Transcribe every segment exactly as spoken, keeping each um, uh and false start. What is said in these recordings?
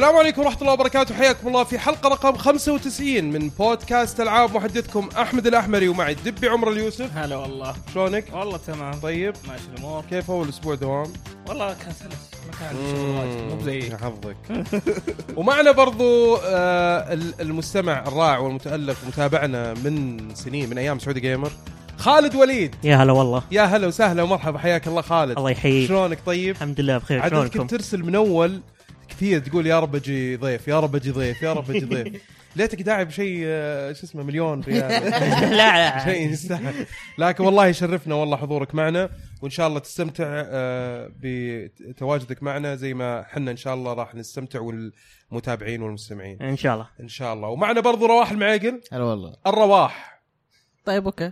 السلام عليكم ورحمة الله وبركاته. حياكم الله في حلقة رقم خمسة وتسعين من بودكاست ألعاب. محدثكم أحمد الأحمري ومعي الدبي عمر اليوسف. هلا والله. شلونك؟ والله تمام. طيب ماشي الأمور. كيف أول أسبوع دوام؟ والله كان سلس، ما كان عندي شغل واجد، مو بزيك. حظك. ومعنا برضو آه المستمع الرائع والمتألق ومتابعنا من سنين، من أيام سعودي جيمر، خالد وليد. يا هلا والله. يا هلا وسهلا ومرحبا، حياك الله خالد. الله يحييك. شلونك؟ طيب الحمد لله بخير. عادتك كنت ترسل من أول كثير تقول يا رب اجي ضيف، يا رب اجي ضيف، يا رب اجي ضيف. ليتك داعي بشيء شو اسمه مليون ريال. لا لا شيء يستاهل. لكن والله يشرفنا والله حضورك معنا، وان شاء الله تستمتع بتواجدك معنا زي ما حنا ان شاء الله راح نستمتع، والمتابعين والمستمعين ان شاء الله ان شاء الله. ومعنا برضو رواح المعيقل. هلا والله. الرواح طيب اوكي.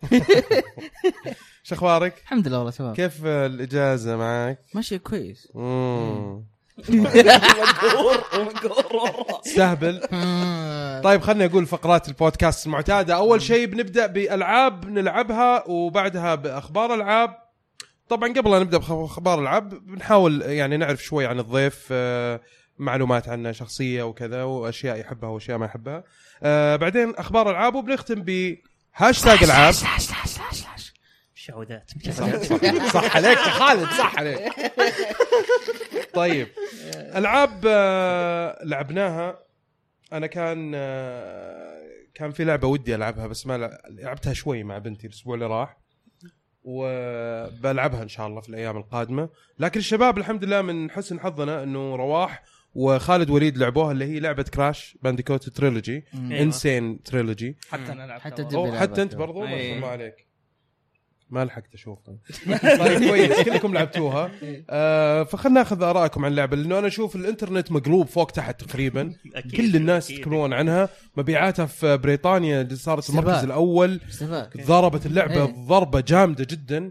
شو اخبارك؟ الحمد لله والله تمام. كيف الاجازه معك؟ ماشي كويس. امم استهبل. طيب خلني أقول فقرات البودكاست المعتادة. أول شيء بنبدأ بألعاب نلعبها، وبعدها بأخبار ألعاب. طبعا قبل أن نبدأ بأخبار ألعاب بنحاول يعني نعرف شوي عن الضيف، معلومات عنه شخصية وكذا، وأشياء يحبها وأشياء ما يحبها. بعدين أخبار ألعاب، وبنختم بهاشتاج ألعاب. شعوذات. صح, صح, صح عليك يا خالد، صح عليك. طيب ألعاب لعبناها. أنا كان كان في لعبة ودي ألعبها بس ما لعبتها شوي مع بنتي الأسبوع اللي راح، وبلعبها إن شاء الله في الأيام القادمة. لكن الشباب الحمد لله من حسن حظنا إنه رواح وخالد وليد لعبوها، اللي هي لعبة كراش بانديكوت تريلوجي، إنسين تريلوجي. حتى أنا لعبتها حتى, حتى أنت برضو ما أيه. شاء الله عليك. ما لحقت أشوفها. طيب كويس، كلكم لعبتوها. آه فخلنا ناخذ آراءكم عن اللعبة، لأنه أنا أشوف الإنترنت مقلوب فوق تحت تقريبا. كل الناس يتكلمون عنها. مبيعاتها في بريطانيا اللي صارت المركز الأول، ضربت اللعبة ضربة جامدة جدا.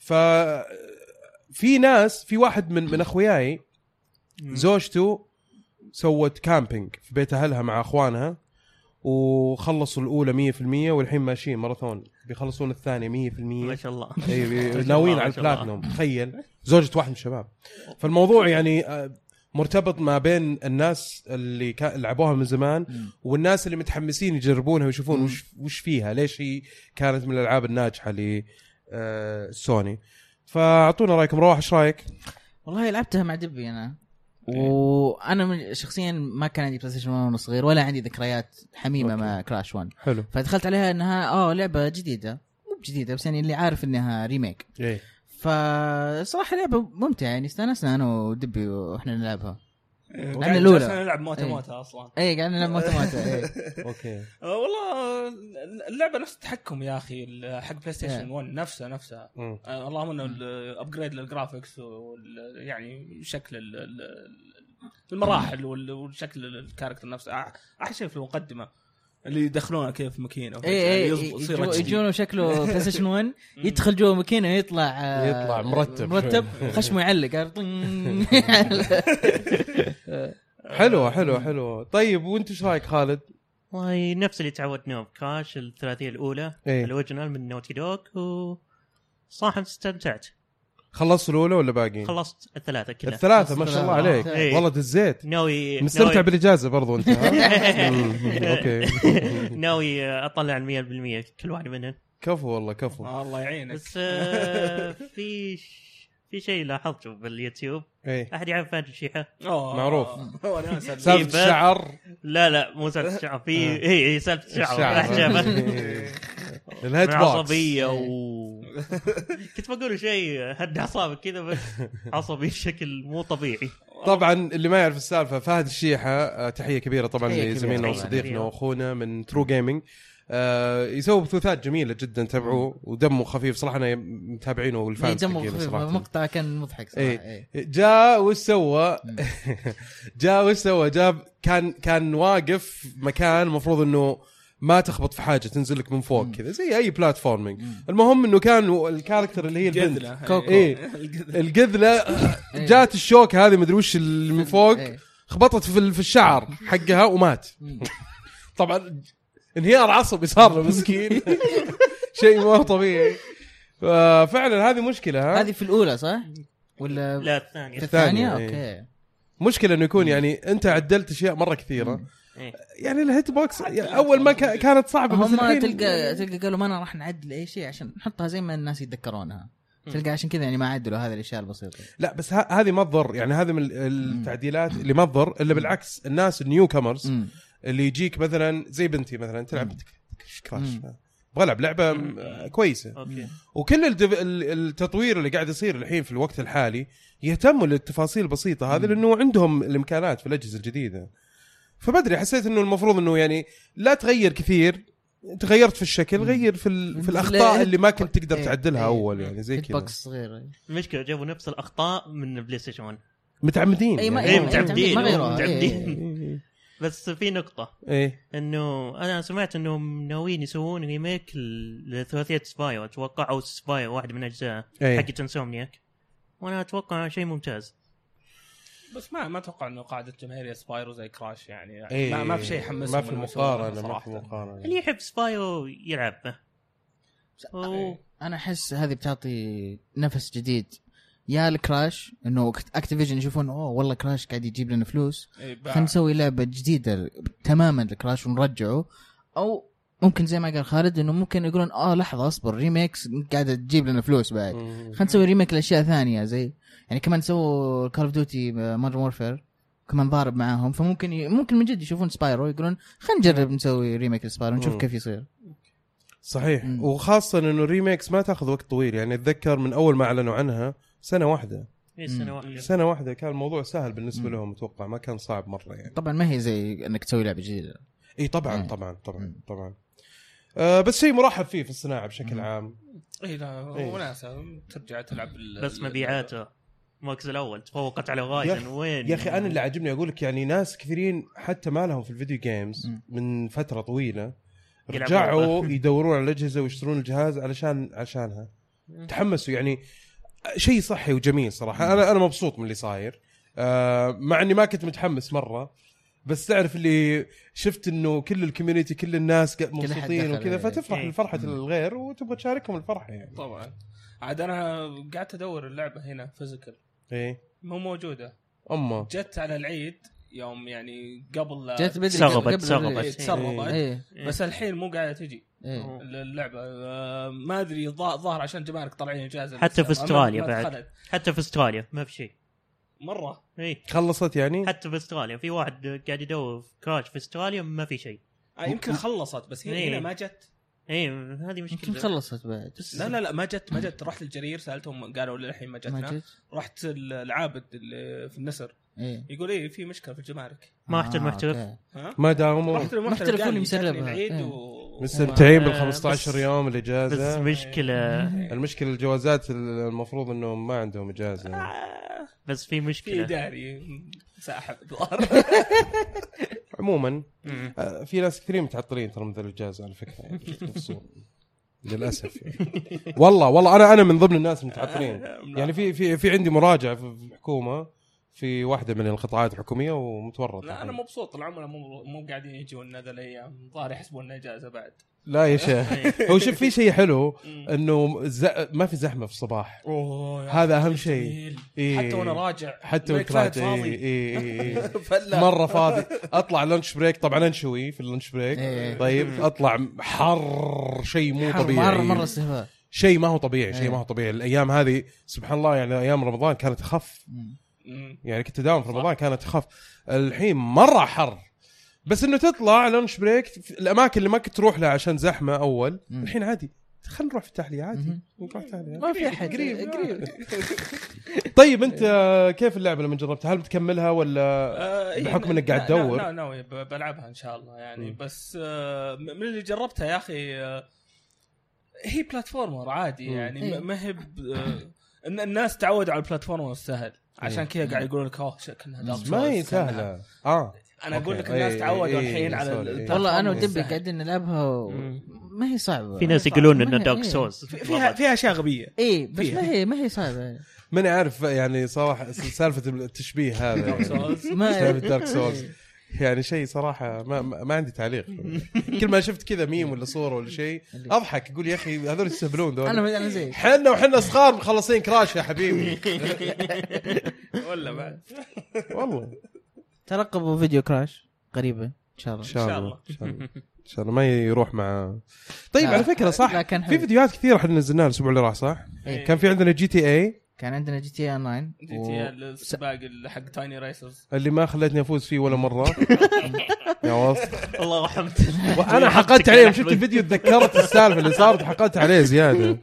ففي ناس، في واحد من من أخوياي زوجته سوت كامبينج في بيت أهلها مع أخوانها، وخلصوا الأولى مية في المية، والحين ماشيين ماراثون بيخلصون الثانية مية في المية. ما شاء الله. أي ناويين على البلاتينوم. تخيل زوجة واحد من الشباب. فالموضوع يعني مرتبط ما بين الناس اللي لعبوها من زمان والناس اللي متحمسين يجربونها ويشوفون وش وش فيها، ليش هي كانت من الألعاب الناجحة لسوني. فأعطونا رأيكم. رواح ايش رأيك؟ والله لعبتها مع دبي أنا، وانا من شخصيا ما كان عندي بلاي ستيشن وانا صغير، ولا عندي ذكريات حميمه أوكي. مع كراش واحد. حلو. فدخلت عليها انها اه لعبه جديده، مو جديده بس يعني اللي عارف انها ريميك. ايه. فصراحه لعبه ممتعه يعني، استانسنا انا ودبي واحنا نلعبها. انا الاولى نلعب موتا موتا اصلا. اي قاعد نلعب موتا موتا. اوكي. والله اللعبه نفس التحكم يا اخي حق بلاي ستيشن واحد، نفسه نفسه. اللهم انه الابجريد للجرافيكس يعني شكل المراحل والشكل الكاركتر نفسه. احلى شيء في المقدمه اللي يدخلونه كيف ماكينه، اي يجونه شكله بلاي ستيشن واحد، يدخل جوا ماكينه يطلع يطلع مرتب مرتب خشمه يعلق. حلو حلو حلو. طيب وانت ايش رايك خالد؟ والله نفس اللي تعودنا بكراش الثلاثيه الاولى الاوريجينال من نوتي دوغ، وصراحه استمتعت. خلصت الأولى ولا باقي؟ خلصت الثلاثة كلها. الثلاثة ما شاء الله عليك. ايه. والله دزيت. ناوي مستمتع ناوي... بالإجازة برضو أنت. أوكي. ناوي أطلع المية بالمية كل واحد منهم. كفو والله كفو. الله يعينك. بس في في شيء لاحظته باليوتيوب. ايه. أحد يعرف فهد الشيحة؟ معروف. سالفة الشعر. لا لا مو سالفة الشعر. في هي هي سالفة الشعر. الهيد بوكس. عصبية و كنت بقول شيء هد أعصابك كذا، بس عصبي بشكل مو طبيعي. طبعا اللي ما يعرف السالفة، فهد الشيحة تحية كبيرة طبعا لزميلنا وصديقنا واخونا من ترو جيمينج. آه يسوي بثوثات جميلة جدا، تابعوه ودمه خفيف صراحة. أنا متابعينه والفانس دمه صراحة. مقطع كان مضحك صراحة. ايه. جاء وسوى جاء وسوى جاب كان كان واقف مكان مفروض إنه ما تخبط في حاجة تنزل لك من فوق كذا زي أي بلاتفورمينج. المهم إنه كان الكاركتر اللي هي البنت كوكو. إيه القذلة جات الشوكة هذه مدري وش اللي من فوق خبطت في في الشعر حقها ومات. طبعا انهيار عصبي صار له مسكين. شيء مو طبيعي. فعلا هذه مشكلة. هذه في الأولى صح ولا لا الثانية؟ الثانية اوكي. مشكلة انه يكون يعني انت عدلت اشياء مرة كثيرة إيه. يعني الهيت بوكس اول ما كا- كانت صعبة بس هم الحين تلقى تلقى قالوا ما أنا راح نعدل أي شيء عشان نحطها زي ما الناس يتذكرونها. تلقى عشان كذا يعني ما عدلوا هذه الأشياء البسيطة. لا بس ه- هذه ما تضر يعني هذه من التعديلات اللي ما تضر الا بالعكس الناس النيو كامرز اللي يجيك مثلا زي بنتي مثلا تلعب كراش ابغى العب لعبه م- كويسه اوكي وكل الدف... ال- التطوير اللي قاعد يصير الحين في الوقت الحالي يهتموا للتفاصيل البسيطه هذه لانه عندهم الامكانات في الاجهزه الجديده. فبدري حسيت انه المفروض انه يعني لا تغير كثير تغيرت في الشكل غير في ال... في الاخطاء اللي ما كنت تقدر تعدلها اول يعني زي كذا بوكس صغير. المشكله جابوا نفس الاخطاء من بلاي ستيشن واحد متعمدين اي ما يعني. إيه، متعمدين ما غيروها. متعمدين. بس في نقطه ايه انه انا سمعت انهم ناويين يسوون ريميك لثلاثيه سباير اتوقع او سباير واحد من اجزاء أيه. حق انسومنياك وانا اتوقع شيء ممتاز بس ما ما اتوقع انه قاعده جماهير سبايرو زي كراش يعني, يعني إيه. ما, ما في شيء يحمسهم ما في إنه يسوونه مقارنه ما في صراحة. مقارنه اللي يحب سباير يلعب به إيه. انا احس هذه بتعطي نفس جديد يا الكراش انه اكتيفيجن يشوفون اوه والله كراش قاعد يجيب لنا فلوس إيه خلينا نسوي لعبه جديده تماما لكراش ونرجعه. او ممكن زي ما قال خالد انه ممكن يقولون اه لحظه اصبر ريميكس قاعده تجيب لنا فلوس بعد خلينا نسوي ريميك لاشياء ثانيه زي يعني كمان سووا كول اوف ديوتي مودرن وورفير كمان ضارب معاهم فممكن ي... ممكن من جد يشوفون سبايرو يقولون خلينا نجرب نسوي ريميك لسبايرو نشوف كيف يصير. صحيح مم. وخاصه انه الريميكس ما تاخذ وقت طويل يعني اتذكر من اول ما اعلنوا عنها سنه واحده في سنه واحده سنه واحده كان الموضوع سهل بالنسبه لهم اتوقع ما كان صعب مره يعني. طبعا ما هي زي انك تسوي لعبه جديده. اي طبعا مم. طبعا طبعا طبعا آه بس شيء مرحب فيه في الصناعه بشكل عام. اي لا إيه. وناسه ترجع تلعب ال- بس ال- مبيعاته المركز الاول تفوقت على يا غايزن أخي- وين يا اخي انا اللي عجبني اقول لك يعني ناس كثيرين حتى ما لهم في الفيديو جيمز من فتره طويله رجعوا يدورون على الاجهزه ويشترون الجهاز علشان عشانها تحمسوا يعني شيء صحي وجميل صراحه. انا انا مبسوط من اللي صاير آه مع اني ما كنت متحمس مره بس تعرف اللي شفت انه كل الكوميونتي كل الناس مبسوطين وكذا فتفرح إيه. لفرحه الغير وتبغى تشاركهم الفرحه يعني. طبعا عاد انا قعدت ادور اللعبه هنا فيزيكال ايه مو موجوده اما جت على العيد يوم يعني قبل لا جت بدري تسربت قبل تسربت إيه، تسربت ايه بس الحين مو قاعده تجي ايه اللعبه آه، ما ادري ظا- ظاهر عشان جمارك طالعين اجازه حتى بس في ما- استراليا ما بعد. دخلت. حتى في استراليا ما في شيء مره اي خلصت يعني حتى في استراليا في واحد قاعد يدور في كراش في استراليا ما في شيء. آه، يمكن خلصت بس هي إيه. هنا ما جت. اي هذه يمكن مشكله. خلصت بعد لا لا لا ما جت ما جت رحت للجرير سالتهم قالوا للحين ما ما جتنا. جت رحت العابد اللي في النسر ايه يقول ايه في مشكله في الجمارك. ما رحت المحترف أوكي. ها ما داوموا رحت المحترف المحترف اللي قال لي مسربها. جاتني العيد إيه. و... مستمتعين بال بس- خمستاشر يوم الاجازه بس مشكله المشكله الجوازات المفروض انهم ما عندهم اجازه. آه، بس في في مشكله اداري ساحب الظهر. عموما مم. آه، في ناس كثيرين متعطلين ترى من ذا الاجازه على فكره يعني نفسهم للاسف يعني. والله والله انا انا من ضمن الناس المتعطلين يعني في في في عندي مراجعه في الحكومه في واحده من القطاعات الحكوميه ومتورط. لا انا مبسوط العملاء مو مو قاعدين يجون هذا الايام ظاهر يحسبون اجازه بعد. لا يا شيخ هو شوف في شيء حلو انه ز... ما في زحمه في الصباح أوه هذا اهم شيء. إيه. حتى وانا راجع حتى بريك وانت فهد راجع فاضي. إيه إيه إيه. فلا مره فاضي اطلع لانش بريك طبعا انشوي في اللانش بريك إيه. طيب اطلع حر شيء مو حر طبيعي مره مره استهبال. شيء ما هو طبيعي شيء إيه. ما هو طبيعي الايام هذه سبحان الله يعني ايام رمضان كانت اخف مم. يعني كنت داوم في رمضان كانت اخف الحين مره حر بس انه تطلع لانش بريك في الاماكن اللي ما كنت تروح لها عشان زحمه اول مم. الحين عادي خلينا نروح في التحليه عادي مم. نروح التحليه ما في احد قريب. قريب طيب انت كيف اللعبه لما جربتها هل بتكملها ولا آه، إيه، بحكم انك قاعد لا- تدور؟ لا ناوي ب- بلعبها ان شاء الله يعني مم. بس آه، من اللي جربتها يا اخي آه، هي بلاتفورمر عادي مم. يعني إيه. ما- ما هي ب- آه، إن الناس تعودوا على البلاتفورمر السهل عشان إيه. كذا قاعد يقولون لك اوه شكلها دارك ما هي سولز، كأنها- سهله اه انا اقول لك أوكي. الناس إيه، تعودوا إيه، الحين إيه، على سوري، إيه. البلاتفورمر والله انا ودبي السهل. قاعدين نلعبها و... مم. ما هي صعبه. في ناس صعب. يقولون ما انه هي- دارك إيه. سولز في- فيها فيها اشياء غبيه ايه بس فيها. ما هي ما هي صعبه. ماني عارف يعني صراحه سالفه التشبيه هذا دارك سولز ما سالفه دارك سولز يعني شيء صراحه ما ما عندي تعليق. كل ما شفت كذا ميم ولا صوره ولا شيء اضحك اقول يا اخي هذول يستهبلون دول. انا انا زي حنا وحنا صغار مخلصين كراش يا حبيبي. ولا بعد والله ترقبوا فيديو كراش قريبا ان شاء الله. ان شاء الله ان شاء الله ان شاء الله ما يروح مع. طيب على فكره صح في في فيديوهات كثيره احنا نزلناها الاسبوع اللي راح صح. إيه. كان في عندنا جي تي اي كان عندنا جي تي اي اونلاين جي تي اي السباق حق تايني رايسرز اللي ما خلتني افوز فيه ولا مره. يا واسط الله رحمت. وانا حقدت عليه شفت الفيديو تذكرت السالفه اللي صارت حقدت عليه زياده.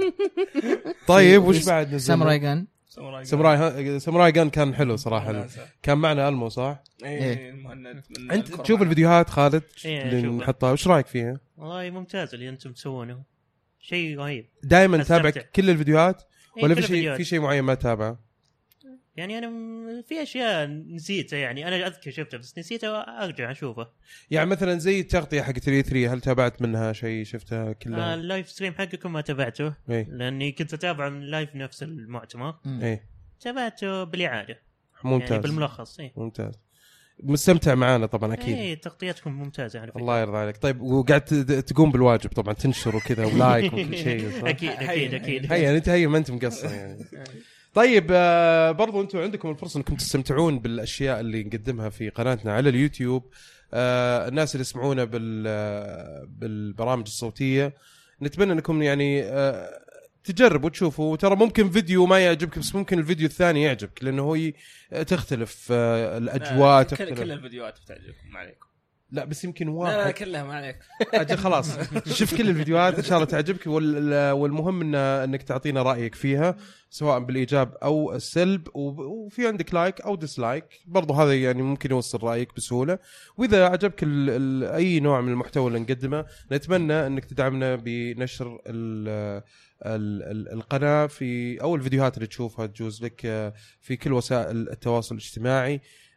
طيب وش بعد نزل؟ ساموراي جان ساموراي ساموراي جان كان حلو صراحه. كان معنا المو صح. ايه مهند. انت تشوف الفيديوهات خالد اللي نحطها وش رايك فيها؟ والله ممتاز اللي انتم تسوونه شيء رهيب. دائما تتابع كل الفيديوهات ولا إيه في شيء في شيء معين ما تتابعه؟ يعني انا في اشياء نسيتها يعني انا اذكر شفتها بس نسيتها ارجع اشوفه. يعني مثلا زي التغطيه حق ثلاثة ثلاثة هل تابعت منها شيء شفتها كلها؟ آه اللايف ستريم حقكم ما تابعته ايه؟ لاني كنت اتابع من اللايف نفس المؤتمر. ايه تابعته بالاعاده ممتاز يعني بالملخص. ايه ممتاز مستمتع معانا طبعا اكيد. ايه تغطيتكم ممتازه على فكره. الله يرضى عليك. طيب وقعدت تقوم بالواجب طبعا تنشر وكذا ولايك وكل شيء. اكيد اكيد اكيد هي يعني انت هي ما انت مقصر يعني. طيب آه برضو انتم عندكم الفرصه انكم تستمتعون بالاشياء اللي نقدمها في قناتنا على اليوتيوب. آه الناس اللي يسمعونا بال بالبرامج الصوتيه نتمنى انكم يعني آه تجربوا وتشوفوا. ترى ممكن فيديو ما يعجبك بس ممكن الفيديو الثاني يعجبك لانه هي تختلف آه الاجواء تختلف. كل الفيديوهات بتعجبكم ما عليكم. لا بس يمكن واحد. لا, لا كلها ما عليك. اجل خلاص شوف كل الفيديوهات ان شاء الله تعجبك. والمهم إن انك تعطينا رايك فيها سواء بالايجاب او السلب وفي عندك لايك او ديسلايك برضو هذا يعني ممكن يوصل رايك بسهوله. واذا عجبك ال ال اي نوع من المحتوى اللي نقدمه نتمنى انك تدعمنا بنشر ال ال القناه في او الفيديوهات اللي تشوفها تجوز لك في كل وسائل التواصل الاجتماعي.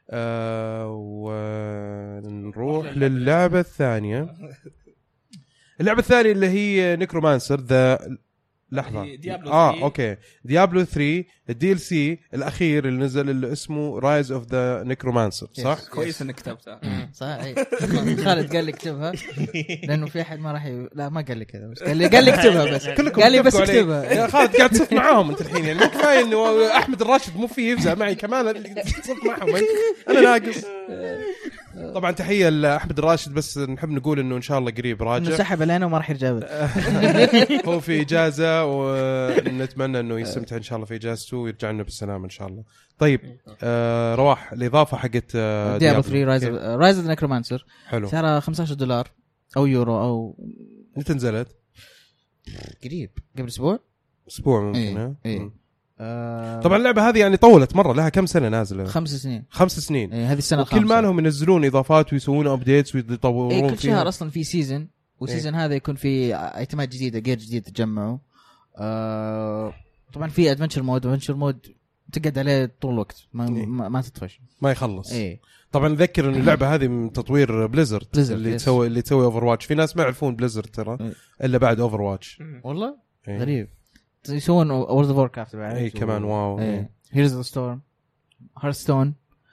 آه ونروح للعبة الثانية. اللعبة الثانية اللي هي نيكرومانسر ذا لحظة اه اوكي ديابلو ثري الدي ال سي الاخير اللي نزل اللي اسمه رايز اوف ذا نيكرومانسر صح؟ كويس انك كتبتها صح. خالد قال لي اكتبها لانه في احد ما راح ي... لا ما قال لي كذا بس قال لي قال لي اكتبها بس قال لي بس اكتبها. يا خالد قاعد تصف معاهم انت الحين يعني كفايه انه احمد الراشد مو فيه يفزع معي كمان اللي تصف معهم انا ناقص. طبعا تحيه لاحمد الراشد بس نحب نقول انه ان شاء الله قريب راجع. انه سحب علينا وما راح يرجع. هو في اجازه ونتمنى انه يستمتع ان شاء الله في اجازته ويرجع لنا بالسلامه ان شاء الله. طيب آه رواح الاضافه حقت آه ديابلو ثري رايز رايز اوف نيكرومانسر حلو سعرها خمسة عشر دولار او يورو او متى نزلت؟ قريب قبل اسبوع اسبوع ممكن. ايه. ايه. آه طبعا اللعبه هذه يعني طولت مره لها كم سنه نازله؟ خمس سنين خمس سنين ايه هذه السنه الخامسه. كل ما لهم ينزلون اضافات ويسوون ابديتس ويطورون ايه كل فيها. شهر اصلا في سيزن والسيزن ايه. هذا يكون في ايتمات جديده غير جديد تجمعوا. آه طبعا في ادفنتشر مود ادفنتشر مود تقعد عليه طول الوقت ما إيه. ما, ما تطفش ما يخلص. ايه. طبعا نذكر ان اللعبه هذه من تطوير بليزرد اللي يس. تسوي اللي تسوي اوفر واتش. في ناس ما يعرفون بليزرد ترى إيه. الا بعد اوفر واتش والله إيه. غريب يسوون وورد اوف ووركرافت بعد اي كمان واو ايه هيرز اوف ستورم هارستون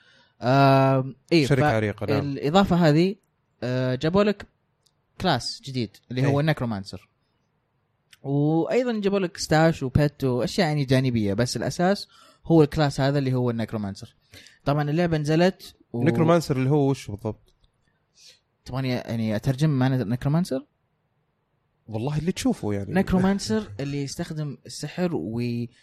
آه ايه شركه عريقه. نعم. الاضافه هذه آه جابوا لك كلاس جديد اللي هو ايه. النكرومانسر وايضا جابوا لك ستاش وبيت واشياء يعني جانبيه بس الاساس هو الكلاس هذا اللي هو النكرومانسر. طبعا اللعبه نزلت و... النكرومانسر اللي هو وش بالضبط؟ طبعا يعني اترجم معنى النكرومانسر والله اللي تشوفه يعني نكرومانسر اللي يستخدم السحر و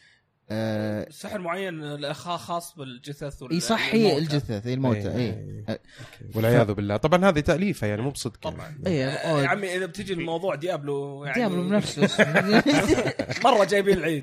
آه سحر معين خاص بالجثث يصحي الجثث الموتى اي اي اي والعياذ بالله. طبعا هذه تأليفة يعني مو بصدق طبعا يعني. يا عمي اذا بتجي الموضوع ديابلو يعني ديابلو بنفسه مره جايبين العيد.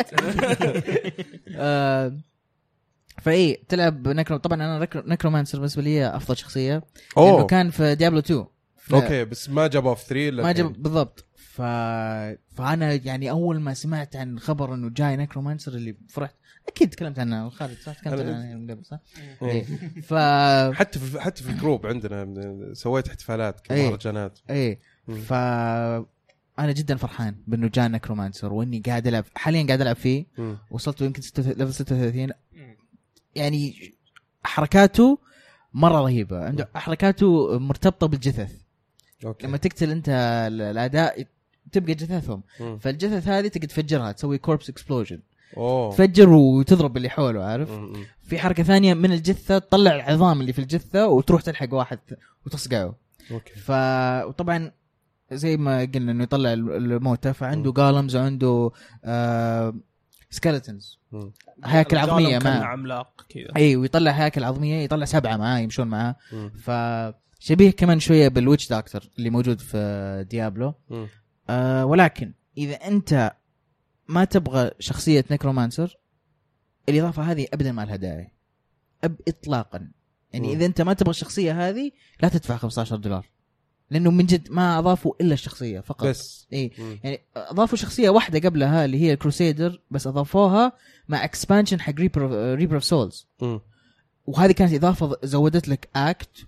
آه فاي تلعب نكرو. طبعا انا نكرومانسر بالنسبه لي افضل شخصيه أوه. لانه كان في ديابلو تو ف... اوكي بس ما جابوه في ثري ما جاب بالضبط. ف... فانا يعني اول ما سمعت عن خبر انه جاي نكرومانسر اللي فرحت. اكيد تكلمت عنه خالد صح تكلمت عنه قبل صح إيه. ف حتى في حتى في الجروب عندنا سويت احتفالات كمهرجانات اي ف انا جدا فرحان بانه جاء نكرومانسر واني قاعد العب حاليا قاعد العب فيه. وصلت يمكن ليفل ستة وثلاثين يعني حركاته مره رهيبه. عنده حركاته مرتبطه بالجثث. أوكي. لما تقتل انت الاعداء تبقى جثثهم، م. فالجثث هذه تقدر تفجرها، تسوي كوربس اكسبلوجن، أوه. تفجر وتضرب اللي حوله عارف. م- م. في حركه ثانيه من الجثه تطلع العظام اللي في الجثه وتروح تلحق واحد وتصقعه. أوكي. ف وطبعا زي ما قلنا انه يطلع الموتى، فعنده جالمز وعنده آه... سكيلتونز، هياكل عظميه كان ما عملاق كذا. اي ويطلع هياكل عظميه، يطلع سبعه معاه يمشون معاه. فشبيه كمان شويه بالويتش دكتور اللي موجود في ديابلو. آه ولكن اذا انت ما تبغى شخصيه نيكرومانسر الاضافه هذه ابدا ما لها داعي اب اطلاقا. يعني مم. اذا انت ما تبغى الشخصيه هذه لا تدفع خمسة عشر دولار، لانه من جد ما اضافوا الا الشخصيه فقط بس. اي يعني اضافوا شخصيه واحده قبلها اللي هي كروسيدر، بس اضافوها مع اكسبانشن حق ريبر اوف سولز، وهذه كانت اضافه زودت لك اكت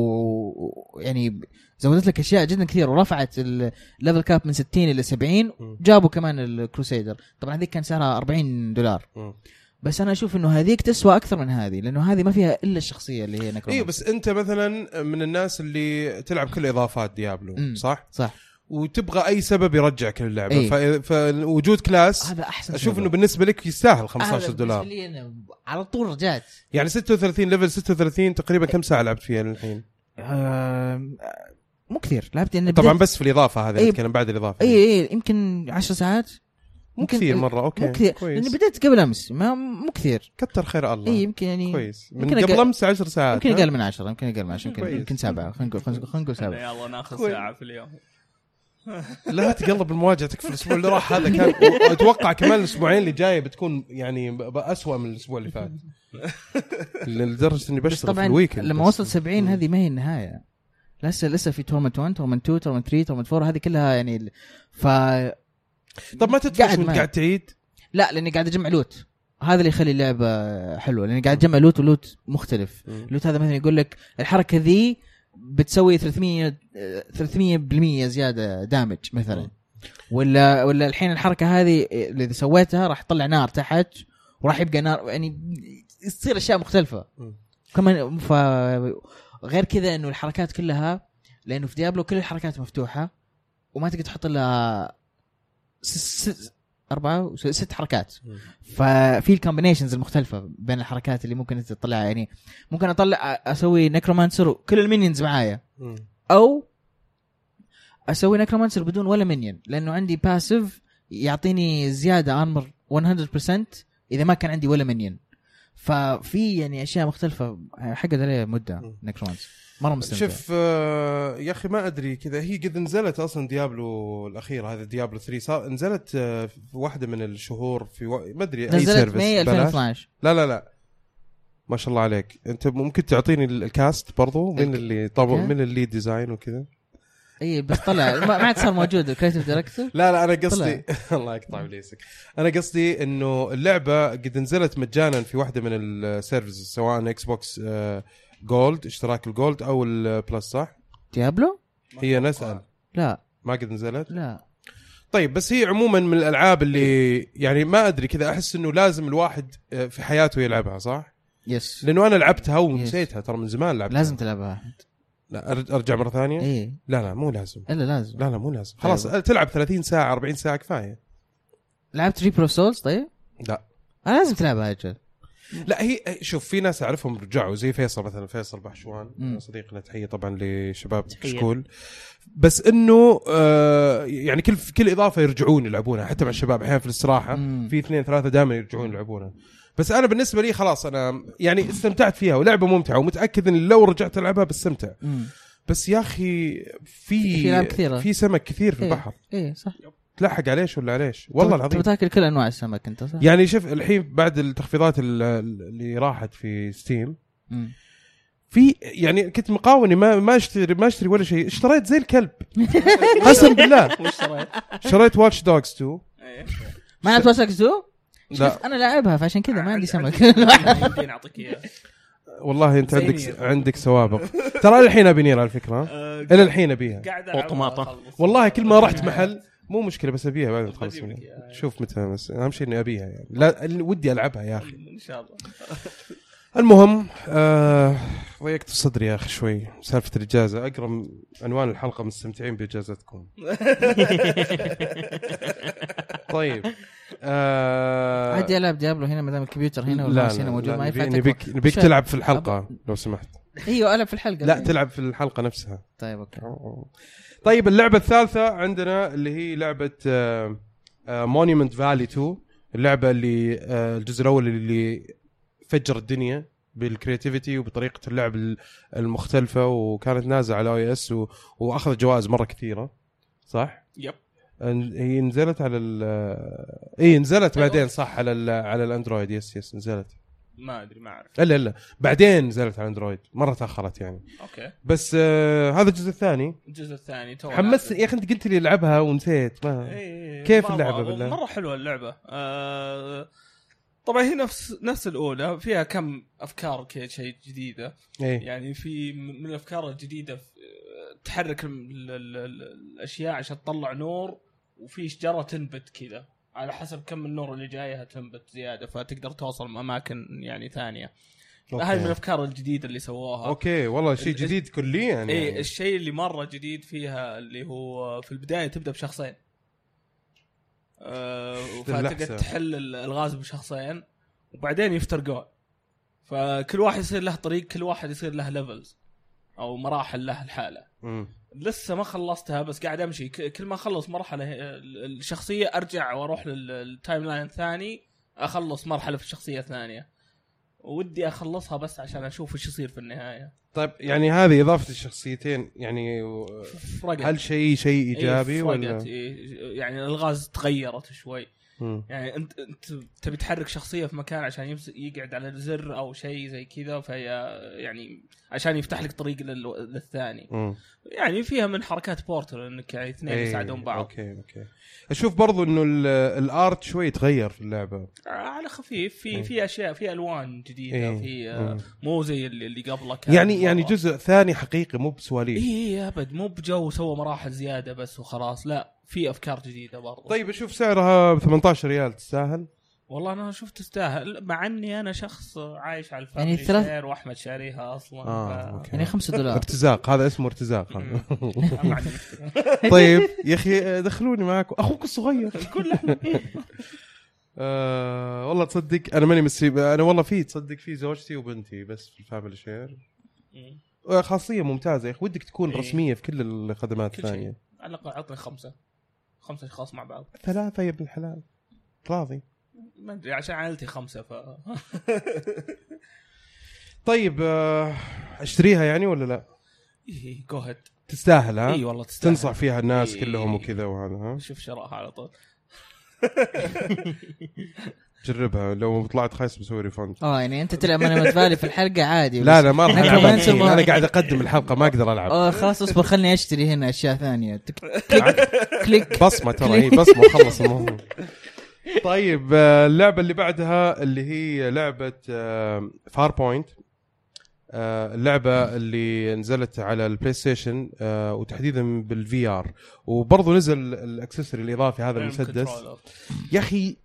ويعني زودت لك اشياء جدا كثير، ورفعت الليفل كاب من ستين الى سبعين. جابوا كمان الكروسيدر، طبعا هذيك كان سعرها أربعين دولار، بس انا اشوف انه هذيك تسوى اكثر من هذه، لانه هذه ما فيها الا الشخصيه اللي هي نكرومانسر. اي بس انت مثلا من الناس اللي تلعب كل اضافات ديابلو مم. صح صح، وتبغى اي سبب يرجعك للعبه. إيه. ف... فوجود كلاس هذا احسن اشوف سبب. انه بالنسبه لك يستاهل خمسة عشر دولار. بالنسبة لي أنا على طول رجعت. يعني ستة وثلاثين ليفل ستة وثلاثين تقريبا كم ساعه لعبت فيها الحين؟ آه مو كثير لعبت يعني طبعا بس في الاضافه هذه أي نتكلم بعد الاضافه. اي اي يمكن عشر ساعات، مو كثير مره. اوكي مو كثير لاني بديت قبل امس، ما مو كثير. كتر خير الله. اي يمكن يعني كويس من قبل امس عشر ساعات، يمكن اقل من عشرة، يمكن اقل من عشرة، يمكن يمكن سبعة. خلينا نقول خلينا نقول سبعة. يلا ناخذ ساعه في اليوم. لا تقلب المواجهه تكفي الاسبوع اللي راح هذا كان. اتوقع كمان الاسبوعين اللي جايه بتكون يعني اسوأ من الاسبوع اللي فات لدرجه اني بشتغل في الويكند. لما وصل سبعين هذه ما هي النهايه، لسه لسه في تورمنت واحد تورمنت اثنين تورمنت ثلاثة تورمنت أربعة، هذه كلها يعني. ف طب ما تدفع وانت قاعد تعيد؟ لا لاني قاعد اجمع لوت، هذا اللي يخلي اللعبه حلوه، لاني قاعد اجمع لوت ولوت مختلف. اللوت هذا مثلا يقول لك الحركه ذي بتسوي ثلاثمية ثلاثمية بالمية زياده دامج مثلا، ولا ولا الحين الحركه هذه اللي سويتها راح تطلع نار تحت وراح يبقى نار، يعني يصير اشياء مختلفه كمان. ف غير كذا انه الحركات كلها، لانه في ديابلو كل الحركات مفتوحه وما تقدر تحط لها أربعة وست حركات، ففي الكومبينيشنز المختلفة بين الحركات اللي ممكن تطلعها. يعني ممكن أطلع أسوي نكرومانسر وكل المينيونز معايا، أو أسوي نكرومانسر بدون ولا مينيون، لأنه عندي باسيف يعطيني زيادة أرمر مية بالمية إذا ما كان عندي ولا مينيون. ففي يعني أشياء مختلفة حقت عليها مدة نكرومانسر مرة مستمتع. شوف آه يا أخي ما أدري كذا، هي قد نزلت أصلا ديابلو الأخير هذا ديابلو ثلاثة صار نزلت آه في واحدة من الشهور في و... ما أدري أي سيرفيس ماي ألفين واثناشر. لا لا لا ما شاء الله عليك. أنت ممكن تعطيني الكاست برضو من اللي طبعا من اللي ديزاين وكذا. اي بس طلع ما عاد صار موجود الكريتيف دايركتور. لا لا انا قصدي الله يقطع بليسك، انا قصدي انه اللعبه قد نزلت مجانا في واحده من السيرفيسز سواء اكس بوكس جولد اشتراك الجولد او البلس صح؟ ديابلو هي نسأل. لا ما قد نزلت. لا طيب بس هي عموما من الالعاب اللي يعني ما ادري كذا احس انه لازم الواحد في حياته يلعبها صح؟ يس لانه انا لعبتها ونسيتها ترى من زمان لعبتها. لازم تلعبها. لا ارجع مره ثانيه. إيه؟ لا لا مو لازم. الا لازم. لا لا مو لازم خلاص طيب. تلعب ثلاثين ساعه أربعين ساعه كفايه. لعبت ريبرو سولز طيب؟ لا أنا لازم تلعبها اجل. لا هي شوف في ناس اعرفهم رجعوا زي فيصل مثلا، فيصل بحشوان مم. صديقنا، تحيه طبعا لشباب كشكول، بس انه آه يعني كل كل اضافه يرجعون يلعبونها حتى مع الشباب احيانا في الاستراحه. مم. في اثنين ثلاثه دائما يرجعون يلعبونها. بس انا بالنسبه لي خلاص انا يعني استمتعت فيها ولعبه ممتعه ومتاكد ان لو رجعت العبها بستمتع. مم. بس يا اخي في في, في سمك كثير في إيه البحر. ايه صح. تلحق عليش ولا عليش والله العظيم. تاكل كل انواع السمك انت صح. يعني شوف الحين بعد التخفيضات اللي راحت في ستيم مم. في يعني كنت مقاوني ما ما اشتري ما اشتري ولا شيء، اشتريت زي الكلب قسم بالله. شريت واتش دوغز اثنين. ما عندك واتش دوغز اثنين؟ لا انا لاعبها فعشان كذا ما عندي سمك. يمكن اعطيك اياه والله انت عندك عندك سوابق ترى. الحين ابي نير على الفكره الى الحين ابيها اوتوماطه والله كل ما رحت محل مو مشكله بس ابيها بعد ما تخلص. شوف متى بس اهم شيء اني ابيها يعني لا ودي العبها يا اخي ان شاء الله. المهم آه ضيقت صدري يا اخي شوي سالفه الاجازه. اقرا عنوان الحلقه مستمتعين باجازتكم. طيب آه عادي العب ديابلو هنا ما دام الكمبيوتر هنا والماوس هنا موجود. ما ينفع نبيك نبيك تلعب في الحلقه لو سمحت. ايوه العب في الحلقه. لا تلعب في الحلقه نفسها. طيب اوكي. طيب اللعبه الثالثه عندنا اللي هي لعبه مونيومنت فالي تو. اللعبه اللي آه الجزء الاول اللي فجر الدنيا بالكرياتيفيتي وبطريقه اللعب المختلفه وكانت نازله على اي اس و... واخذت جوائز مره كثيره صح. يب هي نزلت على ال اي نزلت بعدين صح على ال... على الاندرويد. يس يس نزلت ما ادري ما اعرف. لا لا بعدين نزلت على الاندرويد مره تاخرت يعني. اوكي بس آه هذا الجزء الثاني. الجزء الثاني تو حمست يا اخي. انت قلت لي العبها ونسيت ما إيه كيف اللعبه بالله. مره حلوه اللعبه. آه طبعا هي نفس نفس الاولى فيها كم افكار كذا شيء جديده. إيه؟ يعني في من الافكار الجديده تحرك ال ال ال الاشياء عشان تطلع نور وفي شجره تنبت كذا على حسب كم النور اللي جايها تنبت زياده فتقدر توصل اماكن يعني ثانيه. هاي من الافكار الجديده اللي سووها. اوكي والله شيء جديد كليا يعني. ايه الشيء اللي مره جديد فيها اللي هو في البدايه تبدا بشخصين أه فتقدر تحل الالغاز بشخصين وبعدين يفترقون فكل واحد يصير له طريق كل واحد يصير له ليفلز او مراحل له الحاله. م. لسه ما خلصتها بس قاعد امشي كل ما اخلص مرحله الشخصيه ارجع واروح للتايم لاين الثاني اخلص مرحله في الشخصيه الثانيه ودي اخلصها بس عشان اشوف ايش يصير في النهايه. طيب يعني هذه اضافه الشخصيتين يعني فرقت. هل شيء شيء ايجابي إيه ولا إيه يعني الالغاز تغيرت شوي. م. يعني انت انت تبي تحرك شخصيه في مكان عشان يقعد على الزر او شيء زي كذا فهي يعني عشان يفتح لك طريق للثاني. م. يعني فيها من حركات بورتل انك يعني اثنين ايه يساعدون بعض. اوكي اوكي. اشوف برضو انه الارت شوي تغير في اللعبه على خفيف في ايه. في اشياء في الوان جديده ايه. في م. مو زي اللي, اللي قبله يعني يعني جزء ثاني حقيقي مو بسواليف. ايه ابد مو بجو سوى مراحل زياده بس وخلاص لا في افكار جديده برضه. طيب اشوف سعرها ب ثمانية عشر ريال تستاهل. والله انا شفت تستاهل مع اني انا شخص عايش على الفاميلي يعني ثلاث... شير واحمد شاريها اصلا. آه، ف... يعني خمسة دولار ارتزاق. هذا اسمه ارتزاق. طيب يا اخي دخلوني معكم اخوك الصغير كل احنا آه والله تصدق انا ماني مسيب. انا والله في تصدق في زوجتي وبنتي بس في الفاميلي شير. خاصيه ممتازه يا اخي ودك تكون إيه؟ رسميه في كل الخدمات الثانيه. على الاقل عطني خمسه خمسه اشخاص مع بعض. ثلاثه يا ابن الحلال راضي. ما ادري عشان عائلتي خمسه ف طيب اشتريها يعني ولا لا؟ ايه جو هيد تستاهل. ها اي والله تستاهل. تنصح فيها الناس إيه كلهم وكذا وهذا. ها شوف شراها على طول. جربها لو طلعت خايس بسوي ريفند. اه يعني انت تلعب انا متفالي في الحلقه عادي. لا لا ما راح العب. انا قاعد اقدم الحلقه ما اقدر العب. اه خلاص اصبر خلني اشتري هنا اشياء ثانيه. كليك كليك بصمه ترى هي بصمه وخلص الموضوع. طيب اللعبه اللي بعدها اللي هي لعبه فار بوينت. اللعبه اللي نزلت على البلاي ستيشن وتحديدا بالفي ار وبرضه نزل الاكسسوري الاضافي هذا المسدس. يا اخي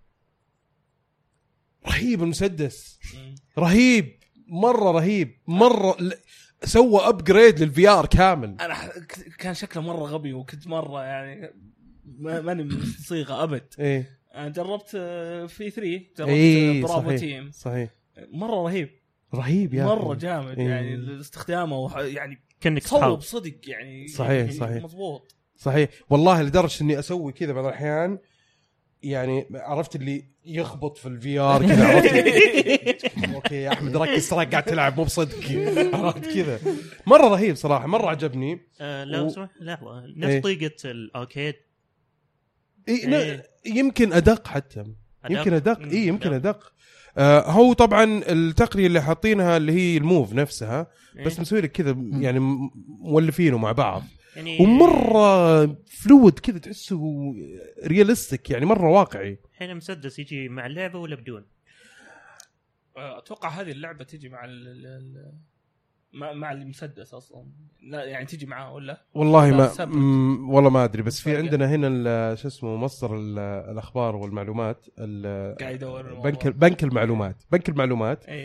رهيب المسدس رهيب مره رهيب مره. سوى ابجريد للفي ار كامل. انا كان شكله مره غبي وكنت مره يعني ماني مصيغه ابد. ايه انا جربت في ثلاثة جربت إيه برافو صحيح تيم صحيح مره رهيب رهيب يا مره جامد. إيه. يعني استخدامه يعني كأنك صوب صدق يعني صحيح يعني صحيح مضبوط صحيح والله لدرجه اني اسوي كذا بعض الاحيان يعني عرفت اللي يخبط في الفي ار كذا. عرفت اوكي يا احمد ركز ترى قاعد تلعب مو بصدق. عرفت كذا مره رهيب صراحه مره عجبني. آه لو و... سمح لحظه نفس إيه؟ طريقه الاركيد. إيه إيه؟ يمكن ادق حتى أدق؟ يمكن ادق اي يمكن ادق. آه هو طبعا التقنيه اللي حاطينها اللي هي الموف نفسها إيه؟ بس مسوي لك كذا يعني مولفينه مع بعض يعني ومره فلويد كذا تحسه رياليستيك يعني مره واقعي. الحين مسدس يجي مع اللعبه ولا بدون؟ اتوقع هذه اللعبه تجي مع ال مع المسدس اصلا. لا يعني تجي معاه ولا والله ما م... والله ما ادري بس في عندنا هنا شو اسمه مصدر الاخبار والمعلومات قاعد يدور بنك بنك المعلومات بنك المعلومات ايه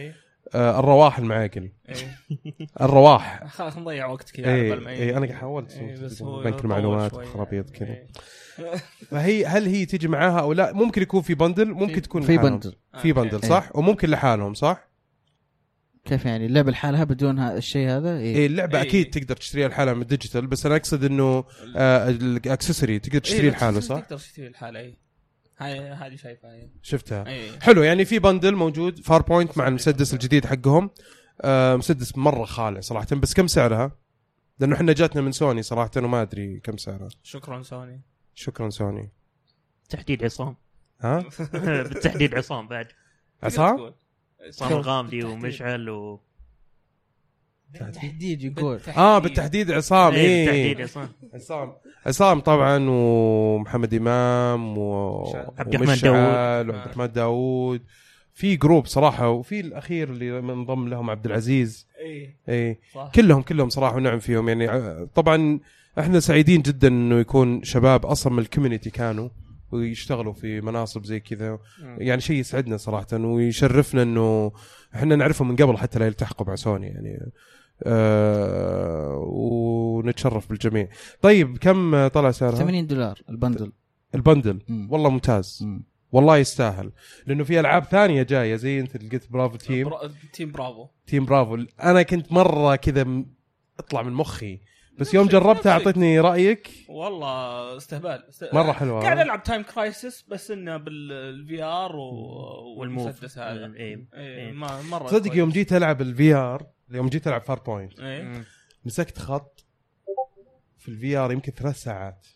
آه الرواح المعاقل إيه. الرواح خلاص نضيع وقت كذا إيه قبل ما إيه أنا حاولت إيه بس بنك المعلومات خرابيط كذا إيه. فهي هل هي تيجي معاها أو لا؟ ممكن يكون في بندل ممكن تكون في لحالهم. بندل في بندل صح إيه. وممكن لحالهم صح. كيف يعني اللعبة لحالها بدون هذا الشيء هذا؟ إيه, إيه اللعبة إيه. أكيد تقدر تشتريها لحالها من الديجيتال بس أنا أقصد إنه آه الأكسسوري تقدر تشتريه إيه لحاله صح؟ تقدر تشتريه لحاله إيه هاي هذه شايفها إيه. شفتها إيه. حلو يعني في بندل موجود فار بوينت مع المسدس الجديد حقهم آه مسدس مرة خالع صراحة بس كم سعرها؟ لأنه إحنا جاتنا من سوني صراحة وما أدري كم سعرها. شكرا سوني. شكرا سوني. تحديد عصام ها بالتحديد عصام بعد عصام عصام الغامدي ومشعل و تحديد يقول اه بالتحديد عصام ايه بالتحديد عصام عصام عصام طبعا ومحمد امام وعبد الرحمن داوود وعبد الرحمن داوود في جروب صراحه وفي الاخير اللي منضم لهم عبد العزيز ايه ايه كلهم كلهم صراحه ونعم فيهم يعني طبعا احنا سعيدين جدا انه يكون شباب اصلا من الكوميونتي كانوا ويشتغلوا في مناصب زي كذا يعني شيء يسعدنا صراحه ويشرفنا انه احنا نعرفهم من قبل حتى لا يلتحقوا مع سوني يعني أه ونتشرف بالجميع. طيب كم طلع سعرها؟ ثمانين دولار البندل. البندل مم. والله ممتاز مم. والله يستاهل لانه في العاب ثانيه جايه زي انت اللي قلت برافو تيم برا... تيم برافو تيم برافو انا كنت مره كذا م... اطلع من مخي بس يوم جربتها اعطيتني رايك والله استهبال است... مره حلوه قاعد العب تايم كرايسس بس انه بالفي ار و... والمسدس هذا ايه ايه ما مره صدق يوم جيت العب الفي ار يوم جيت العب فار بوينت ايه مسكت خط في الفي ار يمكن ثلاث ساعات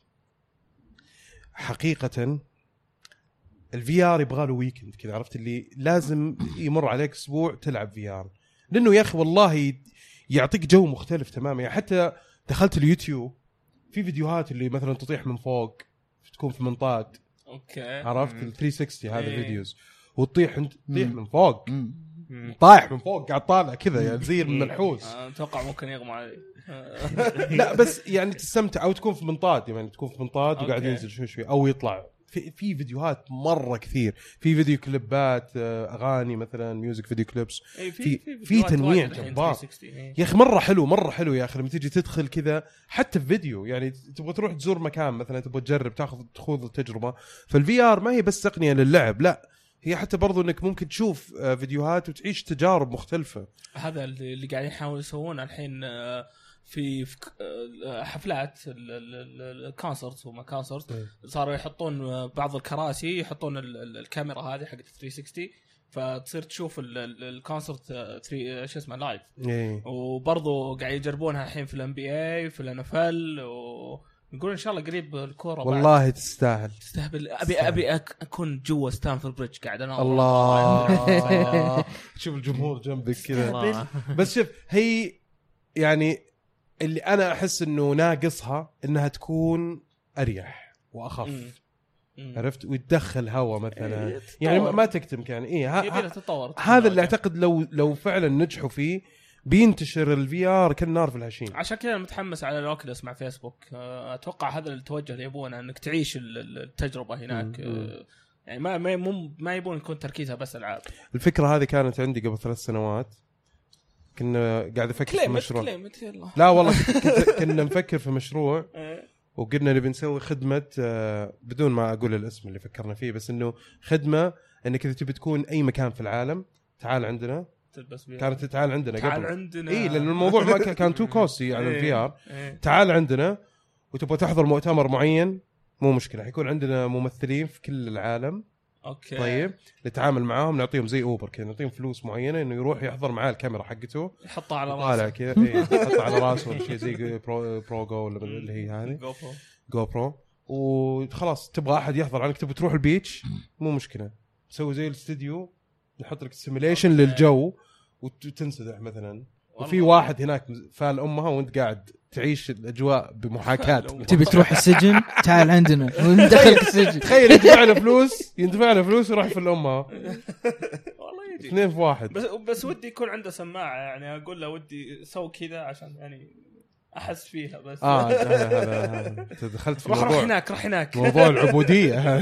حقيقه. الفي ار يبغى له ويكند كذا عرفت اللي لازم يمر عليك اسبوع تلعب في ار لانه يا اخي والله يعطيك جو مختلف تماما يعني حتى دخلت اليوتيوب في فيديوهات اللي مثلا تطيح من فوق تكون في منطاد اوكي عرفت ال ثلاثمية وستين هذا إيه. الفيديوز وتطيح انت تطيح من فوق مم. طايح من فوق قاعد طالع كذا يعني زي المنحوس اتوقع ممكن يغمى علي لا بس يعني تستمتع او تكون في منطاد يعني تكون في منطاد وقاعد أوكي. ينزل شوي شوي او يطلع في في فيديوهات مره كثير في فيديو كليبات اغاني مثلا ميوزك فيديو كليبس في في في, في تنويع جبار يا اخي مره حلو مره حلو يا اخي لما تيجي تدخل كذا حتى في فيديو يعني تبغى تروح تزور مكان مثلا تبغى تجرب تاخذ تخوض التجربه فالفي ار ما هي بس تقنيه للعب لا هي حتى برضو انك ممكن تشوف فيديوهات وتعيش تجارب مختلفه. هذا اللي قاعدين يحاولوا يسوونه الحين في حفلات الكونسرت وما كونسرت صاروا يحطون بعض الكراسي يحطون الكاميرا هذه حق ثلاثمية وستين فتصير تشوف الكونسرت شو اسمه لايف وبرضو قاعد يجربونها الحين في الام بي اي في الان اف ال ونقول ان شاء الله قريب الكوره والله بعد. تستاهل تستهبل ابي تستاهل. ابي اكون جوا ستانفورد بريدج قاعد انا الله شوف الجمهور جنبك كذا بس شوف هي يعني اللي انا احس انه ناقصها انها تكون اريح واخف مم. مم. عرفت ويتدخل هواء مثلا إيه يعني ما تكتم كان ايه ها تطور هذا اللي اعتقد لو لو فعلا نجحوا فيه بينتشر الفي ار كالنار في الهشيم. عشان كذا متحمس على الاوكيوليس مع فيسبوك اتوقع هذا التوجه اللي يبونه انك تعيش التجربه هناك مم. يعني ما ما ما يبون يكون تركيزها بس العاب. الفكره هذه كانت عندي قبل ثلاث سنوات كنا قاعد افكر في مشروع كليمت يلا. لا والله كنا نفكر في مشروع وقلنا نبي نسوي خدمه بدون ما اقول الاسم اللي فكرنا فيه بس انه خدمه انك اذا تبي تكون اي مكان في العالم تعال عندنا تلبس بيها. كانت تعال عندنا تعال قبل عندنا اي لان الموضوع ما كان تو كوستي على الفي ار تعال عندنا وتبغى تحضر مؤتمر معين مو مشكله حيكون عندنا ممثلين في كل العالم اوكي طيب نتعامل معاهم نعطيهم زي اوبر كذا نعطيهم فلوس معينه انه يروح يحضر معاه الكاميرا حقته يحطها على راسه كذا ايه يحطها على راسه ولا شيء زي برو برو جو ولا اللي هي هذه جو برو جو برو وخلاص تبغى احد يحضر عنك تبغى تروح البيتش مو مشكله تسوي زي الاستديو نحط لك سيميليشن للجو وتنسدح مثلا وفي واحد هناك فال امها وانت قاعد تعيش الاجواء بمحاكاه تبي تروح السجن تعال عندنا وندخلك السجن تخيل يدفع له فلوس يدفع له فلوس ويروح في الامها والله يجي اثنين في واحد بس بس ودي يكون عنده سماعه يعني اقول له ودي سوي كذا عشان يعني احس فيها بس اه هذا دخلت في روح موضوع هناك روح هناك موضوع العبوديه.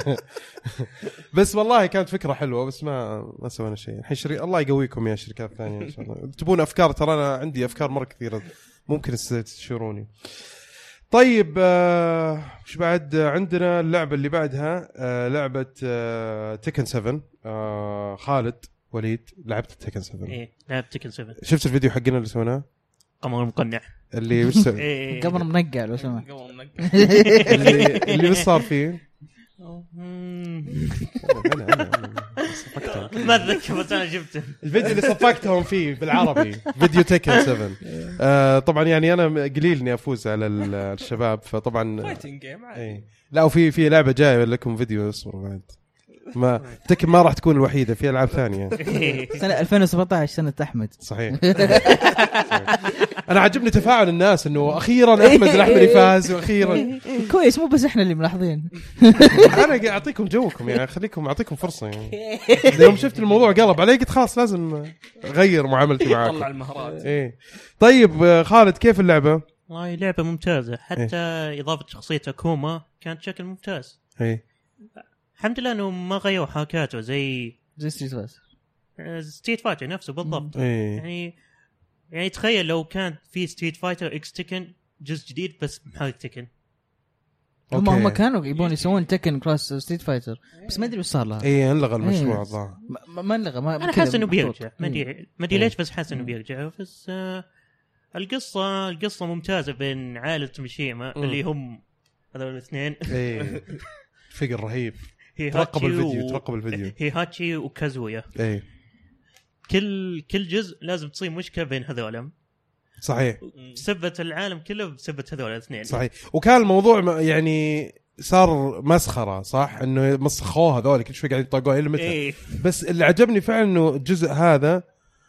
بس والله كانت فكره حلوه بس ما ما سوينا شيء. الحين شري... الله يقويكم يا شركات ثانيه ان شاء الله تبون افكار. ترى انا عندي افكار مره كثيره ممكن تستشيروني. طيب آه، وش بعد عندنا؟ اللعبه اللي بعدها آه، لعبه آه، تيكن سبعة. آه، خالد وليد لعبت تيكن سبعة؟ ايه لعبت تيكن سبعة. شفت الفيديو حقنا اللي سويناه قمر مقنع اللي وش إيه قمر منقع لو سمحت قبل منك اللي اللي وش صار فيه؟ ما اتذكر بس انا شفته الفيديو اللي صفقتهم فيه بالعربي فيديو تيكن سبعة. آه طبعا يعني انا قليل اني افوز على الشباب فطبعا فايتنج جيم عادي. لا وفي في لعبه جايه لكم فيديو اصبروا بعد ما تكن ما راح تكون الوحيده في العاب ثانيه. سنه ألفين وسبعة عشر سنه احمد. صحيح. انا عجبني تفاعل الناس انه اخيرا احمد الاحمري فاز واخيرا كويس مو بس احنا اللي ملاحظين. انا اعطيكم جوكم يعني خليكم اعطيكم فرصه يعني. يوم شفت الموضوع قلب علي قلت خلاص لازم اغير معاملتي معاكم. طلع المهارات. ايه طيب خالد كيف اللعبه؟ والله لعبه ممتازه حتى إيه؟ اضافه شخصيه كوما كانت شكل ممتاز. ايه الحمد لله انه ما غيروا حركاته زي زي ستريت فايتر. ستريت فايتر نفسه بالضبط. إيه؟ يعني يعني تخيل لو كان في ستريت فايتر اكس تكن جزء جديد بس محرك تكن. هم هم كانوا يبون يسوون تكن كروس ستريت فايتر بس ما ادري وش صار لها. ايه انلغى المشروع الظاهر. ما ما انلغى ما انا حاسس انه بيرجع ما ادري ما ادري ليش بس حاسس انه بيرجع. بس آه القصه القصه ممتازه بين عائله ميشيما اللي هم هذول الاثنين. ايه فقر رهيب. ترقب الفيديو و... ترقب الفيديو هيهاتشي وكازويا. ايه كل كل جزء لازم تصير مشكله بين هذول. صحيح. سبة العالم كله بسبة هذول الاثنين. صحيح. وكان الموضوع يعني صار مسخره صح انه مسخوه هذول كل شوي قاعدين يطاقوا الا متى. إيه. بس اللي عجبني فعلا انه الجزء هذا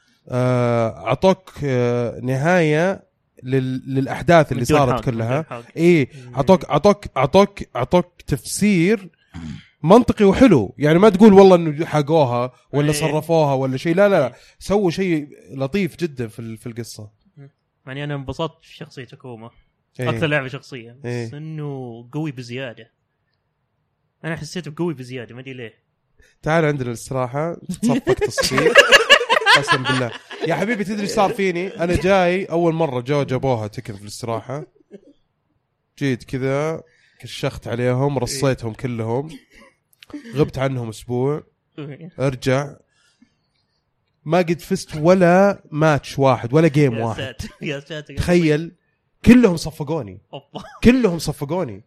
اعطوك آه نهايه لل... للاحداث اللي صارت كلها. ايه اعطوك اعطوك اعطوك اعطوك تفسير منطقي وحلو يعني ما تقول والله انه حقوها ولا صرفوها ولا شيء. لا لا, لا. سووا شيء لطيف جدا في في القصه. يعني انا انبسطت في شخصيه كوما. إيه. اكثر لعبه شخصيه بس إيه. انه قوي بزياده. انا حسيته قوي بزياده ما ادري ليه. تعال عندنا الاستراحه تصفق تصفيق. قسم بالله يا حبيبي تدري صار فيني انا جاي اول مره جو جابوها تكن في الاستراحه جيت كذا كشخت عليهم رصيتهم كلهم غبت عنهم اسبوع ارجع ما قد فزت ولا ماتش واحد ولا جيم واحد. يا ساتر تخيل كلهم صفقوني كلهم صفقوني.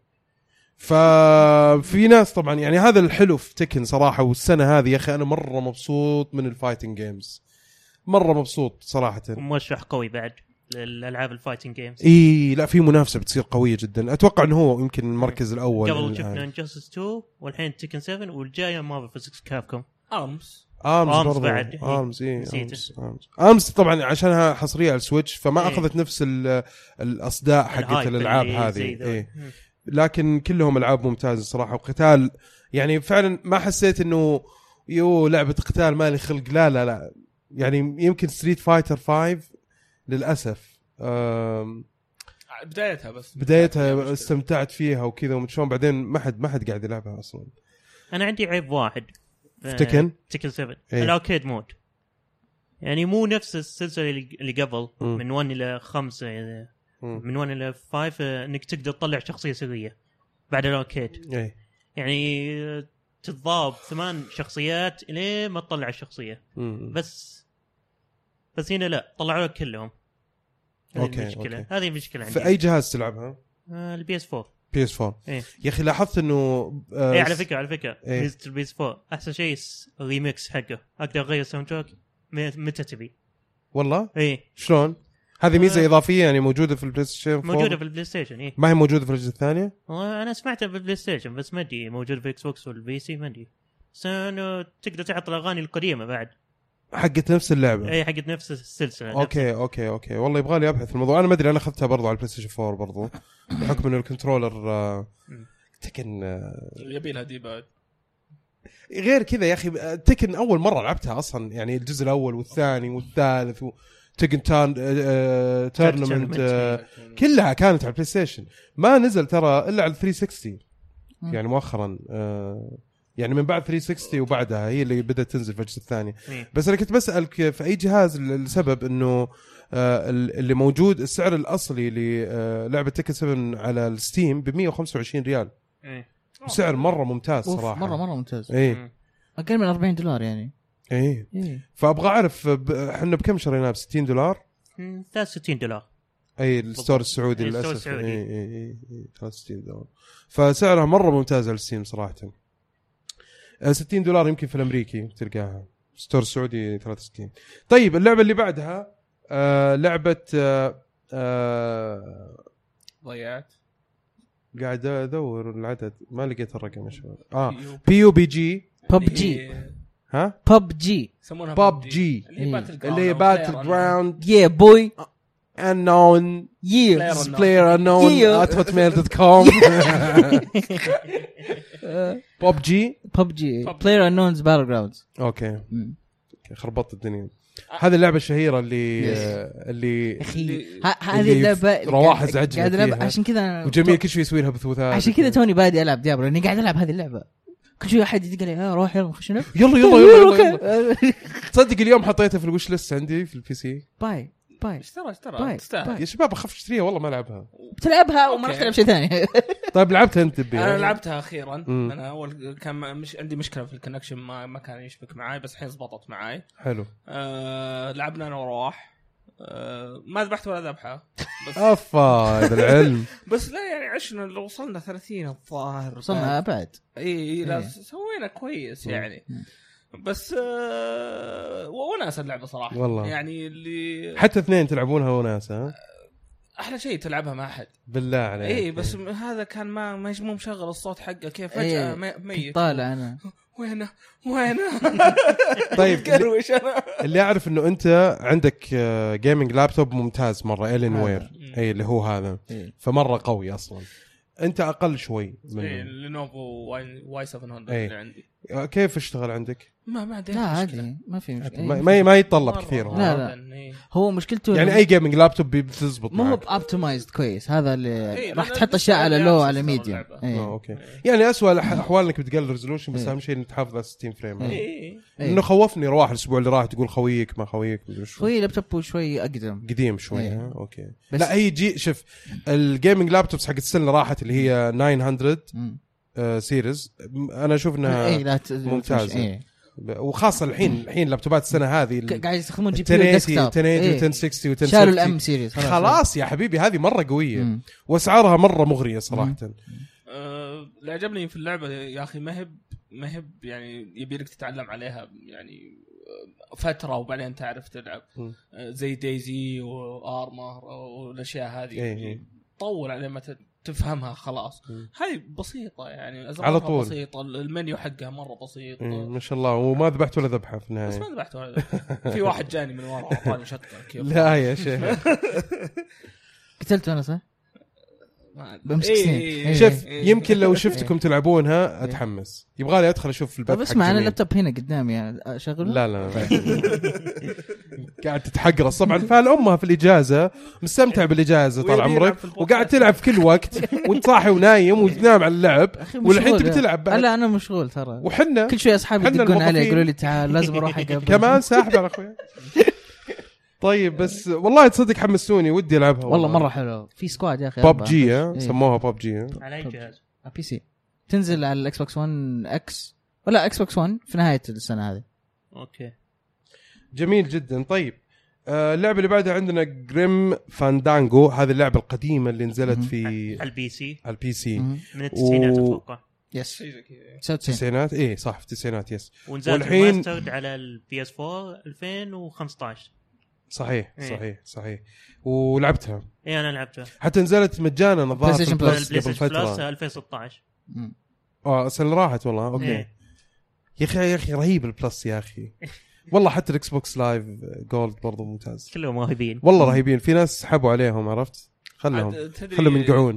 ففي ناس طبعا يعني هذا الحلو في تكن صراحه. والسنه هذه يا اخي انا مره مبسوط من الفايتنج جيمز مره مبسوط صراحه. مرشح قوي بعد الالعاب الفايتنج جيمز. اي لا في منافسه بتصير قويه جدا. اتوقع انه هو يمكن المركز الاول. قبل شفنا انجستس تو والحين تكن سبعة والجايه مارفل فيزيكس كابكوم. ارمز ارمز ارمز بعد ارمز اي ارمز ارمز طبعا عشانها حصريه على السويتش فما إيه. اخذت نفس الاصداء حقت الالعاب هذه. إيه. لكن كلهم العاب ممتازه صراحه وقتال يعني فعلا ما حسيت انه يو لعبه قتال مالي خلق. لا لا لا يعني يمكن ستريت فايتر خمسة للاسف بدايتها بس بدايتها استمتعت فيها وكذا ومشون بعدين ما حد ما حد قاعد يلعبها اصلا. انا عندي عيب واحد في تكن تكن سبعة إيه؟ الاركيد مود يعني مو نفس السلسله اللي قبل م. من واحد الى خمسة من واحد الى خمسة انك تقدر تطلع شخصيه سريه بعد الاركيد. إيه؟ يعني تتضارب ثمان شخصيات ليه ما تطلع الشخصيه م. بس بس هنا لا طلعوا لك كلهم. اوكي المشكلة. أوكي. هذه المشكله عندي. في اي جهاز تلعبها؟ آه البي اس فور. بي اس فور. إيه؟ يا اخي لاحظت انه آه إيه على فكره على فكره إيه؟ ميزه البي اس فور احسن شيء الريميكس حقه اقدر اغير ساوند تراك متى تبي. والله ايه شلون هذه ميزه آه اضافيه يعني موجوده في البلاي ستيشن فور؟ موجوده في البلاي ستيشن. ايه ما هي موجوده في الجزء الثاني. انا سمعتها في البلاي ستيشن بس ما ادري موجوده في اكس بوكس والبي سي ما ادري. بس انه تقدر تحط الاغاني القديمه بعد حقت نفس اللعبه. اي حقت نفس السلسله. اوكي نفس اوكي اوكي والله يبغى لي ابحث الموضوع. انا ما ادري انا اخذتها برضو على البلاي ستيشن فور برضو بحكم انه الكنترولر آه تكن آه يبي لها دي بعد غير كذا يا اخي. تكن اول مره لعبتها اصلا يعني الجزء الاول والثاني والثالث و... تيكن تان تورنمنت كلها كانت على البلاي ستيشن. ما نزل ترى الا على ثلاثمية وستين يعني مؤخرا آه يعني من بعد ثلاثمية وستين وبعدها هي اللي بدأت تنزل في الجزء الثاني. بس انا كنت بسألك في اي جهاز السبب انه آه اللي موجود السعر الاصلي للعبه تيكن سبعة على الستيم ب مية وخمسة وعشرين ريال. سعر مره ممتاز صراحه مره مره ممتاز. ايه اقل من أربعين دولار يعني. ايه, إيه. فابغى اعرف احنا بكم شريناه؟ ب ستين دولار ثلاثة وستين دولار. اي الستور السعودي للاسف. اي اي اي ثلاثة وستين دولار فسعرها مره ممتاز على الستيم صراحه. ستين دولار يمكن في الامريكي تلقاها ستور سعودي ثلاثة وستين. طيب اللعبه اللي بعدها آه لعبه آه آه ضيعت قاعد ادور العدد ما لقيت الرقم يا شباب. اه بي يو بي جي بب جي ها بب جي يسمونها بب جي اللي هي باتل جراوند يا بوي unknown yeah player unknown at hotmail dot com. بب جي بب جي player unknown's battlegrounds. اوكي خربطت الدنيا. هذه اللعبة الشهيرة اللي اللي اخي هذه اللعبة رواح ازعجها فيها عشان كذا وجميل كل شوي يسوي لها بثوثات. عشان كذا توني بادي العب ديابلو لاني قاعد العب هذه اللعبة كل شوي احد يقول لي ها روح يلا نخش نلعب يلا يلا يلا يلا. تصدق اليوم حطيتها في الوش ليست عندي في البي سي. باي باي اشترى اشترى تستاهل يا شباب اخاف اشتريها والله ما العبها. بتلعبها وما راح تلعب شيء ثاني. طيب لعبتها انت بي؟ انا لعبتها اخيرا. انا اول كان مش عندي مشكله في الكونكشن ما ما كان يشبك معي بس الحين زبطت معي حلو. آه لعبنا انا ورواح آه ما ذبحت ولا ذبحه بس افا هذا العلم. بس لا يعني عشنا لو وصلنا ثلاثين الظاهر وصلنا ابعد. اي لا سوينا كويس يعني بس آه وناس اللعبه صراحه والله. يعني اللي حتى اثنين تلعبونها وناس ها احلى شيء تلعبها مع احد بالله عليك. اي بس إيه. هذا كان ما مو مشغل الصوت حقه كيف فجاه إيه. ميت طالع انا وينه وينه. طيب اللي اعرف انه انت عندك جيمنج لابتوب ممتاز مره إلين وير اي اللي هو هذا إيه. فمره قوي اصلا. انت اقل شوي من لينوفو واي سبعمية اللي عندي. كيف اشتغل عندك؟ ما ما لا عادي ما في مشكله ما ما يتطلب كثير. لا لا هو مشكلته يعني اي جيمنج لابتوب بتزبط مو هو اوبتمايزد كويس هذا اللي إيه راح تحط اشياء على لو على ميديوم. إيه. اوكي يعني اسوء الاحوال انك بتقلل ريزولوشن بس اهم شيء انك تحافظ على ستين فريم. إيه. انه خوفني رواح الاسبوع اللي راح تقول خويك ما خويك خوي لابتوب شوي اقدم قديم شوي. إيه. اوكي لا هي جي شوف الجيمنج لابتوبس حق السنه اللي راحت اللي هي تسعمية آه سيريز انا اشوف انها إيه ممتازه. إيه. وخاصه الحين الحين لابتوبات السنه هذه قاعد يستخدمون جي بي يو ديسكتوب إيه. عشرة ستين و عشرة شالوا الام سيريز خلاص, خلاص يا حبيبي هذه مره قويه واسعارها مره مغريه صراحه. أه اللي عجبني في اللعبه يا اخي ما هي ما هي يعني يبي لك تتعلم عليها يعني فتره وبعدين تعرف تلعب أه زي دايزي وارمر والاشياء هذه إيه. طول على ما تفهمها خلاص. هاي بسيطة يعني على طول بسيطة المنيو حقها مرة بسيط ما شاء الله وما ذبحت ولا ذبحة في النهاية. بس ما ذبحت ولا ذبحة. في واحد جاني من ورا أعطاني شكة كيف. لا يا شيخ قتلته أنا صح؟ بمسك إيه شوف إيه يمكن لو شفتكم إيه تلعبونها أتحمس يبغالي أدخل أشوف البث. بس مع أنا اللابتوب هنا قدامي يعني أشغله. لا لا, لا. قاعد تتحقرص طبعا فعل أمها في الإجازة مستمتع بالإجازة طال عمرك وقاعد تلعب في كل وقت وانت صاحي ونايم وتنام على اللعب والحين تبي تلعب بعد. لا أنا مشغول ترى وحنا كل شوي أصحابي يدقون علي يقولوا لي تعال لازم أروح أقابل كمان ساحب على أخوي. طيب بس والله تصدق حمسوني ودي العبها والله مره حلو في سكواد يا اخي. باب جي ها سموها باب جي على اي جهاز؟ على بي سي تنزل على الاكس بوكس ون اكس ولا اكس بوكس ون في نهايه السنه هذه. اوكي جميل جدا. طيب آه اللعبه اللي بعدها عندنا جريم فاندانجو. هذه اللعبه القديمه اللي نزلت في على البي سي على البي سي من التسعينات اتوقع. يس التسعينات ايه صح في التسعينات يس. والحين على البي اس أربعة ألفين وخمسة عشر. صحيح إيه. صحيح صحيح ولعبتها. اي انا لعبتها حتى نزلت مجانا الظاهر في البلس قبل فتره ألفين وستة عشر. اه السنه راحت والله. اوكي إيه. يا اخي يا اخي رهيب البلس يا اخي والله. حتى الاكس بوكس لايف جولد برضو ممتاز كلهم رهيبين والله رهيبين. في ناس سحبوا عليهم عرفت خلهم خلهم ينقعون.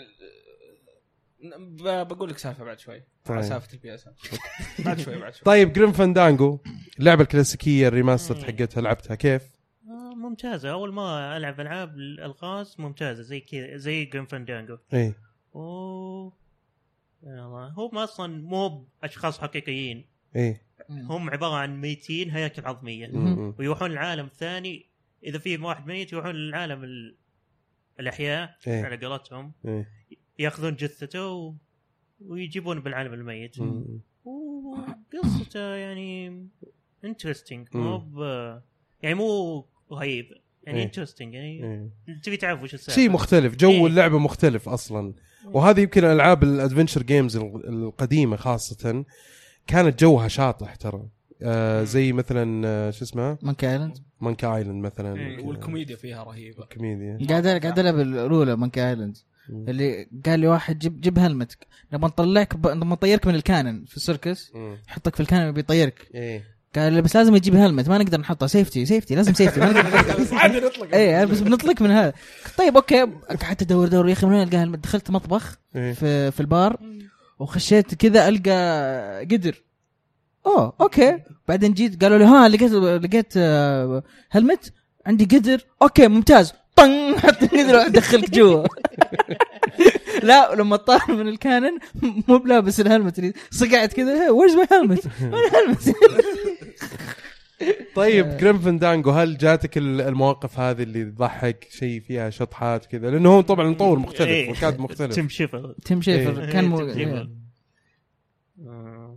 بقول لك سالفه بعد شوي على سالفه البي اس بعد شوي بعد شوي. طيب جريم فاندانجو اللعبه الكلاسيكيه الريماستر حقتها لعبتها كيف؟ ممتازه. اول ما العب العاب الالغاز ممتازه زي كذا زي جريم فاندانجو. اي اوه والله هم اصلا مو اشخاص حقيقيين. اي هم عباره عن ميتين هياكل عظميه مم. ويروحون العالم ثاني. اذا في واحد ميت يروحون للعالم ال... الاحياء إيه. على قولتهم إيه. ياخذون جثته و... ويجيبون بالعالم الميت. مم. وقصته يعني انترستينج مم. مو ب... يعني مو رهيب يعني إيه. انترستينج يعني إيه. تبي تعرف وش السالفه. شيء مختلف جو إيه. اللعبه مختلف اصلا. وهذه يمكن العاب الادفنتشر جيمز القديمه خاصه كانت جوها شاطح ترى. آه زي مثلا آه شو اسمه مانكي ايلاند مانكي ايلاند مثلا. إيه. والكوميديا فيها رهيبه. الكوميديا قاعد قاعد العب الاولى مانكي ايلاند اللي قال لي واحد جيب جيب هلمتك نبغى نطلعك ب... نبغى نطيرك من الكانن في السيركس حطك في الكانن بيطيرك. ايه قال بس لازم يجيب هلمت ما نقدر نحطها سيفتي سيفتي لازم سيفتي ما نقدر بس عادي نطلق. ايه بس بنطلق من هذا. طيب اوكي حتى دور دور يا اخي من وين القى هلمت. دخلت مطبخ إيه. في في البار وخشيت كذا القى قدر. اوه اوكي بعدين جيت قالوا لي ها لقيت لقيت هلمت عندي قدر. اوكي ممتاز طن حط قدر ادخلك جوا. لا لما طار من الكانن مو بلابس الهلمت اللي صقعت كذا ويرز ماي هلمت الهلمت. طيب جريم فاندانجو هل جاتك المواقف هذه اللي تضحك شيء فيها شطحات كذا لانه هو طبعا مطور مختلف إيه. وكاد مختلف. تيم شيفر تيم شيفر إيه. كان إيه، مو... تيم شيفر. إيه. آه.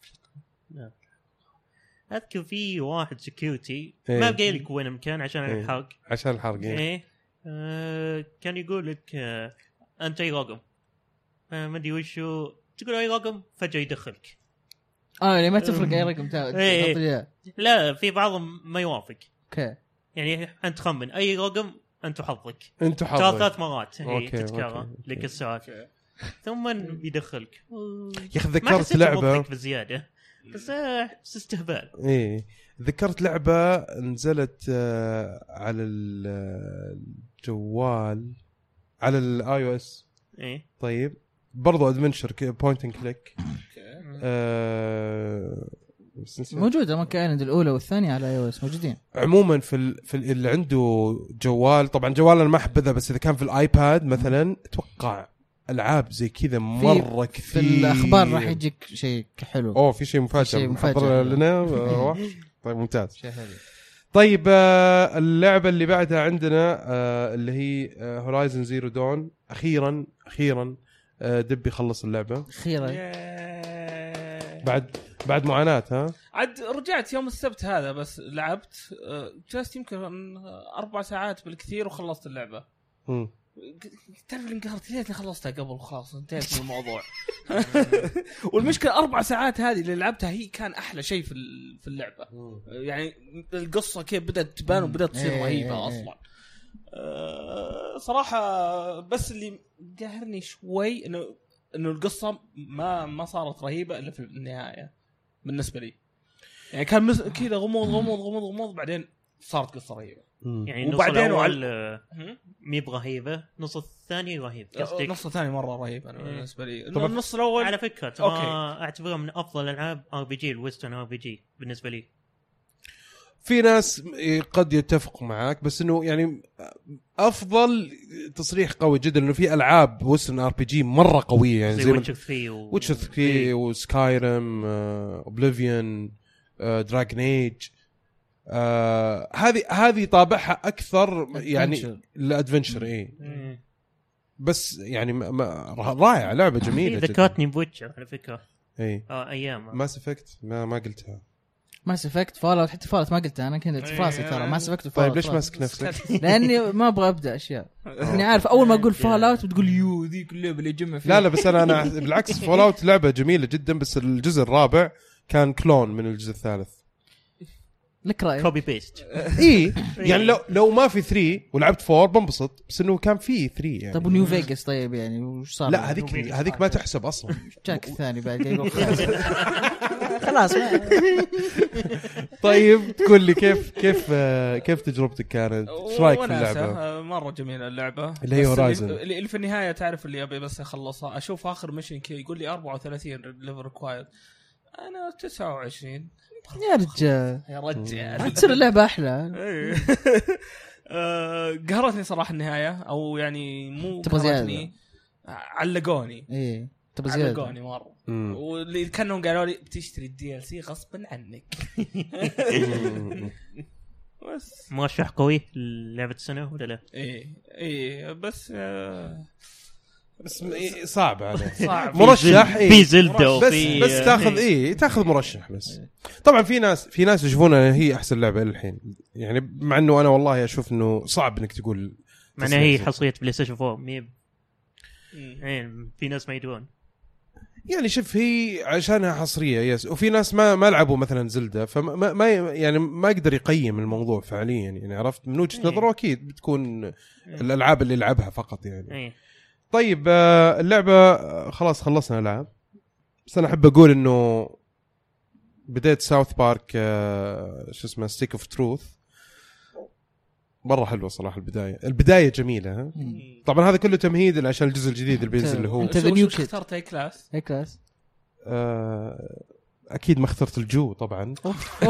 اذكر في واحد سكيورتي إيه. ما قايل لك وين مكان عشان إيه. الحرق. عشان الحرق إيه. ايه آه كان يقول لك آه انت اي رقم آه ما ادري وشو تقول اي رقم فجاه يدخلك. اه يعني ما تفرق اي رقم تاخذ. إيه. لا في بعضهم ما يوافق. اوكي يعني انت خمن اي رقم انت حظك انتوا حظك ثلاث مرات هي أوكي، تتكرر أوكي، لك السؤال ثم يدخلك. يا اخي ما ذكرت حسيت لعبه مضحك بزياده بس آه استهبال. ايه ذكرت لعبه نزلت آه على الجوال على الاي او اس. ايه طيب برضو ادفنتشر بوينت اند كليك. آه موجوده مانكي ايلاند الاولى والثانيه على اي او اس موجودين. عموما في ال... في ال... اللي عنده جوال طبعا جوال انا ما احبذها بس اذا كان في الايباد مثلا اتوقع العاب زي كذا مره كثير. في الاخبار راح يجيك شيء حلو. اوه في شيء مفاجئ شيء مفاجئ محضر لنا روح. طيب ممتاز. شيء حلو. طيب آه اللعبه اللي بعدها عندنا آه اللي هي هورايزن زيرو دون. اخيرا اخيرا آه دبي خلص اللعبه اخيرا بعد بعد معاناه. ها عاد رجعت يوم السبت هذا بس لعبت جلست يمكن اربع ساعات بالكثير وخلصت اللعبه. امم تعرف اللي انقهرت ليتني خلصتها قبل خلاص انتهيت من الموضوع. والمشكله اربع ساعات هذه اللي لعبتها هي كان احلى شيء في في اللعبه. يعني القصه كيف بدات تبان وبدات تصير رهيبه اصلا. أه صراحه بس اللي قهرني شوي انه انه القصه ما ما صارت رهيبه الا في النهايه بالنسبه لي. يعني كان مس... كذا غموض غموض غموض غموض بعدين صارت قصه رهيبه. يعني وبعدين الاول مي برهيبه نص الثاني رهيب. قصدك النص الثاني مره رهيب انا بالنسبه لي. طبعا. النص الاول على فكره ترى اعتبره من افضل العاب ار بي جي الويسترن ار بي جي بالنسبه لي. في ناس قد يتفقوا معاك بس انه يعني افضل تصريح قوي جدا انه في العاب ويسترن ار بي جي مره قويه يعني زي ويتشر ثري ويتشر ثري وسكايرم اوبليفيون دراجون ايج. هذه هذه طابعها اكثر يعني الادفنتشر. ايه بس يعني رائعه لعبه جميله جدا. ذكرتني بويتشر على فكره. اي اه ايام ماس افكت ما ما قلتها. ماس افكت فالوت حتى فالوت ما قلتها انا كنت في راسي ترى ماس افكت. طيب ليش ماسك نفسك؟ لاني ما ابغى ابدا اشياء اني عارف اول ما اقول فالوت بتقول يو ذيك اللعبه اللي يجمع فيها. لا لا بس انا انا بالعكس فالوت لعبه جميله جدا بس الجزء الرابع كان كلون من الجزء الثالث. لك راي كوبي بيست. اي يعني لو لو ما في ثري ولعبت فور بنبسط بس انه كان في ثري يعني. طب ونيو فيغاس طيب يعني وش صار؟ لا هذيك هذيك ما تحسب اصلا. جاك الثاني بعد يقول خلاص. طيب تقول لي كيف كيف كيف تجربتك كانت؟ ايش رايك في اللعبه؟ مره جميله اللعبه اللي هي هورايزن اللي, اللي في النهايه تعرف اللي ابي بس اخلصها اشوف اخر ميشن كي يقول لي أربعة وثلاثين ليفل ريكوايرد. انا تسعة وعشرين يا رجال يا رجال تصير اللعبه احلى. قهرتني صراحه النهايه، او يعني مو تبغى قهرتني، علقوني. ايه تبغى زياده، علقوني مره. واللي كانوا قالوا لي بتشتري الدي ال سي غصبا عنك. بس مرشح قوي لعبه السنه ولا لا؟ ايه ايه بس آه بس صعب عليه. صعب. مرشح إيه؟ في زلدة بس وفي بس تاخذ ايه تاخذ مرشح بس. طبعا في ناس في ناس يشوفونها هي احسن لعبه الحين، يعني مع انه انا والله اشوف انه صعب انك تقول مع انها هي حصريه بلاي ستيشن فور. ميب يعني في ناس ما يدرون، يعني شوف هي عشانها حصريه يس، وفي ناس ما ما لعبوا مثلا زلدة فما ما يعني ما يقدر يقيم الموضوع فعليا، يعني عرفت من وجهه نظره اكيد بتكون الالعاب اللي لعبها فقط يعني. طيب اللعبه خلاص خلصنا العاب، بس انا احب اقول انه بدايه ساوث بارك شو اسمه ستيك اوف تروث مره حلوه صراحه. البدايه البدايه جميله ها؟ طبعا هذا كله تمهيد عشان الجزء الجديد اللي بينزل اللي هو انت شو اخترت اي كلاس؟ اي كلاس آه اكيد ما اخترت الجو طبعا. احسن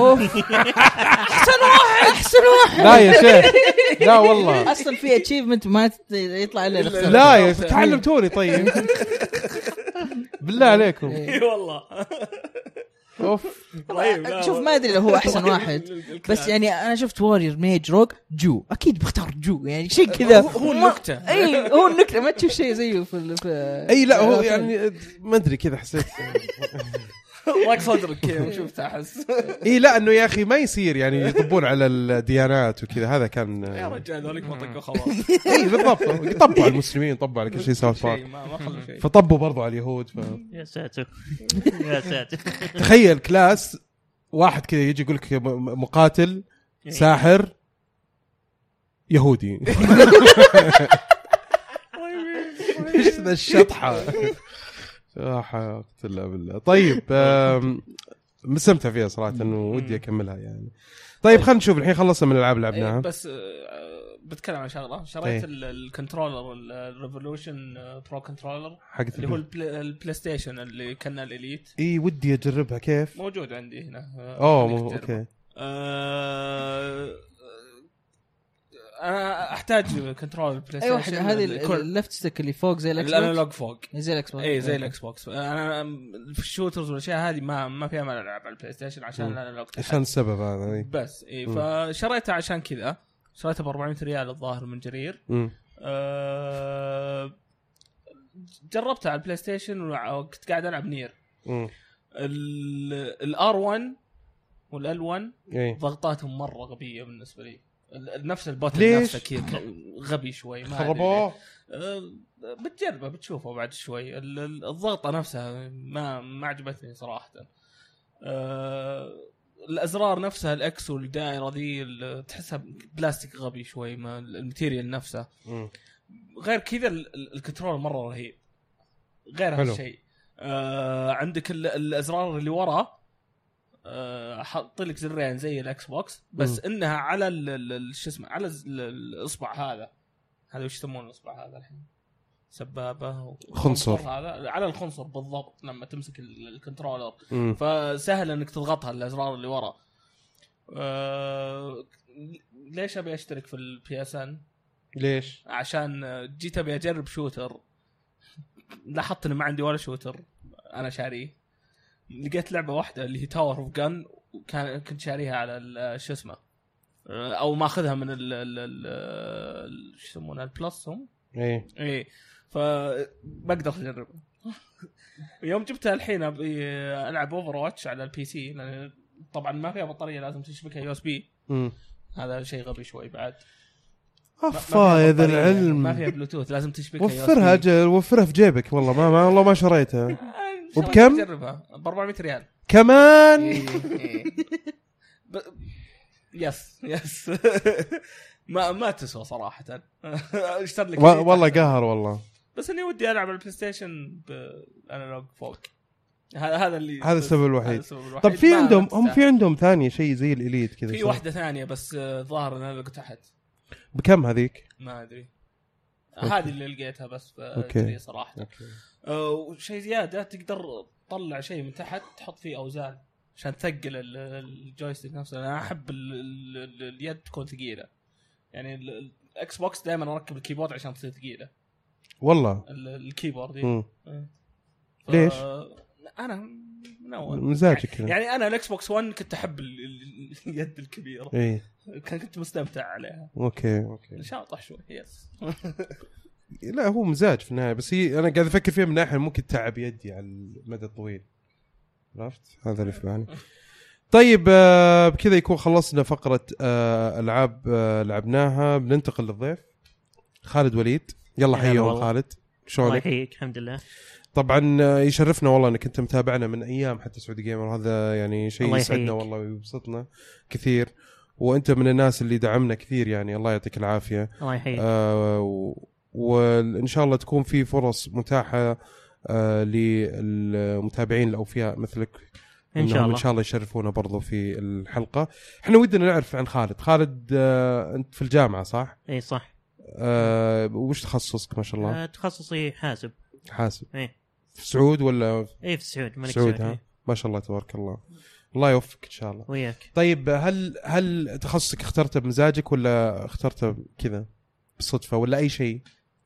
واحد احسن واحد. لا يا شيخ لا والله اصلا في اتشيفمنت ما يطلع الا الاختيار. لا يا تعلمتوني طيب بالله عليكم. اي والله اوف طيب. شوف ما ادري لو هو احسن واحد، بس يعني انا شفت وارير ميج روك جو اكيد بختار جو، يعني شيء كذا هو النكته. اي هو النكته ما تشوف شيء زيه في, في اي لا هو يعني ما ادري كذا حسيت ضاق صدرك كذا وشفت احس. اي لا انه يا اخي ما يصير يعني يطبون على الديانات وكذا، هذا كان يا رجال ذولك منطقه خلاص. اي بالضبط يطبوا على المسلمين طبوا على كل شيء ساوث بارك ما خلوا شيء، فطبوا برضو على اليهود ف... يا ساتر يا ساتر. تخيل كلاس واحد كذا يجي يقول لك مقاتل ساحر يهودي. ايش ذا الشطحه صراحه اقتل بالله. طيب مستمتع فيها صراحه انه ودي اكملها يعني. طيب خلينا نشوف الحين خلصنا من الالعاب اللي لعبناها. بس بتكلم عن شغله شريت الكنترولر الريفولوشن برو كنترولر اللي هو البلاي ستيشن اللي كان الاليت. اي ودي اجربها كيف موجود عندي هنا. اوه اوكي. أه انا احتاج كنترول بلاي ستيشن. اي واحده هذه اللفت ستيك اللي فوق زي الاكس بوكس. الانالوج فوق زي الاكس بوكس. اي زي الاكس بوكس. انا في الشوترز والاشياء هذه ما ما فيها ما العب على البلاي ستيشن عشان الانالوج عشان السبب هذا. بس اي فشريتها عشان كذا. شريتها ب أربعمية ريال الظاهر من جرير. أه جربتها على البلاي ستيشن وكنت قاعد العب نير. الار واحد والال واحد ضغطاتهم مره غبيه بالنسبه لي. نفس البوتن نفسه كذا غبي شوي ما خربوه. أه بتجربه بتشوفه بعد شوي. الضغطه نفسها ما ما عجبتني صراحه. أه الازرار نفسها الاكس والدائره ذي تحسها بلاستيك غبي شوي، ما الماتيريال نفسه. غير كذا الكنترول مره رهيب. غير هالشيء آه عندك الازرار اللي ورا آه حط لك زرين زي الاكس بوكس بس م. انها على شو اسمه على الاصبع هذا. هذا وش يسمونه الاصبع هذا الحين؟ سبابه خنصر. هذا على الخنصر بالضبط لما تمسك الكنترولر. م. فسهل انك تضغطها الازرار اللي ورا. آه ليش ابي اشترك في البي اس ان؟ ليش؟ عشان جيت ابي اجرب شوتر، لاحظت انه ما عندي ولا شوتر انا شاريه. لقيت لعبه واحده اللي هي تاور اوف جن، وكان كنت شاريها على شو اسمه او ماخذها من ال شو يسمونه البلس هم اي اي فبقدر اجربها. يوم جبتها الحين ابي العب اوفر واتش على البي سي، لان طبعا ما فيها بطاريه لازم تشبكها يو اس بي. هذا شيء غبي شوي بعد. افا هذا العلم ما فيها بلوتوث لازم تشبكها. وفرها اجل وفرها في جيبك. والله ما, ما والله ما شريتها. وبكم؟ جربها ب أربعمية ريال كمان. إيه إيه. ب... يس يس ما ما تسوى صراحه. اشتري لك و... والله قهر والله. بس اني ودي العب على البلاي ستيشن بانالوج فوق. هذا هذا اللي هذا السبب الوحيد. طب في عندهم هم في عندهم ثانيه شيء زي الاليت كذا. في واحده ثانيه بس ظاهر انها لقيت تحت. بكم هذيك؟ ما ادري. هذه اللي لقيتها بس جري صراحه. وشيء زياده تقدر تطلع شيء من تحت تحط فيه اوزان عشان ثقل الجويستيك نفسه. انا احب ال ال ال اليد تكون ثقيله يعني. الاكس بوكس دائما اركب الكيبورد عشان تصير ثقيله والله الكيبورد ف... ليش انا من اول مزاجك كذا يعني. انا الاكس بوكس واحد كنت احب اليد الكبيره ايه كنت مستمتع عليها. اوكي اوكي شاطح شوي يس لا هو مزاج في النهايه بس هي انا قاعد افكر فيها من ناحيه ممكن تعب يدي على المدى الطويل عرفت هذا اللي في بالي. طيب آه بكذا يكون خلصنا فقره آه العاب آه لعبناها. بننتقل للضيف خالد وليد. يلا حيهم خالد شلونك؟ الله يحييك. الحمد لله. طبعا يشرفنا والله انك انت متابعنا من ايام حتى سعودي جيمر. هذا يعني شيء يسعدنا والله ويبسطنا كثير وانت من الناس اللي دعمنا كثير يعني. الله يعطيك العافيه. الله يحييك. آه وان شاء الله تكون في فرص متاحه آه للمتابعين الاوفياء مثلك ان شاء الله ان شاء الله يشرفونا برضو في الحلقه. احنا ودنا نعرف عن خالد. خالد آه انت في الجامعه صح؟ اي صح. آه وش تخصصك ما شاء الله؟ آه تخصصي حاسب. حاسب اي في سعود ولا؟ اي في سعود ملك سعود, سعود. ها؟ ما شاء الله تبارك الله. الله يوفقك ان شاء الله. وياك. طيب هل هل تخصصك اخترته بمزاجك ولا اخترته كذا بالصدفه ولا اي شيء؟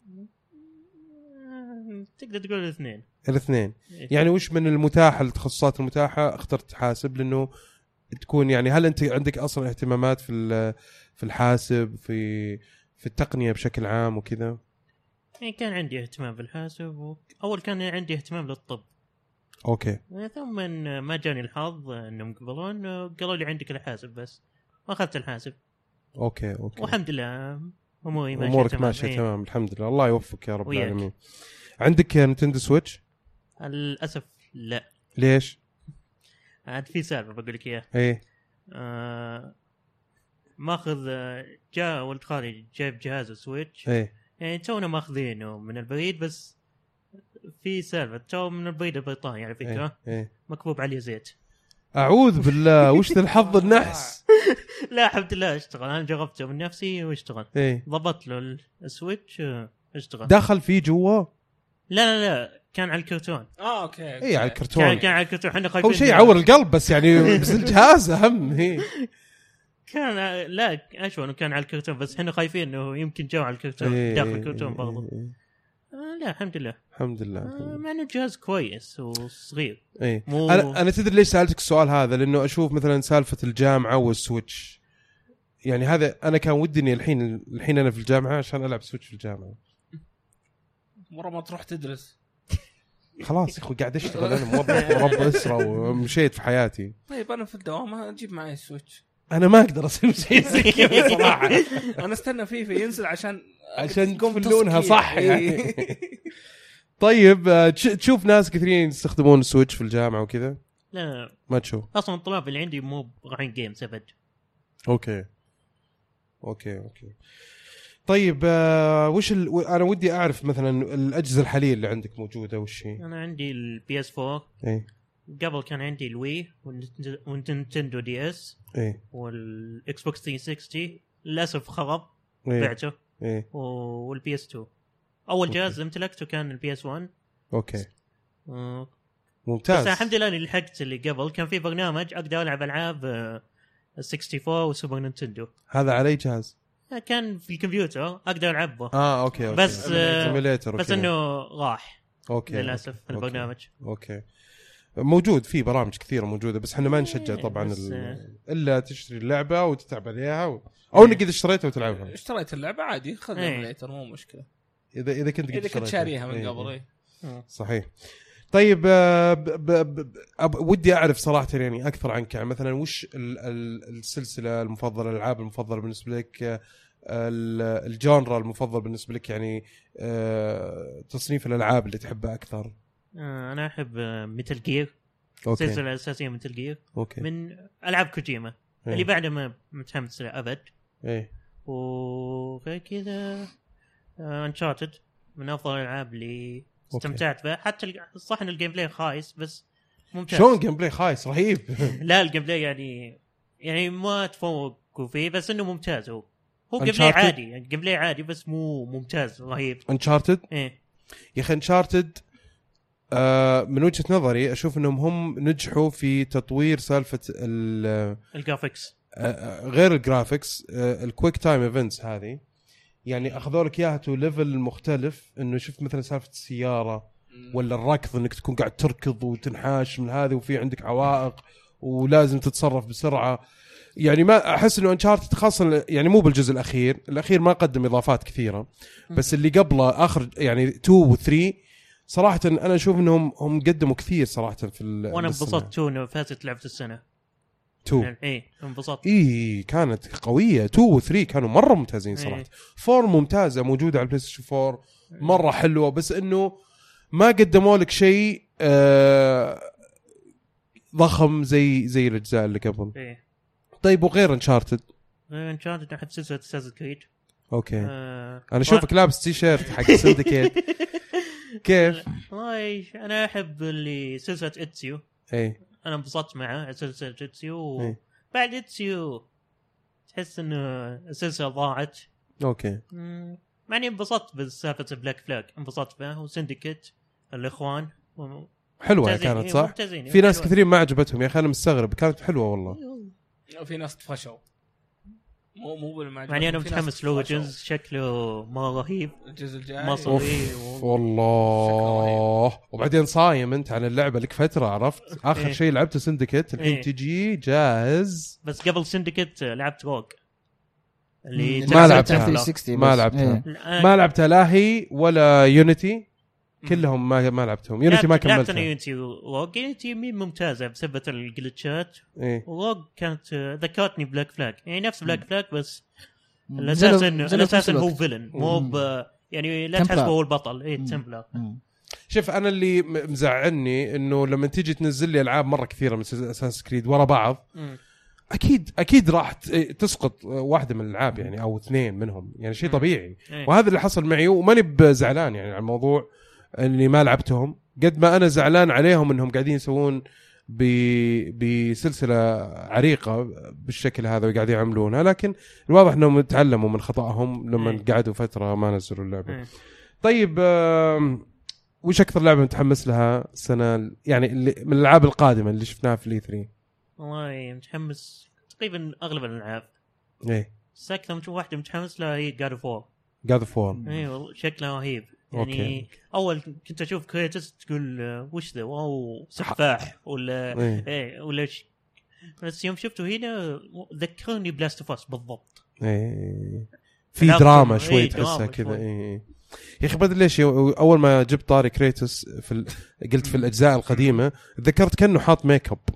تقدر تقول الاثنين. الاثنين يعني. وش من المتاح التخصصات المتاحه اخترت حاسب لانه تكون يعني هل انت عندك اصلا اهتمامات في في الحاسب في في التقنيه بشكل عام وكذا؟ يعني كان عندي اهتمام بالحاسب واول كان عندي اهتمام للطب. اوكي. ثم ما جاني الحظ انهم يقبلون قالوا لي عندك الحاسب بس ما اخذت الحاسب. اوكي اوكي. والحمد لله اموري ماشيه امورك تمام. ماشيه تمام الحمد لله. الله يوفقك يا رب وياك. العالمين. عندك نينتندو سويتش؟ للاسف لا. ليش؟ عاد في سالفه بقول لك اياها. ايه آه ماخذ جاء ولد خالي جايب جهاز السويتش. ايه يعني تونا ماخذينه من البريد بس في سالفه تو من البريد البريطاني على فكره. ايه ايه. مكتوب عليه زيت. اعوذ بالله وش ذا الحظ النحس. لا الحمد لله اشتغل. انا جربته من نفسي واشتغل. ايه ضبط له السويتش اشتغل. دخل فيه جوا؟ لا لا لا كان على الكرتون. اه اوكي. اي على الكرتون. كان كان على الكرتون. احنا خايفين. هو شيء يعور القلب بس يعني بس الجهاز اهم. هي كان لا اشوى انه كان على الكرتون بس احنا خايفين انه يمكن جو على الكرتون. إيه داخل الكرتون برضه. إيه إيه. آه لا الحمد لله الحمد لله. آه مع انه جهاز كويس وصغير. ايه مو... انا انا تدري ليش سالتك السؤال هذا؟ لانه اشوف مثلا سالفه الجامعه والسويتش يعني هذا انا كان ودي اني الحين الحين انا في الجامعه عشان العب سويتش في الجامعه. مره ما تروح تدرس خلاص يا اخوي قاعد اشتغل انا موظف ورب اسره ومشيت في حياتي. طيب انا في الدوام اجيب معي السويتش. انا ما اقدر اسوي شيء زي كذا صراحه. انا استنى فيه في ينزل عشان عشان تفلونها صح يعني. طيب تشوف ناس كثيرين يستخدمون السويتش في الجامعه وكذا؟ لا ما تشوف اصلا الطلاب اللي عندي مو رايحين جيمز ابد. اوكي اوكي اوكي. طيب آه وش ال... انا ودي اعرف مثلا الاجهزه الحاليه اللي عندك موجوده وش هي؟ انا عندي البي اس فور. ايه قبل كان عندي الوي والنينتندو دي اس. ايه والاكس بوكس ثلاثمية وستين للاسف خرب. إيه؟ بعته. ايه والبي اس تو. اول جهاز امتلكته كان البي اس واحد. اوكي آه. ممتاز. بس الحمد لله اللي لحقت اللي قبل كان في برنامج اقدر العب العاب ال أربعة وستين وسوبر نينتندو. هذا على اي جهاز؟ كان في الكمبيوتر اقدر العبه. اه اوكي, أوكي. بس آه بس انه راح اوكي للاسف أوكي. البرنامج. اوكي موجود في برامج كثيرة موجودة بس احنا ما نشجع طبعا الا تشتري اللعبة وتتعب عليها و... او انك اذا اشتريتها وتلعبها. اشتريت اللعبة عادي خذها ايه. ليتر مو مشكلة. اذا اذا كنت اذا كنت شاريها من ايه. قبل. ايه. صحيح. طيب ب... ب... ب... ب... ودي اعرف صراحة يعني اكثر عنك يعني مثلا وش ال... ال... السلسلة المفضلة الالعاب المفضلة بالنسبة لك الجانرا المفضل بالنسبة لك يعني تصنيف الالعاب اللي تحبها اكثر. انا احب ميتال جير. أوكي. السلسلة الأساسية من تلقير أوكي. من ألعاب كوجيما إيه. اللي بعد ما متحمس له أبد. إيه. وغير كذا أنشارتد من أفضل الألعاب اللي استمتعت بها. حتى صح إن الجيم بلاي خايس بس ممتاز. شلون الجيم بلاي خايس؟ رهيب. لا الجيم بلاي يعني يعني ما تفوقوا فيه بس إنه ممتاز. هو هو جيم بلاي عادي يعني جيم بلاي عادي بس مو ممتاز رهيب. أنشارتد إيه يا أخي أنشارتد آه من وجهة نظري اشوف انهم هم نجحوا في تطوير سالفة الجرافيكس آه غير الجرافيكس آه الكويك تايم ايفنتس هذه، يعني اخذوا لك اياها تو ليفل مختلف، انه شفت مثلا سالفة السيارة ولا الركض انك تكون قاعد تركض وتنحاش من هذه وفي عندك عوائق ولازم تتصرف بسرعة. يعني ما احس انه انشارتد خاصه يعني مو بالجزء الاخير، الاخير ما قدم اضافات كثيره، بس اللي قبله اخر يعني اثنين و ثلاثة صراحه انا اشوف انهم هم قدموا كثير صراحه في ال وانا انبسطت انه فاتت لعبه السنه اثنين. اي انبسطت اي كانت قويه. اثنين و ثلاثة كانوا مره ممتازين صراحه. أربعة ممتازه موجوده على البلاي ستيشن أربعة مره حلوه، بس انه ما قدموا لك شيء آه ضخم زي زي الاجزاء اللي قبل. إيه. طيب وغير انشارتد؟ غير انشارتد احب سلسله اساسن كريد. اوكي آه انا اشوفك لابس تي شيرت حق سندكيت. كيف؟ والله انا احب اللي سلسله اتسيو. اي انا انبسطت معه سلسله اتسيو. إيه. بعد اتسيو تحس انه السلسله ضاعت. اوكي معني انبسطت بسالفه بلاك فلاج، انبسطت به وسندكيت الاخوان حلوه كانت صح. في ناس كثيرين ما عجبتهم يا اخي، انا مستغرب كانت حلوه والله. في ناس طفشوا مو مو بالمعجب. يعني انا متحمس له، جزء شكله ما رهيب الجزء الجاي مصري والله. وبعدين صايم انت على اللعبه لك فتره، عرفت اخر إيه. شيء لعبته سندكيت الحين إيه. تجي جاهز. بس قبل سندكيت لعبت روج اللي ما لعبتها ثلاثمية وستين ما لعبتها إيه. ما لعبتها لا هي ولا يونيتي، كلهم ما ما لعبتهم. يونيتي ما كملتها. لعبت يونيتي روج. يونيتي مين ممتازه بسبب الجلتشات. إيه؟ وروج كانت ذكرتني بلاك فلاج، يعني نفس بلاك فلاج بس الاساس انه الاساس هو فيلن مو ب... يعني لا تحسبه هو البطل. اي تمبلر. شوف انا اللي مزعلني انه لما تيجي تنزل لي العاب مره كثيره من اساس كريد ورا بعض م. اكيد اكيد راح تسقط واحده من الالعاب يعني او اثنين منهم، يعني شيء طبيعي. إيه. وهذا اللي حصل معي وماني بزعلان يعني على الموضوع اني ما لعبتهم، قد ما انا زعلان عليهم انهم قاعدين يسوون بسلسله عريقه بالشكل هذا وقاعدين يعملونها، لكن الواضح انهم تعلموا من خطأهم لما إيه. قعدوا فتره ما نزلوا اللعبه. إيه. طيب وش اكثر لعبه متحمس لها السنه يعني اللي من الالعاب القادمه اللي شفناها في الاي ثلاثة؟ والله متحمس تقريبا اغلب الالعاب. ايه ساكتة مش واحده متحمس لها هي جاد اوف وور. جاد اوف وور اي والله شكلها رهيب يعني. أوكي. اول كنت اشوف كريتوس تقول وش ذا واو سفاح ولا ايه, إيه ولا ش... بس يوم شفته هنا ذكرني بلاست اوف اس بالضبط. ايه في دراما شوي ايه تحسها كذا. ايه يا اخي بدل ليش اول ما جبت طاري كريتوس في ال... قلت في الاجزاء القديمه ذكرت كانه حاط ميك اب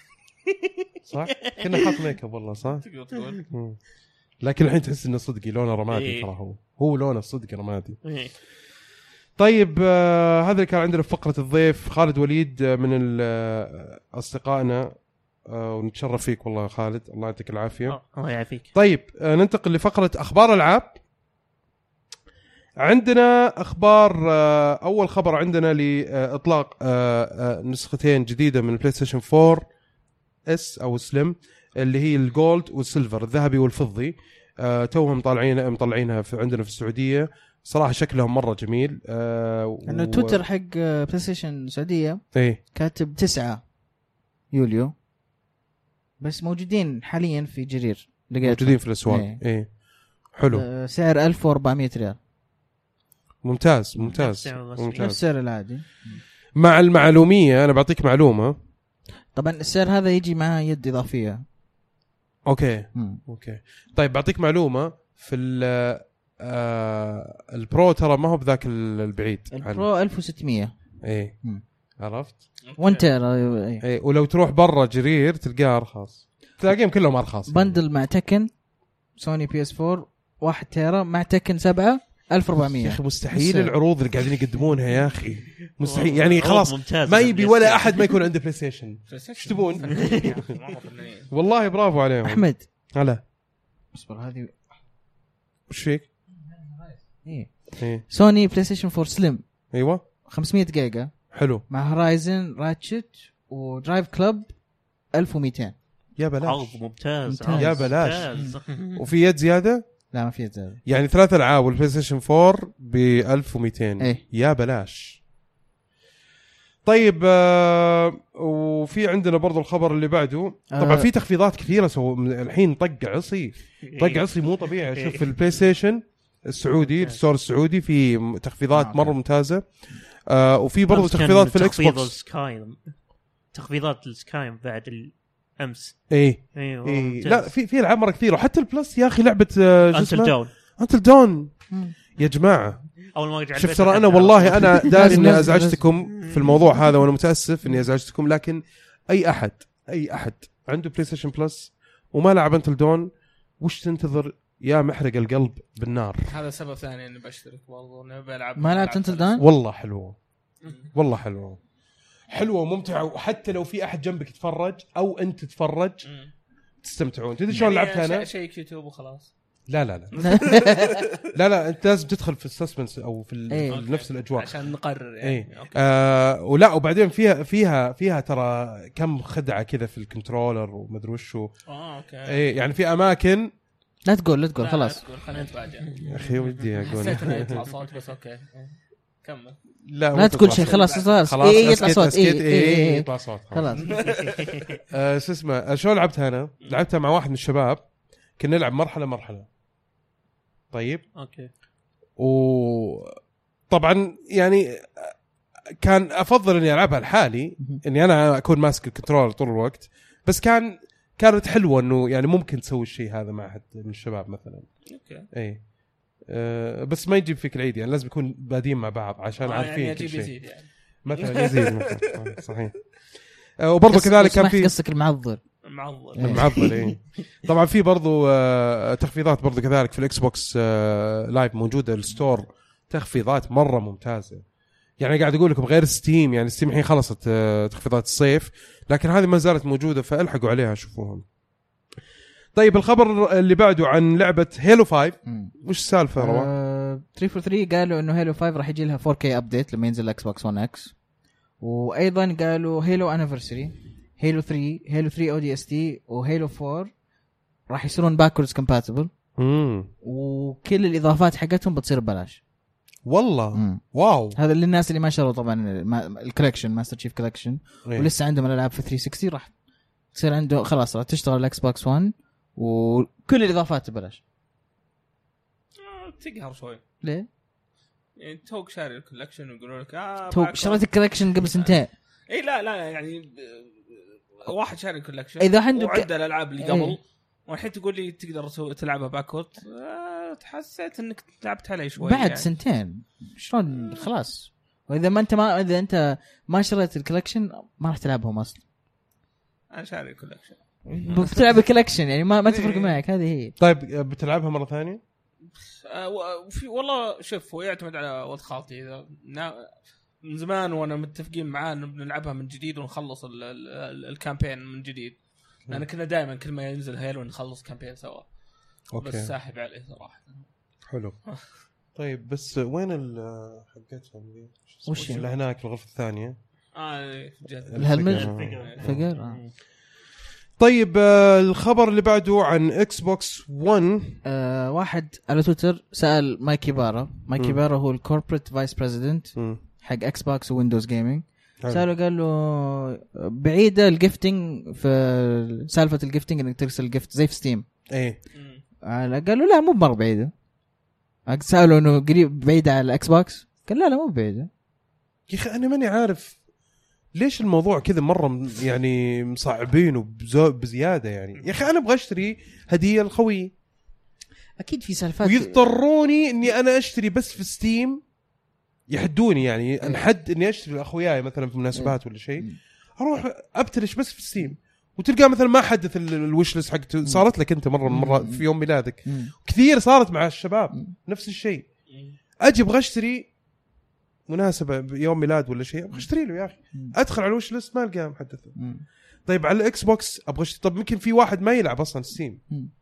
صح كنا حاط ميك اب والله صح. لكن الحين تحس انه صدقي لونه رمادي. إيه. ترى هو هو لونه صدقي رمادي. إيه. طيب آه هذا اللي كان عندنا في فقره الضيف خالد وليد من اصدقائنا آه ونتشرف فيك والله خالد، الله يعطيك العافيه. الله يعافيك. طيب آه ننتقل لفقره اخبار العاب. عندنا اخبار آه اول خبر عندنا لاطلاق آه آه نسختين جديده من البلاي ستيشن فور اس او سليم اللي هي الجولد والسيلفر الذهبي والفضي. آه توهم طالعين مطلعينها في عندنا في السعوديه، صراحه شكلهم مره جميل. آه انه و... تويتر حق بلاي ستيشن السعوديه ايه كاتب تسعة يوليو بس موجودين حاليا في جرير، موجودين في الاسواق. ايه, ايه. حلو. آه سعر ألف وأربعمية ريال. ممتاز ممتاز ممتاز. نفس السعر العادي. مع المعلوميه انا بعطيك معلومه، طبعا السعر هذا يجي معه يد اضافيه. اوكي مم. اوكي طيب بعطيك معلومه في آه البرو ترى ما هو بذاك البعيد. البرو ألف وستمية. ايه مم. عرفت وانت ايه. ايه ولو تروح برا جرير تلقاه ارخص، تلاقيهم كلهم ارخص. بندل مع تكن سوني بي اس فور واحد تيرا مع تكن سبعة ألف وأربعمية. يا اخي مستحيل العروض اللي قاعدين يقدمونها يا اخي مستحيل يعني خلاص ما يبي ولا احد ما يكون عنده بلاي ستيشن. ايش تبون؟ والله برافو عليهم. احمد هلا اصبر هذه وش فيك؟ ايه ايه سوني بلاي ستيشن فور سليم. ايوه خمسمية جيجا حلو مع هورايزن راتشت ودرايف كلوب ألف ومئتين. يا بلاش عرض ممتاز. ممتاز. يا بلاش. وفي يد زياده؟ لا ما في يد زياده، يعني ثلاث العاب والبلاي ستيشن فور ب ألف ومئتين. ايه؟ يا بلاش. طيب آه وفي عندنا برضو الخبر اللي بعده طبعا آه. في تخفيضات كثيره سو الحين طق عصي طق عصي مو طبيعي. اشوف في البلاي ستيشن السعودي الستور السعودي في تخفيضات مره ممتازه. آه وفي برضو تخفيضات في الاكس بوكس تخفيضات السكايم بعد الامس. ايه, أيوة إيه. لا في في العاب مره كثيره وحتى البلس يا اخي لعبه انتل دون انتل دون يا جماعه. اول ما رجعت شوف ترى انا والله انا داري اني ازعجتكم في الموضوع هذا وانا متاسف اني ازعجتكم لكن اي احد اي احد عنده بلاي ستيشن بلس وما لعب انتل دون وش تنتظر يا محرق القلب بالنار. هذا سبب ثاني اني بشترك برضو اني بلعب. ما لعبت انتل دون؟ والله حلوه والله حلوه حلوه وممتعه وحتى لو في احد جنبك يتفرج او انت تتفرج تستمتعون. تدري شلون يعني لعبت انا؟ شيء يوتيوب وخلاص. لا لا لا لا لا انت لازم تدخل في السسبنس او في, ايه. في نفس الاجواء عشان نقرر يعني. ايه. آه ولا وبعدين فيها فيها فيها ترى كم خدعه كذا في الكنترولر ومدري وشو. اه اوكي. ايه يعني في اماكن لا تقول لا تقول خلاص خلينا نتفاجئ يا اخي ودي اقول حسيت انه يطلع صوت بس اوكي كمل. لا لا تقول شيء خلاص صار خلاص ايه يطلع أسكت صوت أسكت ايه ايه يطلع صوت خلاص. آه شو اسمه شو لعبتها انا؟ لعبتها مع واحد من الشباب كنا نلعب مرحله مرحله. طيب اوكي. وطبعا يعني كان افضل اني العبها لحالي اني انا اكون ماسك الكنترول طول الوقت بس كان كانت حلوه انه يعني ممكن تسوي الشيء هذا مع احد من الشباب مثلا. اوكي. اي أه بس ما يجيب فيك العيد يعني لازم يكون بادين مع بعض عشان آه عارفين يعني كل شيء يزيد يعني. مثلا يزيد مثلا. صحيح. أه وبرضه كذلك كان في قصك المعضل المعضل المعضل. اي طبعا في برضه آه تخفيضات برضه كذلك في الاكس بوكس آه لايف موجوده الستور تخفيضات مره ممتازه. يعني قاعد اقول لكم غير ستيم يعني ستيم الحين خلصت آه تخفيضات الصيف لكن هذه ما زالت موجوده فالحقوا عليها شوفوهم. طيب الخبر اللي بعده عن لعبه هيلو فايف وش السالفه روا؟ آه، ثلاثمية وثلاثة قالوا انه هيلو فايف راح يجي لها فور كي ابديت لما ينزل اكس بوكس ون اكس. وايضا قالوا هيلو انيفرساري هيلو ثري هيلو ثري او دي اس تي وهيلو فور راح يصيرون باكوردز كومباتبل وكل الاضافات حقتهم بتصير ببلاش. والله مم. واو. هذا للناس اللي ما شروا طبعا الكولكشن ماستر تشيف كولكشن ولسه عندهم الالعاب في ثري سكستي راح تصير عنده خلاص راح تشتغل الاكس بوكس ون وكل الاضافات ببلاش. تقهر شوي ليه؟ يعني توك شاري الكولكشن ويقولوا لك اه توك شريت الكولكشن قبل سنتين. اي لا لا يعني واحد شاري الكولكشن اذا عنده وعنده الالعاب اللي قبل ايه. والحين تقول لي تقدر تلعبها باكورد. آه حسيت انك لعبت علي شوي بعد يعني. سنتين شلون خلاص. واذا ما انت ما اذا انت ما شريت الكولكشن ما راح تلعبهم اصلا. انا شاري الكولكشن بتلعب الكولكشن يعني ما ما تفرق معك. هذه هي. طيب بتلعبها مره ثانيه؟ آه وفي والله شوف هو يعتمد على ولد خالتي اذا من زمان وانا متفقين معاه انه بنلعبها من جديد ونخلص ال ال ال الكامبين من جديد لان كنا دائما كل ما ينزل هيلو نخلص كامبين سوا. أوكي. بس ساحب عليه صراحه. حلو. طيب بس وين ال حقتهم دي؟ وش اللي هناك الغرفه الثانيه؟ اه الهلمج فقر. آه. طيب آه الخبر اللي بعده عن اكس بوكس ون. آه واحد على تويتر سأل مايكي بارا. مايكي م. بارا هو الكوربريت فايس بريزيدنت حق اكس بوكس وويندوز جيمنج. سأله قال له بعيدة الجيفتنج في سالفة الجيفتنج انك ترسل جيفت زي في ستيم. ايه قال له لا مو مرة بعيدة. سأله انه قريب بعيدة على الاكس بوكس قال لا لا مو بعيدة. يا اخي انا ماني عارف ليش الموضوع كذا مرة يعني مصعبينه بزيادة يعني. يا أخي أنا أبغى أشتري هدية الخوي أكيد في سالفات ويضطروني إني أنا أشتري بس في ستيم يحدوني يعني أنحد إني أشتري لأخوياي مثلا في مناسبات ولا شيء أروح أبتلش بس في ستيم وتلقى مثلا ما حدث الوش ليست حقته. صارت لك أنت مرة من مرة في يوم ميلادك كثير صارت مع الشباب نفس الشيء. أجي أبغى أشتري مناسبة يوم ميلاد ولا شيء ابغى اشتري له يا اخي ادخل على الوش ليست ما القاه محدثه. طيب على الاكس بوكس ابغى طب ممكن في واحد ما يلعب اصلا ستيم.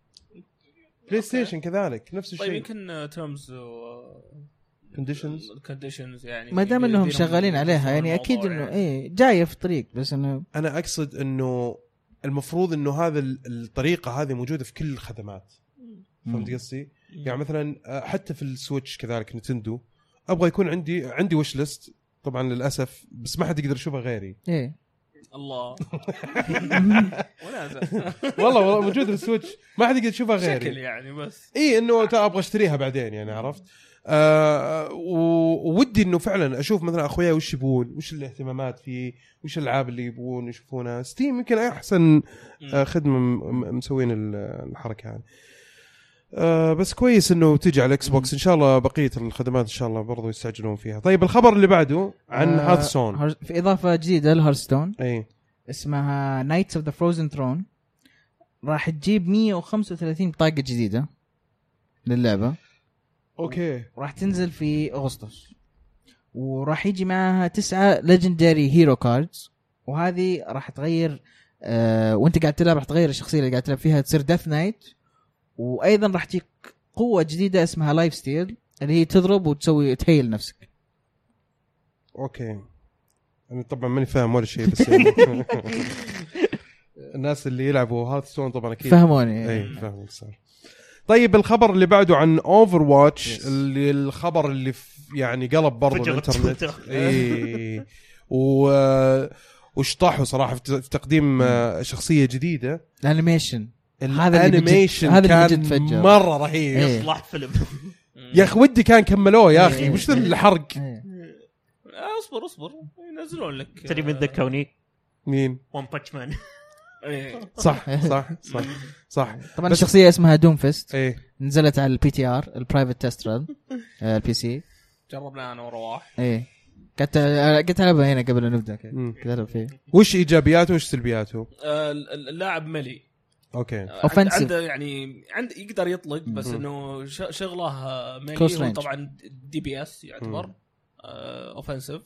بلاي ستيشن كذلك نفس الشيء. طيب يمكن تيرمز كونديشنز كونديشنز يعني ما دام انهم شغالين عليها يعني اكيد انه يعني. ايه جايه في الطريق بس انه انا اقصد انه المفروض انه هذا الطريقه هذه موجوده في كل الخدمات. فهمت قصدي؟ يعني مثلا حتى في السويتش كذلك نينتندو ابغى يكون عندي عندي وش ليست طبعا للاسف بس ما حد يقدر يشوفها غيري. ايه الله ونازل والله والله موجود في السويتش ما حد يقدر يشوفها غيري شكل يعني بس اي انه ابغى اشتريها بعدين يعني عرفت. آه وودي انه فعلا اشوف مثلا اخويا وش يبون وش الاهتمامات فيه وش الالعاب اللي يبون يشوفونها. ستيم يمكن احسن آه خدمه مسوين الحركه هذه. آه بس كويس انه تيجي على الاكس بوكس. ان شاء الله بقيه الخدمات ان شاء الله برضو يستعجلون فيها. طيب الخبر اللي بعده عن آه هارثستون. في اضافه جديده لهارثستون اي اسمها نايتس اوف ذا فروزن ثرون. راح تجيب مية وخمسة وثلاثين بطاقه جديده للعبه. اوكي راح تنزل في اغسطس وراح يجي معها تسعة ليجندري هيرو كاردز. وهذه راح تغير آه وانت قاعد تلعب راح تغير الشخصيه اللي قاعد تلعب فيها تصير ديث نايت. وايضا راح تجيك قوه جديده اسمها لايف ستيل اللي هي تضرب وتسوي تهيل نفسك. اوكي انا طبعا ماني فاهم ولا شيء بس يعني الناس اللي يلعبوا هارثستون طبعا اكيد فهموني. اي فهموا صار. طيب الخبر اللي بعده عن اوفر واتش اللي الخبر اللي يعني قلب برضو الانترنت. اي و واشطحوا صراحه في تقديم شخصيه جديده. الانيميشن هذا الانيميشن كان مره رهيب يصلح فيلم يا اخي ودي كان كملوه يا اخي وش الحرق. اصبر اصبر ينزلون لك. تدري من ذكرني مين؟ ون باتش مان. صح صح صح صح. طبعا الشخصيه اسمها دوم فيست. ايه نزلت على البي تي ار البرايفت تيست ران البي سي. جربنا انا ورواح. ايه كنت قلت العبها هنا قبل ان نبدا كذا فيه. وش ايجابياته وش سلبياته؟ اللاعب ملي. اوكي عنده يعني عنده يقدر يطلق بس انه شغله ملي. طبعا دي بي اس يعتبر اوفنسيف.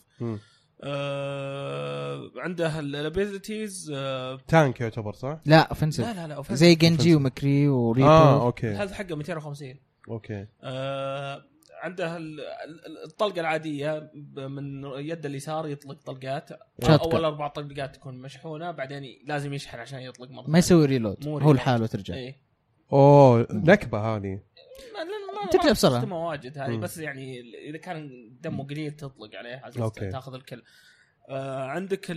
آه عنده الابيليتيز آه تانك يعتبر صح؟ لا اوفنسيف. لا لا لا زي جنجي ومكري وريبو. اه اوكي هذا حقه مئتين وخمسين. اوكي آه عنده الطلقه العاديه من يد اليسار يطلق طلقات. اول اربع طلقات تكون مشحونه بعدين لازم يشحن عشان يطلق مره. ما يسوي ريلود هو لحاله ترجع. ايه. اوه نكبه هذه. تكلف بسرعه مواجد هذه بس يعني اذا كان دمه قليل تطلق عليه عشان تاخذ الكل. آه عندك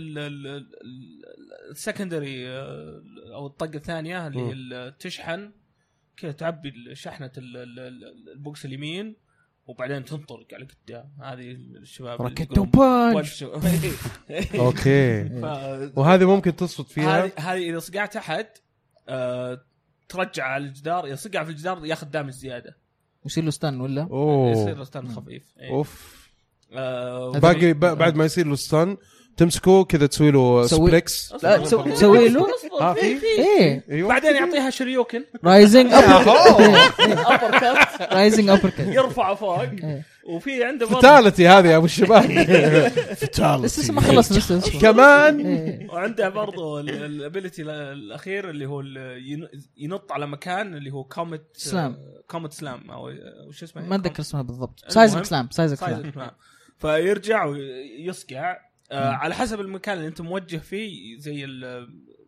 السكندري آه او الطقه الثانيه اللي هي تشحن كذا تعبي شحنه البوكس اليمين وبعدين تنطلق على قدام. هذه الشباب ركتو بانش. اوكي وهذه ممكن تصد فيها. هذه اذا صقعت احد آه ترجع على الجدار. اذا صقع في الجدار ياخذ دامج زياده. يصير له ستان ولا أوه. يصير له ستان خفيف. ايه. اوف آه باقي بعد ما يصير له ستان تمسكه كذا تسوي له سبلكس. لا تسوي له اه في ايه أيوة. بعدين يعطيها شريوكن رايزنج ابر كات رايزنج ابر كات يرفع فوق. وفي عنده فتالتي هذه يا ابو الشباب. فتالتي لسه ما خلص لسه كمان. وعنده برضو الابيليتي الاخير اللي هو ينط على مكان اللي هو كومت سلام. كومت سلام او وش اسمه ما اتذكر اسمها بالضبط. سايزك سلام سايزك سلام. فيرجع ويصقع آه على حسب المكان اللي انت موجه فيه. زي ال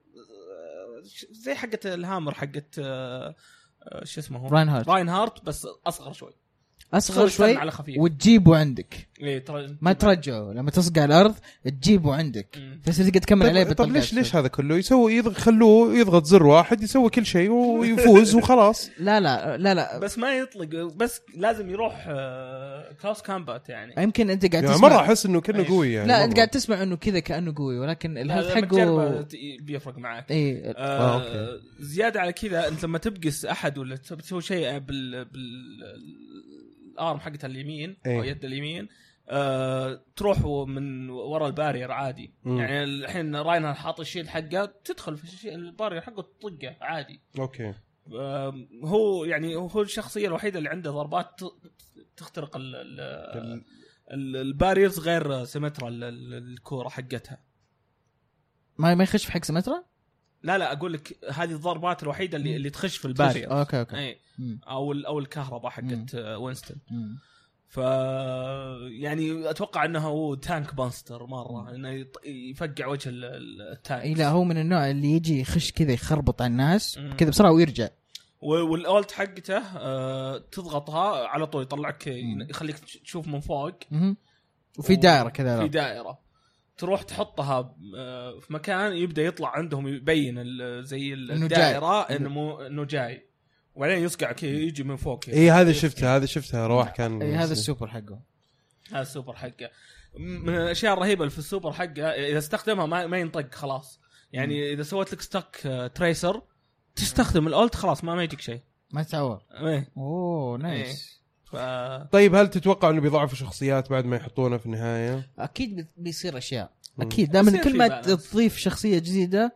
زي حقه الهامر حقه آه شو اسمه هو راينهارت راينهارت بس اصغر شوي اصغر شوي وتجيبه عندك. إيه ترى ما ترجعه لما تصقع الارض تجيبه عندك بس تقدر تكمل عليه بالطلقات. طب ليش ليش هذا كله يسوي يضغط خلوه يضغط زر واحد يسوي كل شيء ويفوز وخلاص. لا لا لا لا بس ما يطلق بس لازم يروح كلاس كامبات يعني. يمكن انت قاعد يعني تسمع مره احس انه كانه قوي يعني. لا انت قاعد تسمع انه كذا كانه قوي ولكن الهيلث حقه بيفرق معك. ايه آه آه زياده على كذا انت لما تبقس احد ولا تسوي شيء بال بال الارم حقتها اليمين أيه. او يد اليمين أه تروح من وراء البارير عادي. مم. يعني الحين راينر حاط الشيل حقه تدخل في الشيء البارير حقه تطقه عادي. اوكي أه هو يعني هو الشخصيه الوحيده اللي عنده ضربات تخترق ال ال الباريرز غير سيمترا الكوره حقتها. ما ما يخش في حق سيمترا. لا لا اقول لك هذه الضربات الوحيده اللي اللي تخش في البارير. اوكي اوكي اي او او الكهرباء حقت وينستون. ف يعني اتوقع انه هو تانك بانستر مره انه يفقع وجه التانك. اي لا هو من النوع اللي يجي يخش كذا يخربط على الناس كذا بسرعه ويرجع. والاولت حقته أه تضغطها على طول يطلعك يخليك تشوف من فوق. وفي دائره كذا في دائره تروح تحطها في مكان يبدا يطلع عندهم يبين زي الدائره انه مو انه جاي وبعدين يصقع كذا يجي من فوق. اي هذا شفتها هذا شفتها رواح كان إيه هذا السوبر حقه هذا السوبر حقه من الاشياء الرهيبه اللي في السوبر حقه اذا استخدمها ما, ما ينطق خلاص يعني م. اذا سويت لك ستوك تريسر تستخدم الالت خلاص ما ما يجيك شيء ما تتعور. ايه اوه نايس. إيه. ف... طيب هل تتوقع انه بيضعفوا شخصيات بعد ما يحطونها في النهايه؟ اكيد بيصير اشياء م. اكيد دائما كل ما تضيف شخصيه جديده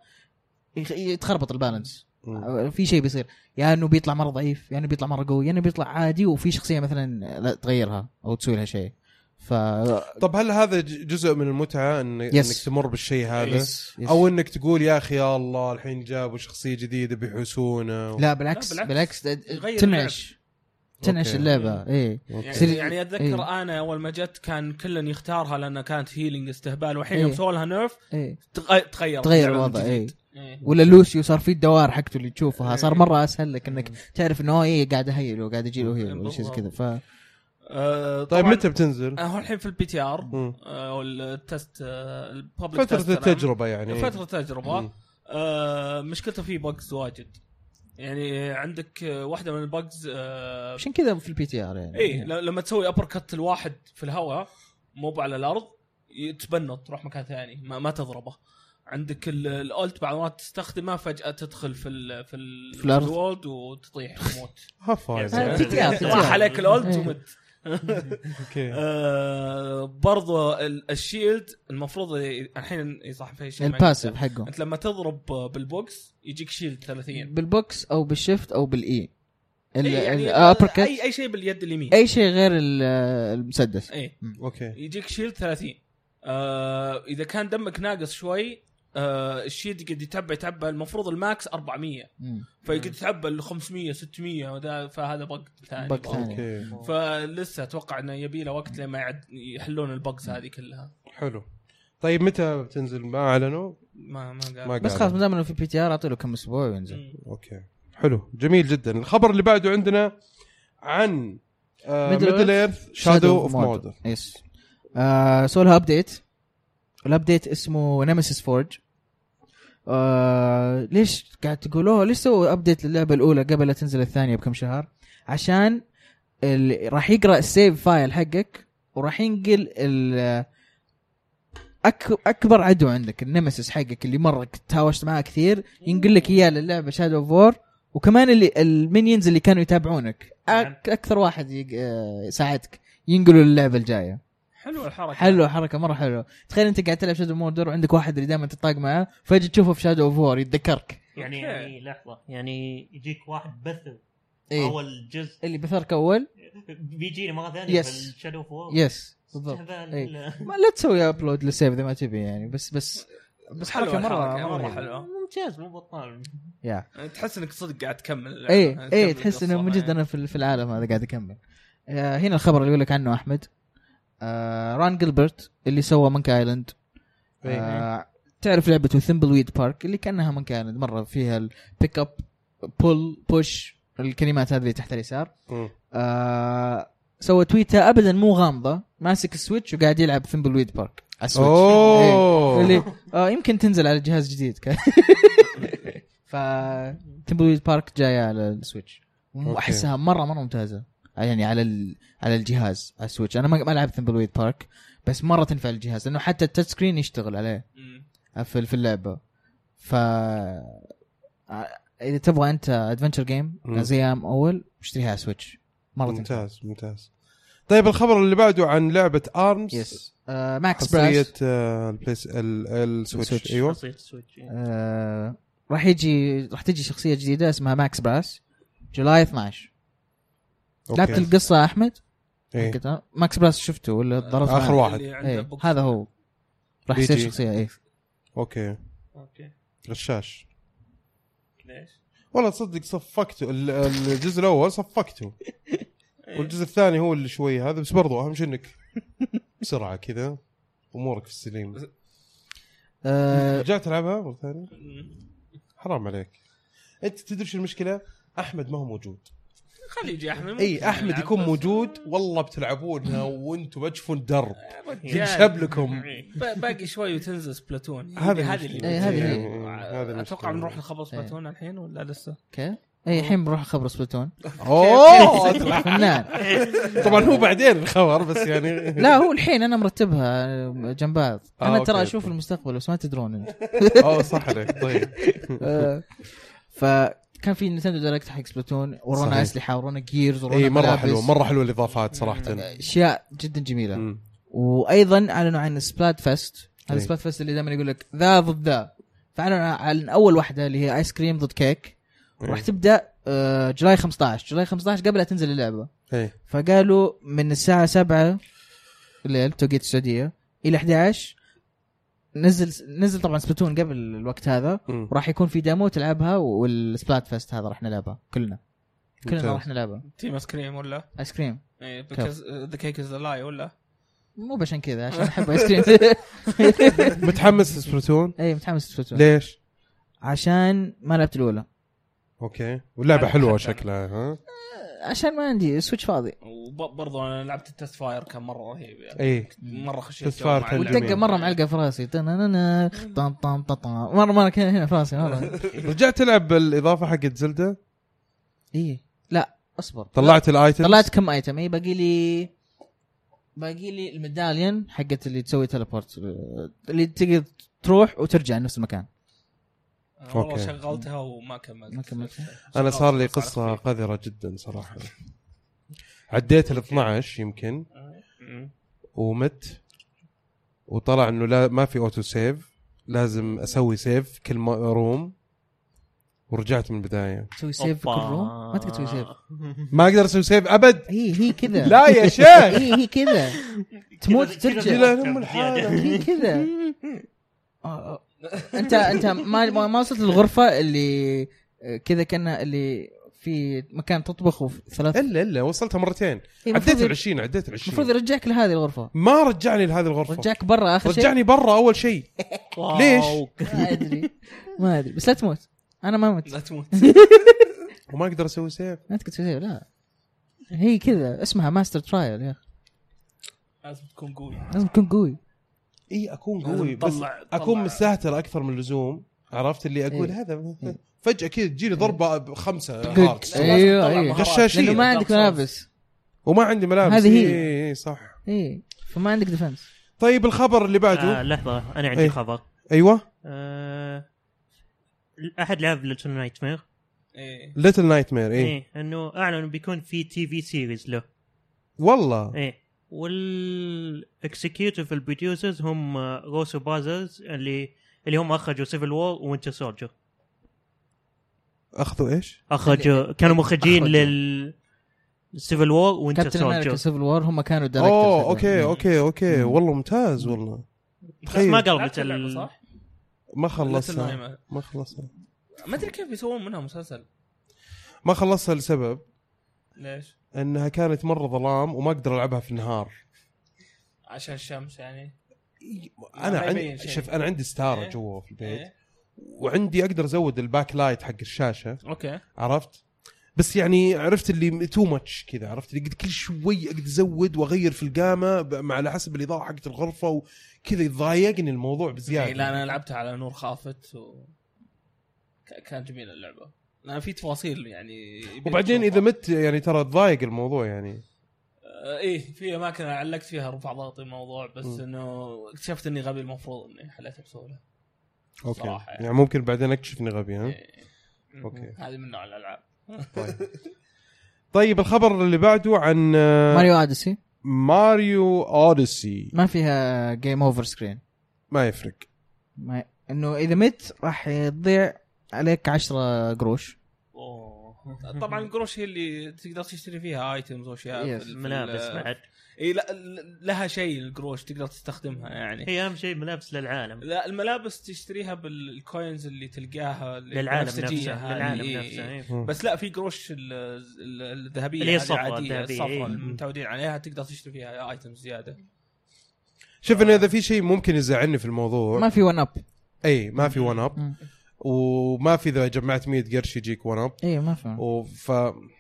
يتخربط البالانس. م. في شيء بيصير يا يعني انه بيطلع مره ضعيف يعني بيطلع مره قوي يعني بيطلع عادي وفي شخصيه مثلا لا تغيرها او تسوي لها شيء. ف طب هل هذا جزء من المتعه إن... انك تمر بالشيء هذا يس. يس. او انك تقول يا اخي يا الله الحين جابوا شخصيه جديده بيحوسونه و... لا بالعكس لا بالعكس, بالعكس تنعش تنعش اللعبه. ايه يعني, يعني اتذكر إيه؟ انا اول ما جت كان كلن يختارها لانها كانت هيلينج استهبال والحين يوم إيه؟ سووا لها نيرف إيه؟ تغير تغير الوضع. ايه ولا لوسيو صار في الدوار حقته اللي تشوفها صار مره اسهل لك انك تعرف انه ايه قاعد اهيل وقاعد يجي له هيل ولا شيء كذا. ف أه طيب متى بتنزل؟ هو الحين في البي تي ار او التست الببليك فتره التجربه يعني فتره التجربه. أه مشكلته فيه بجز واجد يعني عندك واحده من البجز أه عشان كذا في البي تي ار يعني ايه لما تسوي ابر كت الواحد في الهواء مو على الارض يتبنط تروح مكان ثاني ما, ما تضربه. عندك الالت بعد ما تستخدمها فجاه تدخل في ال في, في الارض وولد وتطيح تموت. هفا راح عليك الالت ومت. اوكي. آه برضو الشيلد المفروض الحين يصح في شيء الباسيف حقه انت لما تضرب بالبوكس يجيك شيلد ثلاثين بالبوكس او بالشيفت او بالاي يعني اي اي شيء باليد اليمين اي شيء غير المسدس. اي اوكي يجيك شيلد ثلاثين. آه اذا كان دمك ناقص شوي آه الشيلد قد يتبع يتبع المفروض الماكس أربعمية فيقد يتعبى ل خمسمية ستمية وده فهذا بق ثاني بق ثاني. فلسه اتوقع انه يبي له وقت لما يعد يحلون البقز هذه كلها. حلو. طيب متى بتنزل؟ ما اعلنوا ما ما قال ما بس خلاص ما دام انه في بي تي ار اعطي له كم اسبوع وينزل. مم. اوكي حلو جميل جدا. الخبر اللي بعده عندنا عن ميدل ايرث شادو اوف موردر. يس آه سووا لها ابديت. الابديت اسمه نيمسيس فورج. آه ليش قاعد تقولوه ليش سووا ابديت للعبه الاولى قبل لا تنزل الثانيه بكم شهر؟ عشان راح يقرا السيف فايل حقك وراح ينقل أك... اكبر عدو عندك النيمسيس حقك اللي مره تهاوشت معاه كثير ينقل لك اياه للعبه شادو اوف وور. وكمان اللي المينيونز اللي كانوا يتابعونك أك... اكثر واحد يساعدك ينقلوا للعبه الجايه. حلوه الحركه حلوه حركه مره حلوه. تخيل انت قاعد تلعب شادو موردر وعندك واحد اللي دائما تطاق معاه فجاه تشوفه في شادو اوف وور يتذكرك يعني يعني لحظه يعني يجيك واحد بثر إيه؟ اول جزء اللي بثرك اول بيجيني مره ثانيه في الشادو اوف وور. يس بالضبط. إيه؟ ما لا تسوي ابلود للسيف اذا ما تبي يعني بس بس بس حركه مره مره حلوه ممتاز مو بطال يا تحس انك صدق قاعد تكمل. اي اي تحس انه من جد انا في العالم هذا قاعد اكمل. هنا الخبر اللي يقول لك عنه احمد آه ران جيلبرت اللي سوى مونك ايلاند. آه تعرف لعبته ثيمبل ويد بارك اللي كانها مونك ايلاند مره فيها البيك اب بول بوش الكلمات هذه تحت اليسار. آه سوى تويتر ابدا مو غامضه ماسك السويتش وقاعد يلعب ثيمبل ويد بارك على السويتش. اوه اللي آه يمكن تنزل على جهاز جديد ف ثيمبل ويد بارك جايه على السويتش واحسها مره مره ممتازه يعني على على الجهاز على السويتش. انا ما لعبت ثيمبل ويد بارك بس مره تنفع الجهاز لانه حتى التاتش سكرين يشتغل عليه في في اللعبه. ف اذا تبغى انت ادفنتشر جيم زي اول اشتريها على سويتش مره ممتاز تنفع. ممتاز. طيب الخبر اللي بعده عن لعبه ارمز يس آه ماكس براس آه البلايس السويتش. ايوه آه راح يجي راح تجي شخصيه جديده اسمها ماكس براس جولاي اثناشر. لعبت القصة أحمد؟ إيه؟ ماكس براس شفته ولا ضربت آخر واحد؟ إيه؟ هذا هو راح يصير شخصية. إيه أوكي أوكي غشاش. ليش؟ والله تصدق صفقته الجزء الأول صفقته والجزء الثاني هو اللي شوي هذا بس برضو أهم شيء إنك بسرعة كذا أمورك في السليم. أه جاء تلعبها مرة ثانية؟ حرام عليك. أنت تدري شو المشكلة؟ أحمد ما هو موجود. خلي يجي احمد. اي احمد يكون موجود والله بتلعبونها وانتم بتشوفون درب تنشب لكم. باقي شوي وتنزل سبلاتون. هذه هذه اللي هذه اتوقع نروح نخبر سبلاتون الحين ولا لسه؟ اوكي اي الحين بنروح نخبر سبلاتون. اوه فنان. طبعا هو بعدين الخبر بس يعني لا هو الحين انا مرتبها جنب بعض. انا آه ترى أوكي. اشوف المستقبل بس ما تدرون. اوه صح عليك. طيب فكان في نينتندو دايركت حق سبلاتون ورونا اسلحه ورونا جيرز ورونا اي مره ملابس. حلوه مره حلوه الاضافات صراحه اشياء جدا جميله. م. وايضا اعلنوا عن سبلات فيست. هذا إيه. سبلات فيست اللي دائما يقول لك ذا ضد ذا. فاعلنوا عن اول واحده اللي هي ايس كريم ضد كيك. راح تبدا آه جولاي خمسة عشر جولاي خمسة عشر قبل لا تنزل اللعبه. اي فقالوا من الساعه سبعة الليل توقيت السعوديه الى أحد عشر نزل نزل طبعا سبلاتون قبل الوقت هذا. وراح يكون في ديمو تلعبها والسبلات فيست هذا راح نلعبها كلنا كلنا راح نلعبها. تيم ايس كريم ولا ايس كريم ايه بيكوز ذا كيك از لاي ولا مو عشان كذا عشان احب ايس كريم. متحمس سبلاتون. اي متحمس سبلاتون. ليش؟ عشان ما لعبت الاولى. اوكي واللعبه حلوه شكلها ها. عشان ما عندي سويتش فاضي. وبرضه انا لعبت التست فاير كان مره رهيب يعني. اي مره خشيت تست فاير حلو. والدقه مره معلقه في راسي. طن طن طن طن مره مره كان هنا في راسي مره. رجعت تلعب بالاضافه حقت زلدة. ايه لا اصبر طلعت الايتم. طلعت كم ايتم. اي باقي لي باقي لي الميداليون حقت اللي تسوي تليبورت اللي تقدر تروح وترجع نفس المكان. والله شغلتها وما كملت. ما كملت. انا صار لي قصه قذره جدا صراحه. عديت ال اثناشر يمكن ومت وطلع انه لا ما في اوتو سيف لازم اسوي سيف كل روم ورجعت من البدايه. تسوي سيف في كل روم ما تقدر تسوي سيف. ما اقدر اسوي سيف ابد. هي هي كذا. لا يا شيخ هي هي كذا تموت ترجع. لا ام الحاله هي كذا. انت انت ما ما وصلت للغرفه اللي كذا كنا اللي في مكان تطبخ وثلاث. الا الا وصلتها مرتين. إيه عديت ال عشرين عديت ال عشرين. المفروض يرجعك لهذه الغرفه. ما رجعني لهذه الغرفه. رجعك برا اخر شيء. رجعني برا اول شيء. ليش؟ ما ادري ما ادري بس لا تموت. انا ما مت. لا تموت. وما اقدر اسوي سيف. ما تقدر تسوي لا. هي كذا اسمها ماستر ترايل يا اخي. لازم تكون قوي. لازم تكون قوي. اي اكون قوي بس طلع اكون طلع. مستهتر اكثر من اللزوم. عرفت اللي اقول إيه. هذا فجاه كذا تجيني ضربه بخمسه هارت. ايوه ايوه غشاشين. لانه ما عندك ملابس. وما عندي ملابس. هذه هي. اي صح. اي فما عندك ديفنس. طيب الخبر اللي بعده. آه لحظه انا عندي إيه. خبر. ايوه آه احد لعب ليتل نايت مير. ايه ليتل نايت مير. اي ايه انه اعلنوا بيكون في تي في سيريز له. والله. ايه والاكسكيوتيف البروديوسرز هم روسو بازرز اللي اللي هم اخرجوا سيفل وور وينتر سولجر. اخذوا ايش؟ اخرجوا كانوا مخرجين أخرجوا. لل سيفل وور وينتر كابتن امريكا سولجر. سيفل وور هم كانوا دايركتورز. اوه اوكي اوكي اوكي والله ممتاز والله. بس ما قلبت لعبت اللعبة ال... صح؟ ما Little خلصها Nightmare. ما خلصها ما ادري كيف يسوون منها مسلسل. ما خلصها لسبب ليش؟ انها كانت مره ظلام وما اقدر العبها في النهار. عشان الشمس يعني. انا ما عندي يبين شيء. شوف انا عندي ستاره إيه. جوا في البيت. إيه. وعندي اقدر ازود الباك لايت حق الشاشه. اوكي. عرفت بس يعني عرفت اللي تو ماتش كذا. عرفت اللي قد كل شوي اقدر ازود واغير في القامه ب- مع على حسب الاضاءه حقت الغرفه وكذا يضايقني الموضوع بزياده. إيه لا انا لعبتها على نور خافت و ك- كانت جميله اللعبه. لان في تفاصيل يعني. وبعدين اذا مت يعني ترى تضايق الموضوع يعني. آه ايه في اماكن علقت فيها رفع ضغط الموضوع بس م. انه اكتشفت اني غبي المفروض اني حليتها بسهوله. اوكي صراحة يعني. يعني ممكن بعدين اكتشف اني غبي. ها إيه. اوكي. هذه من نوع الالعاب. طيب طيب الخبر اللي بعده عن آه، ماريو اوديسي ماريو اوديسي. ما فيها جيم اوفر سكرين. ما يفرق. ما انه اذا مت راح يضيع عليك عشرة قروش. أوه. طبعا القروش هي اللي تقدر تشتري فيها ايتمز واشياء Yes. في ال- ملابس في ال- بعد. اي لا لها شيء القروش تقدر تستخدمها يعني. هي اهم شيء ملابس للعالم. لا الملابس تشتريها بالكوينز اللي تلقاها اللي للعالم بنفسجية نفسه هذه. للعالم إيه. نفسه إيه. مم. بس لا في قروش ال- ال- الذهبيه اللي هي هذه الصفرة العادية، الذهبية، الصفرة إيه. المتعودين عليها تقدر تشتري فيها ايتمز زياده. شوف انه اذا في شيء ممكن يزعلني في الموضوع ما في ون اب. اي ما في ون اب مم. وما في اذا جمعت مية قرش يجيك ون اب ايه ما في. وف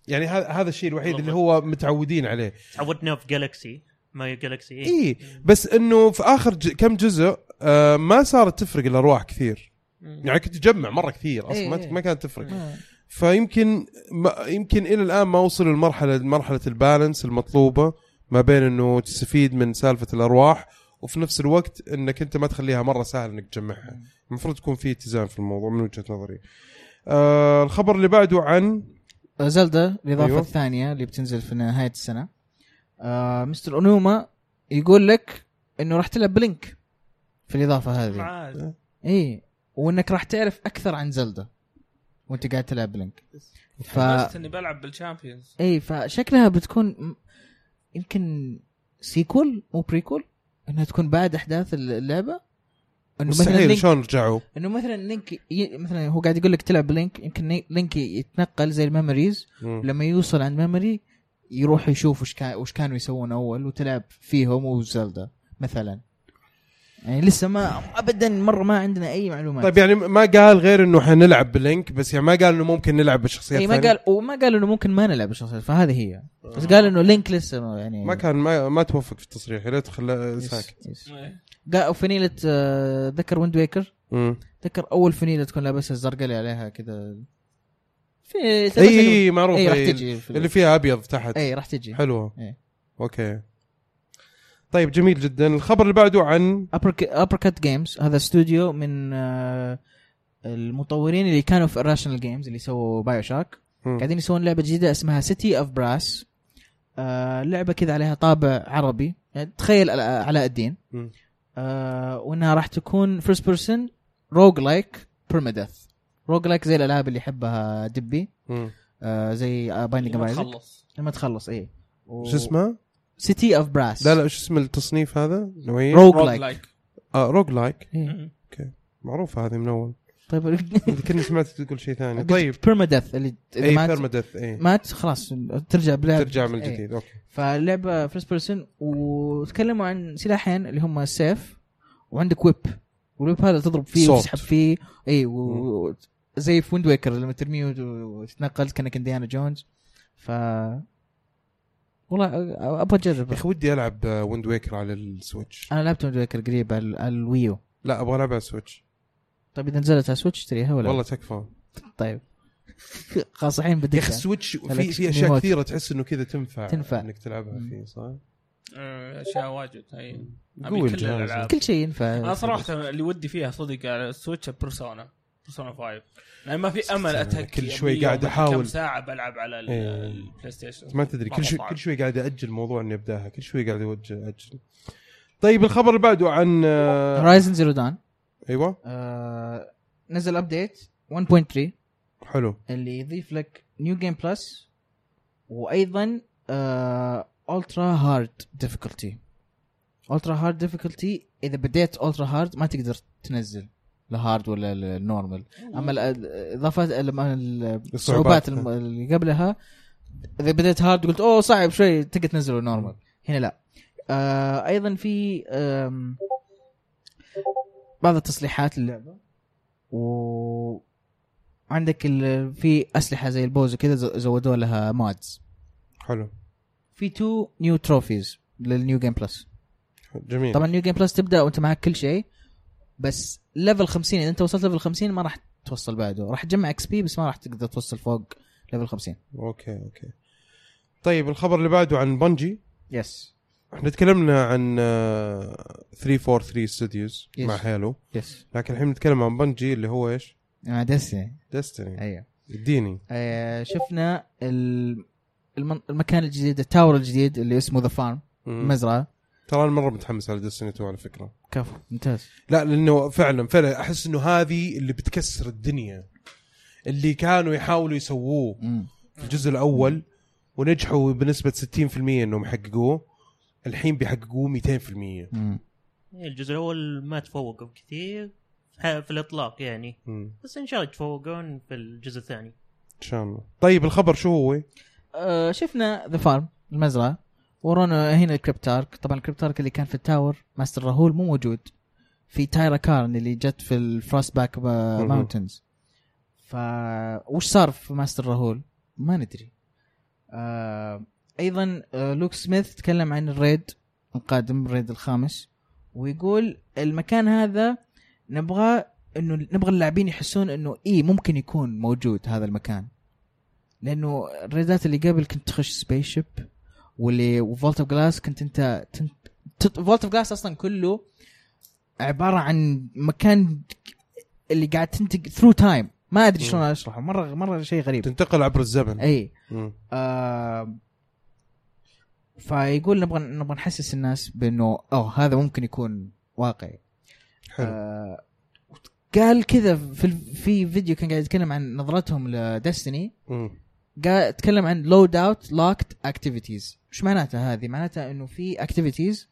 يعني هذا هذا الشيء الوحيد اللي هو متعودين عليه. تعودنا في جالكسي ما جالكسي إيه. إيه بس إنه في آخر ج... كم جزء آه ما صارت تفرق الأرواح كثير. يعني كنت تجمع مرة كثير أصلا إيه ما إيه. ما كانت تفرق. آه. فيمكن ما يمكن إلى الآن ما وصلوا لمرحلة مرحلة البالانس المطلوبة ما بين إنه تستفيد من سالفة الأرواح وفي نفس الوقت إنك أنت ما تخليها مرة سهل إنك تجمعها. المفروض تكون في اتزان في الموضوع من وجهة نظري. آه الخبر اللي بعده عن زلدا الإضافة أيوه. أيوه. الثانية اللي بتنزل في نهاية السنة. آه مستر أونوما يقول لك إنه راح تلعب بلينك في الإضافة هذه. إيه وإنك راح تعرف أكثر عن زلدا وأنت قاعد تلعب بلينك. ف إني بلعب بالشامبيونز. إيه فشكلها بتكون يمكن سيكول مو بريكول إنها تكون بعد أحداث اللعبة. إنه مثلا شلون رجعوا إنه مثلا لينك ي... مثلا هو قاعد يقول لك تلعب بلينك يمكن لينك يتنقل زي الميموريز لما يوصل عند ميموري يروح يشوف وش كان وش كانوا يسوون أول وتلعب فيهم وزلدا مثلا. يعني لسه ما أبدا مرة ما عندنا أي معلومات. طيب يعني ما قال غير إنه حنلعب بلينك بس يعني ما قال إنه ممكن نلعب بالشخصيات الثانية. ما قال وما قال إنه ممكن ما نلعب بالشخصيات فهذه هي. بس قال إنه لينك لسه يعني ما كان ما ما توفق في التصريح يا ريت خلاه ساكت. قال فنيلة ذكر ويند ويكر. ذكر أول فنيلة تكون لابسها الزرقاء اللي عليها كذا. في اي معروف اي راح أي تجي اللي فيها ابيض تحت. اي راح تجي حلوه. أي. اوكي طيب جميل جدا. الخبر اللي بعده عن أبركات جيمز. هذا استوديو من المطورين اللي كانوا في الراشنال جيمز اللي سووا بايو شاك. قاعدين يسوون لعبه جديده اسمها سيتي اوف براس. لعبه كذا عليها طابع عربي يعني تخيل علاء الدين. آه وانها راح تكون فيرست بيرسون روج لايك بيرماديث. روج لايك زي الالعاب اللي يحبها دبي. آه زي بايندينج اوف ايزك لما تخلص ايه و... شو اسمه سيتي اوف براس. لا لا شو اسم التصنيف هذا نوعيه روج لايك. اه روج لايك إيه. اوكي معروفه هذه من اول. طيب كنت سمعت تقول شيء ثاني. طيب بيرماديث اللي اي بيرماديث اي مات خلاص ترجع بلعب ترجع من جديد. اوكي فاللعبه فيرست بيرسون وتكلموا عن سلاحين اللي هم السيف وعندك ويب والويب هذا تضرب فيه وتسحب فيه اي و... زي في ويند ويكر لما ترميه وتتنقل كأنك انديانا جونز. ف والله ابغى اجرب. يا اخي ودي العب ويند ويكر على السويتش. انا لعبت ويند ويكر قريب على الويو. لا ابغى العب على السويتش. طيب اذا نزلت على السويتش اشتريها ولا والله تكفى. طيب خلاص الحين بدك يا اخي السويتش في في اشياء كثيره تحس انه كذا تنفع تنفع انك تلعبها فيه صح. اشياء واجد هي ابي كل, كل شيء ينفع. انا صراحه اللي ودي فيها صدق على السويتش بيرسونا بيرسونا خمسة يعني ما في امل اتهك كل شوي قاعد احاول كم ساعه بلعب على البلاي ستيشن ما تدري كل شوي كل شوي قاعد اجل موضوع اني ابداها كل شوي قاعد اوجه اجل. طيب الخبر اللي بعده عن هورايزن زيرو دان. ايوه آه نزل ابديت واحد نقطة ثلاثة حلو اللي يضيف لك نيو جيم بلس وايضا الترا هارد ديفيكولتي. الترا هارد ديفيكولتي اذا بديت الترا هارد ما تقدر تنزل الهارد ولا النورمال. اما الاضافات الصعوبات اللي قبلها اذا بديت هارد قلت اوه صعب شوي تقدر تنزله نورمال. هنا لا. آه ايضا في بعض التصليحات للعبه وعندك في اسلحه زي البوز وكذا زودوا لها مودز. حلو. في تو نيو تروفيز للنيو جيم بلس. جميل. طبعا نيو جيم بلس تبدا وانت معك كل شيء بس ليفل خمسين اذا انت وصلت ليفل خمسين ما راح توصل بعده. راح تجمع اكس بي بس ما راح تقدر توصل فوق ليفل خمسين. اوكي اوكي. طيب الخبر اللي بعده عن بنجي. يس احنا تكلمنا عن ثلاثمية وثلاثة وأربعين ستوديوز مع هالو. يس. لكن الحين نتكلم عن بنجي اللي هو ايش؟ اه ديستني. ديستني ايوه اديني. آه شفنا المكان الجديد التاور الجديد اللي اسمه ذا فارم المزرعه. ترى انا مره متحمس على ديستني تو على فكره. كفو ممتاز. لا لانه فعلا فعلا احس انه هذه اللي بتكسر الدنيا اللي كانوا يحاولوا يسووه في الجزء الاول ونجحوا بنسبه ستين بالمية انهم يحققوه. الحين بيحققوه مئتين بالمية. الجزء الاول ما تفوقوا كثير في الاطلاق يعني. مم. بس ان شاء الله يتفوقون في الجزء الثاني ان شاء الله. طيب الخبر شو هو؟ آه شفنا ذا فارم المزرعه ورانا هنا الكريبتارك. طبعا الكريبتارك اللي كان في التاور ماستر راهول مو موجود. في تايرا كارن اللي جت في الفروست باك ماونتنز. ف وش صار في ماستر راهول ما ندري. آه ايضا آه لوك سميث تكلم عن الريد القادم، الريد الخامس، ويقول المكان هذا نبغى انه نبغى اللاعبين يحسون انه ايه ممكن يكون موجود هذا المكان، لانه الريدات اللي قبل كنت تخش سبيس شيب، واللي وفولت اوف جلاس كنت انت فولت اوف جلاس اصلا كله عباره عن مكان اللي قاعد تنتقل ثرو تايم، ما ادري شلون اشرحه، مره مره شيء غريب، تنتقل عبر الزمن. اي آه فيقول نبغى نبغى نحسس الناس بانه اوه هذا ممكن يكون واقعي. حلو. آه قال كذا في في فيديو كان قاعد يتكلم عن نظرتهم لدستني، قال تكلم عن لود اوت لوكت اكتيفيتيز. ايش معناتها هذه؟ معناتها انه في اكتيفيتيز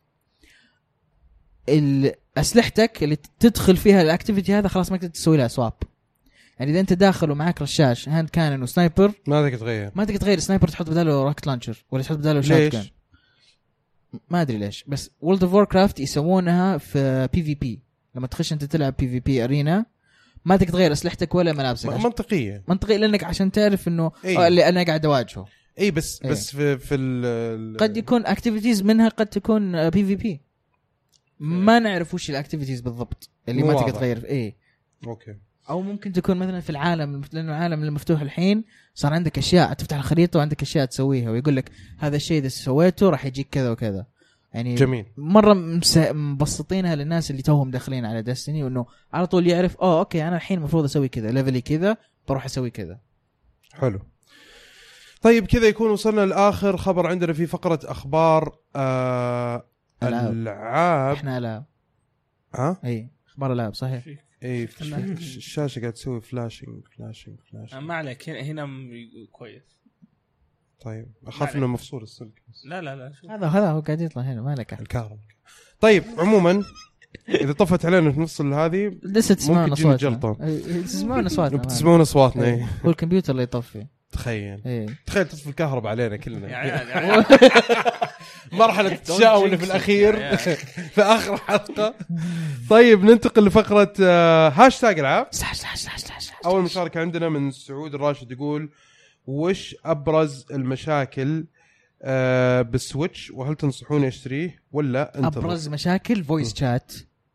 اسلحتك اللي تدخل فيها الاكتيفيتي هذا خلاص ما تقدر تسوي لها سواب. يعني اذا انت داخل ومعك رشاش هاند كانن وسنايبر ما تقدر تغير ما تقدر تغير سنايبر، تحط بداله روكت لانشر ولا تحط بداله شوت جن. ما ادري ليش، بس وورلد اوف ووركرافت يسوونها في بي في بي. لما تخش انت تلعب بي في بي ارينا ما تقدر تغير اسلحتك ولا ملابسك. منطقيه منطقيه لانك عشان تعرف انه أيه. اللي انا قاعد اواجهه. اي بس أيه. بس في في ال قد يكون اكتيفيتيز منها قد تكون بي في بي، ما نعرف وش الاكتيفيتيز بالضبط اللي ما تقدر تغير. ايه اوكي. او ممكن تكون مثلا في العالم، لانه العالم المفتوح الحين صار عندك اشياء تفتح الخريطه وعندك اشياء تسويها، ويقول لك هذا الشيء اذا سويته راح يجيك كذا وكذا. يعني جميل. مره مبسطينها للناس اللي توهم داخلين على دستني، وانه على طول يعرف اه اوكي انا الحين المفروض اسوي كذا، ليفلي كذا بروح اسوي كذا. حلو. طيب كذا يكون وصلنا لاخر خبر عندنا في فقره اخبار آه الالعاب. احنا العاب ها اي اخبار العاب صحيح. اي الشاشه قاعد تسوي فلاشينج فلاشينج فلاشينج. ما عليك هنا هنا كويس. طيب اخاف انه مفصول السلك. لا لا لا هذا هذا هو قاعد يطلع هنا مالك الكهرباء. طيب عموما اذا طفت علينا في نص هذه لسه تسمعون اصواتنا، تسمعون اصواتنا تسمعون اصواتنا هو الكمبيوتر اللي يطفي. تخيل ايه. تخيل تطفي الكهرباء علينا كلنا مرحله التشاؤم في الاخير في اخر الحلقه. طيب ننتقل لفقره هاشتاج العاب. اول مشاركه عندنا من سعود الراشد يقول وش ابرز المشاكل آه بالسويتش وهل تنصحوني اشتريه ولا انت؟ ابرز مشاكل فويس شات.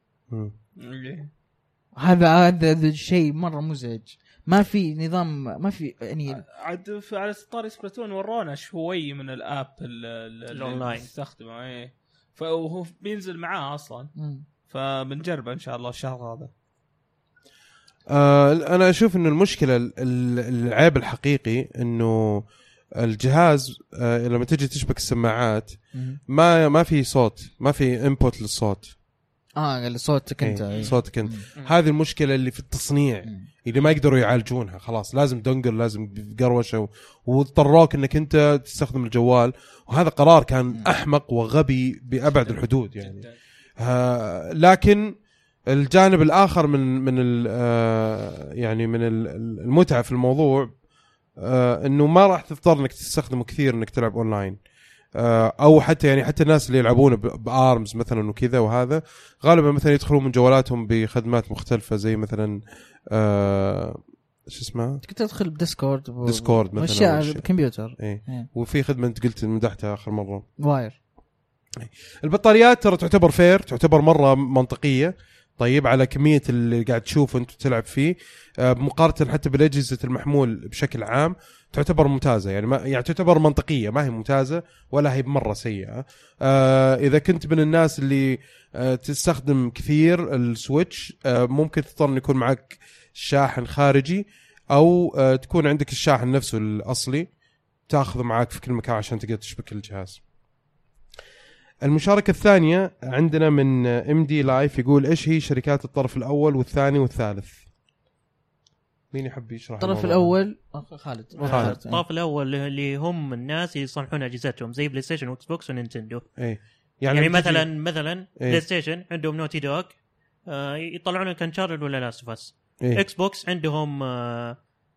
هذا هذا شيء مره مزعج، ما في نظام، ما في يعني عاد في على ستار سبلاتون ورونا شوي من الاب الاونلاين تستخدمه ايه، فهو بينزل معاه اصلا م. فبنجربه ان شاء الله الشهر هذا. آه انا اشوف انه المشكله العيب الحقيقي انه الجهاز آه لما تجي تشبك السماعات ما ما في صوت، ما في انبوت للصوت. اه صوتك انت ايه صوتك انت. هذه المشكله اللي في التصنيع مم. اللي ما يقدروا يعالجونها. خلاص لازم دنجل، لازم قروشه، واضطروك انك انت تستخدم الجوال، وهذا قرار كان مم. احمق وغبي بابعد الحدود يعني. آه لكن الجانب الاخر من من آه يعني من المتعه في الموضوع آه انه ما راح تضطر انك تستخدمه كثير انك تلعب اونلاين، او حتى يعني حتى الناس اللي يلعبون بارمز مثلا وكذا، وهذا غالبا مثلا يدخلون من جوالاتهم بخدمات مختلفه زي مثلا آه شو اسمها، تقدر تدخل بديسكورد ديسكورد مثلا اشياء بالكمبيوتر. ايه. ايه. وفي خدمه انت قلت مدحتها اخر مره واير. ايه. البطاريات ترى تعتبر فير، تعتبر مره منطقيه طيب على كميه اللي قاعد تشوفه انت تلعب فيه، آه مقارنه حتى بالاجهزه المحمول بشكل عام تعتبر ممتازة. يعني ما يعني تعتبر منطقية، ما هي ممتازة ولا هي بمرة سيئة. آه إذا كنت من الناس اللي آه تستخدم كثير السويتش آه ممكن تضطر أن يكون معك شاحن خارجي، أو آه تكون عندك الشاحن نفسه الأصلي تأخذه معك في كل مكان عشان تقدر تشبك الجهاز. المشاركة الثانية عندنا من ام دي لايف يقول إيش هي شركات الطرف الأول والثاني والثالث؟ مين يحب يشرح؟ الطرف الأول خالد. خالد. الطرف الأول اللي هم الناس اللي يصنعون أجهزتهم زي بلاي ستيشن وإكس بوكس ونينتندو. إيه. يعني, يعني مثلا مثلا إيه؟ بلاي ستيشن عندهم نوتي دوغ آه يطلعون انشارتد ولا لاست اوف اس. إيه؟ إكس بوكس عندهم آه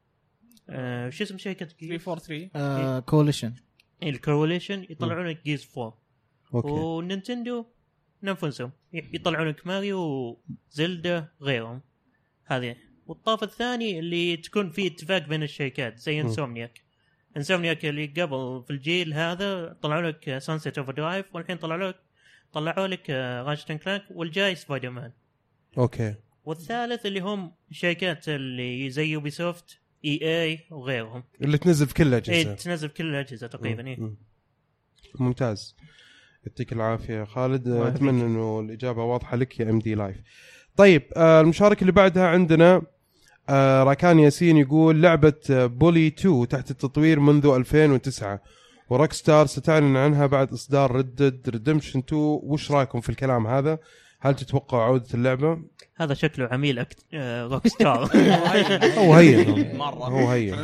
آه شو اسم شركة ثلاثمية وأربعة وثلاثين آه كوليشن. إيه الكوليشن يطلعون جيز فور. أوكي. ونينتندو ننفسهم يطلعون لك ماريو وزلدا غيرهم. هذه. والطرف الثاني اللي تكون فيه اتفاق بين الشركات زي انسومنياك انسومنياك اللي قبل في الجيل هذا طلعوا لك سانسيت اوف درايف، والحين طلعوا لك طلعوا لك راشت اند كلانك، والجاي سبايدر مان. اوكي. والثالث اللي هم شركات اللي زي يوبي سوفت، اي اي وغيرهم اللي تنزل في كل الاجهزه. اي تنزل في كل الاجهزه تقريبا. اي ممتاز، يعطيك العافيه خالد. اتمنى انه الاجابه واضحه لك يا ام دي لايف. طيب آه المشاركه اللي بعدها عندنا آه راكان ياسين يقول لعبه بولي تو تحت التطوير منذ ألفين وتسعة، وروك ستار ستعلن عنها بعد اصدار ريد ريدمشن تو. وش رايكم في الكلام هذا؟ هل تتوقع عوده اللعبه؟ هذا شكله عميل أكت... آه روك ستار. هو هين مره هو هين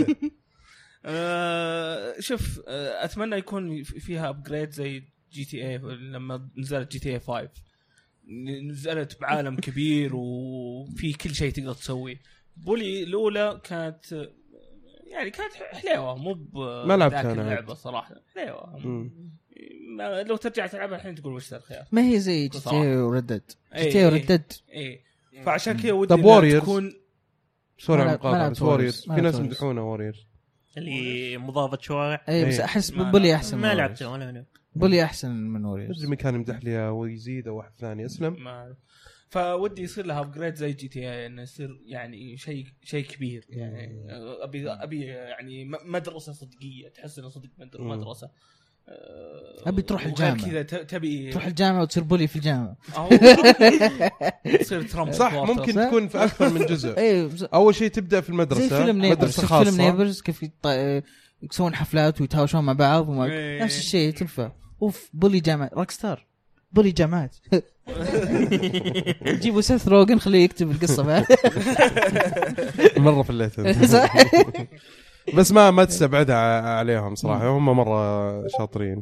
آه شوف آه اتمنى يكون فيها ابجريد زي جي تي اي لما نزلت جي تي اي خمسة، نزلت بعالم كبير وفي كل شيء تقدر تسويه. بولي الاولى كانت يعني كانت حلوه، مو ما لعبتها انا اللعبه صراحه حلوه. لو ترجع تلعبها الحين تقول وش الخيار. ما هي زي جي تي اي وردد جي تي اي وردد اي فعشان كذا ودي تكون سوري على المقاطعه. ووريرز في ناس يمدحونه ووريرز اللي مضافة شوارع. اي بس احس بولي احسن. ما لعبته ولا انا. بولي احسن من ووريرز. مدري مين كان يمدح لي ويزيد او واحد ثاني اسلم. فودي يصير لها ابجريد زي جي تي اي، انه يصير يعني شيء شيء كبير. يعني ابي ابي يعني مدرسه صدقيه، تحس انه صدق مدرسه. ابي تروح الجامعه كذا، تبي تروح الجامعه وتصير بولي في الجامعه. تصير ترامب صح. ممكن صح؟ تكون في اكثر من جزء. ايه اول شيء تبدا في المدرسه زي فيلم نيبرز. خاصة. فيلم نيبرز كيف يط... يسوون حفلات ويتهاوشون مع بعض وما... إيه. نفس الشيء تنفع. اوف بولي جامعه روك ستار بولي جامعات. جيبوا سيث روجن خليه يكتب القصه بعد. مره فليت بس ما ما تستبعدها عليهم صراحه، هم مره شاطرين.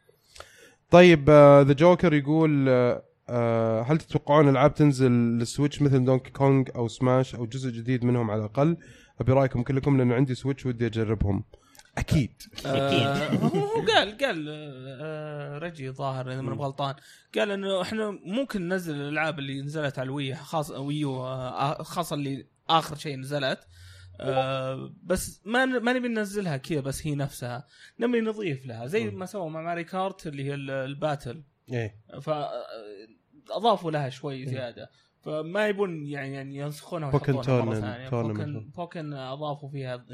طيب ذا جوكر يقول آه هل تتوقعون العاب تنزل للسويتش مثل دونكي كونغ او سماش او جزء جديد منهم على الاقل؟ ابي رايكم كلكم لانه عندي سويتش ودي اجربهم. اكيد اكيد. هو قال قال رجي ظاهر اذا ما انا غلطان، قال انه احنا ممكن ننزل الالعاب اللي نزلت على الوي خاص ويو خاصه اللي اخر شيء نزلت، أه بس ما ما نبي ننزلها كذا بس هي نفسها، نبي نضيف لها زي ما سووا مع ماري كارت اللي هي الباتل. ايه فاضافوا لها شوي زياده، فما يبون يعني يعني ينسخونها ويحطونها مره ثانيه. بوكن بوكن اضافوا فيها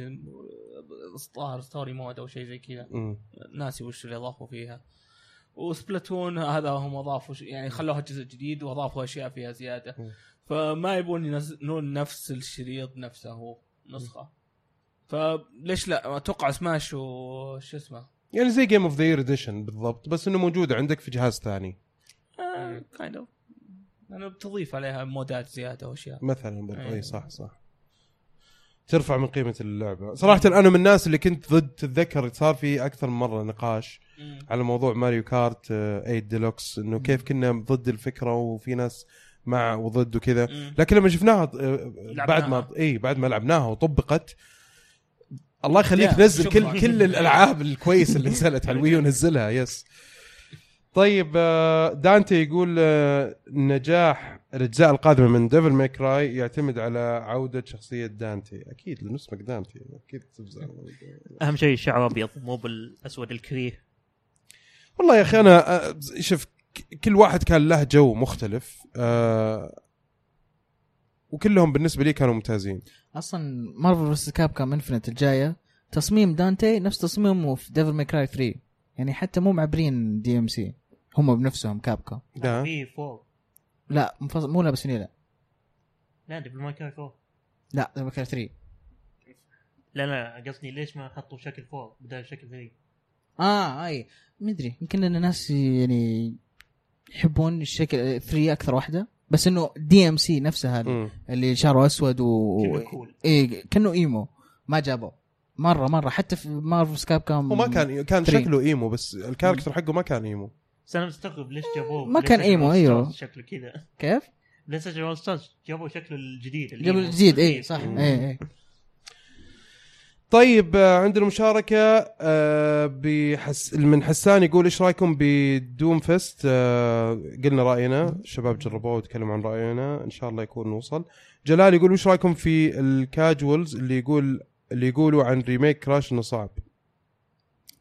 ظاهر ستوري مود او شيء زي كذا، ناسي وش اللي اضافوا فيها. وسبلاتون هذا هم اضافوا يعني خلوها جزء جديد واضافوا اشياء فيها زياده. م. فما يبون ينزلون نفس الشريط نفسه هو نسخه، فليش لا؟ اتوقع سماش وش اسمه يعني زي جيم اوف ذا يير اديشن بالضبط، بس انه موجوده عندك في جهاز ثاني. آه كايند اوف انا بتضيف عليها مودات زياده واشياء مثلا بالضبط. اي صح صح ترفع من قيمه اللعبه صراحه. انا من الناس اللي كنت ضد، تتذكر صار في اكثر من مره نقاش مم. على موضوع ماريو كارت ثمانية ديلوكس، انه كيف كنا ضد الفكره وفي ناس مع وضد وكذا، لكن لما شفناها بعد ما اي بعد ما لعبناها وطبقت، الله يخليك نزل كل كل الالعاب الكويسه اللي نزلت على الويو نزلها. يس. طيب دانتي يقول نجاح الاجزاء القادمه من ديفل ماي كراي يعتمد على عوده شخصيه دانتي. اكيد لانه اسمك دانتي اكيد تفزع. اهم شيء الشعر ابيض مو بالاسود الكريه. والله يا اخي انا شوف كل واحد كان له جو مختلف، أه وكلهم بالنسبه لي كانوا ممتازين. اصلا مارفل فيرسس كابكوم انفينيت الجايه تصميم دانتي نفس تصميمه في ديفل ماي كراي ثلاثة، يعني حتى مو معبرين دي ام سي، هم بنفسهم كابكوم. لا في فور لا مفصل مو لابس لا لا ديفل ماي كراي فور لا ديفل ماي كراي ثلاثة. لا لا قصدي ليش ما حطوا شكل فور بدل شكل ثلاثة؟ اه اي مدري يمكن ان الناس يعني يحبون الشكل ثلاثة اكثر واحده، بس انه دي ام سي نفسها م. اللي شعره اسود و ايه كانه ايمو ما جابوا مره مره حتى في مارفل سكابكوم وما كان كان ثري. شكله ايمو بس الكاركتر حقه ما كان ايمو. انا مستغرب ليش جابوه ما كان ايمو. ايوه شكله كذا كيف ليش جابوا ستارز جابوا شكله الجديد جابوا الجديد اي صح اي اي. طيب عندنا مشاركة بحس من حسان يقول إيش رأيكم بدوم فيست؟ قلنا رأينا، الشباب جربوه وتكلموا عن رأينا، إن شاء الله يكون نوصل. جلال يقول إيش رأيكم في الكاجوالز اللي يقول اللي يقولوا عن ريميك كراش إنه صعب؟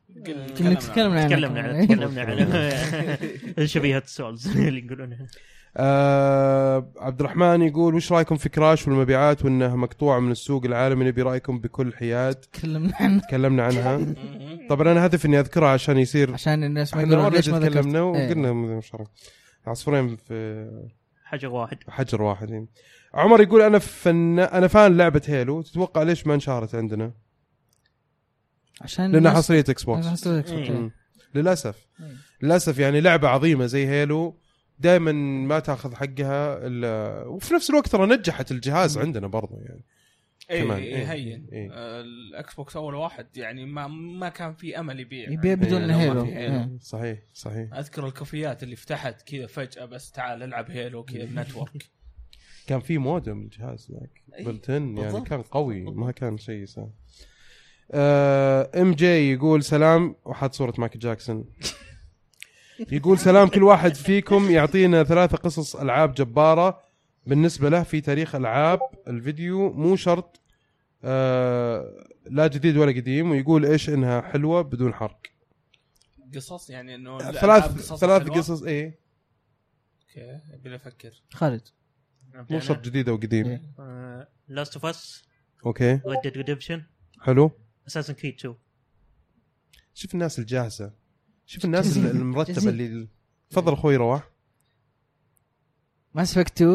كنا تكلمنا تكلمنا عن تكلمنا عن شبيهة سولز اللي يقولونها. آه عبد الرحمن يقول وش رايكم في كراش والمبيعات وانها مقطوعه من السوق العالمي؟ نبي رايكم بكل حياد. تكلمنا عنها تكلمنا عنها. طبعا انا هدف اني اذكرها عشان يصير عشان الناس ما يقولون ليش ما تكلمنا وقلنا مش عارف عصفورين في حجر واحد حجر واحد. عمر يقول انا فن انا فان لعبه هيلو. تتوقع ليش ما انشهرت عندنا؟ عشان لانها حصريه اكس بوكس. إيه. للاسف للاسف يعني لعبه عظيمه زي هيلو دائما ما تاخذ حقها الا وفي نفس الوقت ترى نجحت الجهاز عندنا برضه يعني ايه كمان. إيه هين إيه. آه الاكس بوكس اول واحد يعني ما ما كان في امل يبيع يبيع بدون إيه. هيلو. هيلو. صحيح صحيح. اذكر الكافيات اللي فتحت كذا فجاه بس تعال العب هيلو كذا نتورك. كان في مودم الجهاز ذاك أي. بلتن يعني بالضبط. كان قوي ما كان شيء سهل. آه ام جي يقول سلام وحط صورة مايكل جاكسون. يقول سلام كل واحد فيكم يعطينا ثلاثة قصص ألعاب جبارة بالنسبة له في تاريخ ألعاب الفيديو مو شرط آه لا جديد ولا قديم ويقول إيش إنها حلوة بدون حرق. قصص يعني انه ثلاث ثلاث قصص ايه اوكي بلا افكر. خالد مو شرط جديدة وقديم. لاست اوف اس. اوكي ريد ديد ريدمبشن. حلو. اساسن كريد تو. شوف الناس الجاهزة شوف الناس المرتبة اللي تفضل اخوي رواح. ما سفكتوا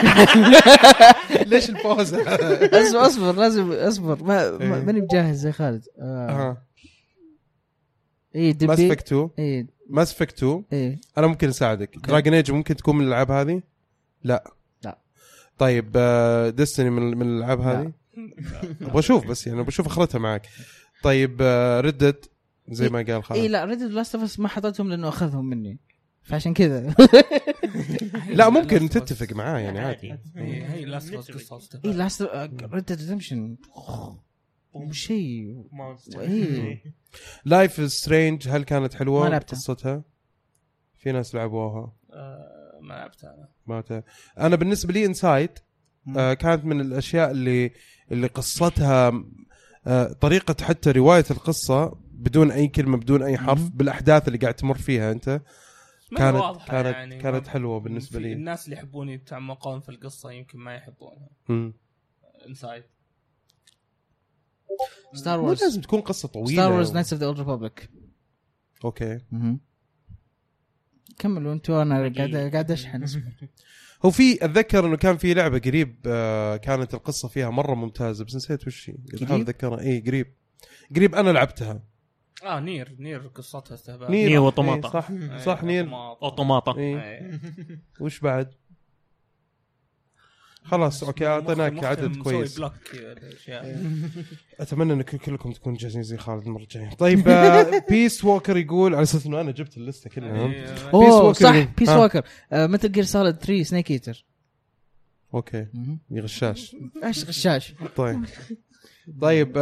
ليش البوزة؟ اصبر اصبر لازم اصبر ما ماني بجاهز زي خالد. اه ايه ما سفكتوا ايه ما سفكتوا ايه انا ممكن اساعدك. دراجون ايج ممكن تكون من الالعاب هذه؟ لا لا. طيب ديستني من من الالعاب هذه؟ ابغى اشوف بس يعني بشوف اخرتها معك. طيب ردد زي ما قال خالد. ايه لا ردد لاست اوف اس ما حطيتهم لانه اخذهم مني فعشان كذا. لا ممكن تتفق معاه يعني عادي. هي هي لاست اوف اس. ايه لاست ردد ريدمشن شيء مونستر. ايه لايف سترينج هل كانت حلوه ما قصتها؟ في ناس لعبوها. آه ما لعبتها انا. ما ت... انا بالنسبه لي انسايد آه كانت من الاشياء اللي اللي قصتها آه طريقه حتى روايه القصه بدون اي كلمه بدون اي حرف بالاحداث اللي قاعد تمر فيها انت كانت كانت يعني كانت حلوه بالنسبه لي. الناس اللي يحبون يتعمقون في القصه يمكن ما يحبونها. انسايد ستار مو وورز لازم تكون قصه طويله. ستار وورز نايتس اوف ذا اولد ريبابليك. اوكي كملوا انتوا انا قاعد قاعد اشحن. هو في اتذكر انه كان في لعبه قريب آه كانت القصه فيها مره ممتازه بس نسيت وش هي. احاول اتذكرها. اي قريب قريب انا لعبتها. اه نير نير قصتها استهبال. نير وطماطة. صح صح نير وطماطة. إيه. وش بعد؟ خلاص اوكي اعطيناك عدد كويس. اتمنى انكم كلكم تكونوا جاهزين زي خالد المره الجايه. طيب بيس ووكر يقول على اساس انه انا جبت اللسته كلها. بيس ووكر صح بيس ووكر مثل جير سوليد ثري سنيك ايتر. اوكي يغشاش ايش غشاش. طيب طيب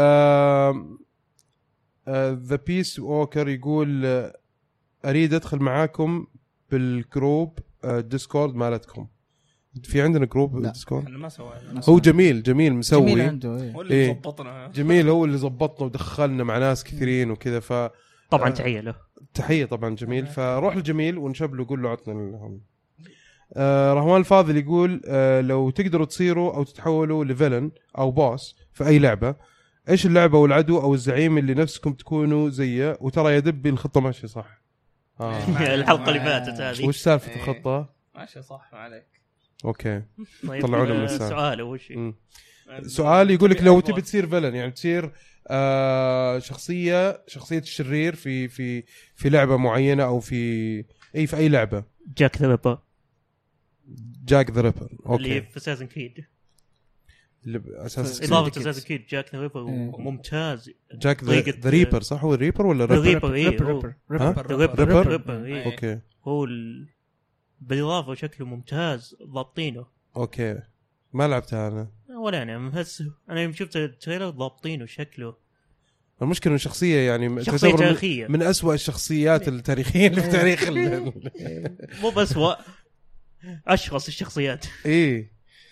ذا بيس ووكر يقول آه اريد ادخل معاكم بالجروب آه ديسكورد مالتكم. في عندنا جروب ديسكورد. احنا ما سوينا. هو جميل جميل مسوي جميل عنده هو اللي إيه. ضبطنا. جميل هو اللي ضبطنا ودخلنا مع ناس كثيرين وكذا ف طبعا آه تحيه له. تحيه طبعا جميل. فروح الجميل ونشب له قول له عطنا لهم. آه رهوان الفاضل يقول آه لو تقدروا تصيروا او تتحولوا لفيلن او بوس في اي لعبه ايش اللعبه والعدو او الزعيم اللي نفسكم تكونوا زيه؟ وترى يا دبي الخطه ماشيه صح. آه. الحلقه اللي فاتت هذه وش سالفه الخطه؟ ماشي صح ما عليك. اوكي طيب طلعونا من السؤال. سؤال وش سؤال يقول لك لو تبي تصير فيلن يعني تصير آه شخصيه شخصيه الشرير في في في لعبه معينه او في اي في اي لعبه. جاك ذا ريبر. جاك ذا ريبر اوكي اللي في اساسن كريد. اللي اساس اضافه اساسن كريد جاك ذا ريبر ممتاز. جاك ذا ريبر صح هو الريبر ولا ريبر؟ ريبر ريبر ريبر اوكي هو بالاضافه شكله ممتاز ضابطينه. اوكي ما لعبتها انا ولا انا بس انا يوم شفت التريلر ضابطينه شكله. المشكله انه شخصيه يعني شخصيه تاريخيه من, من أسوأ الشخصيات التاريخيه اللي في تاريخ مو بس هو اشخص الشخصيات. ايه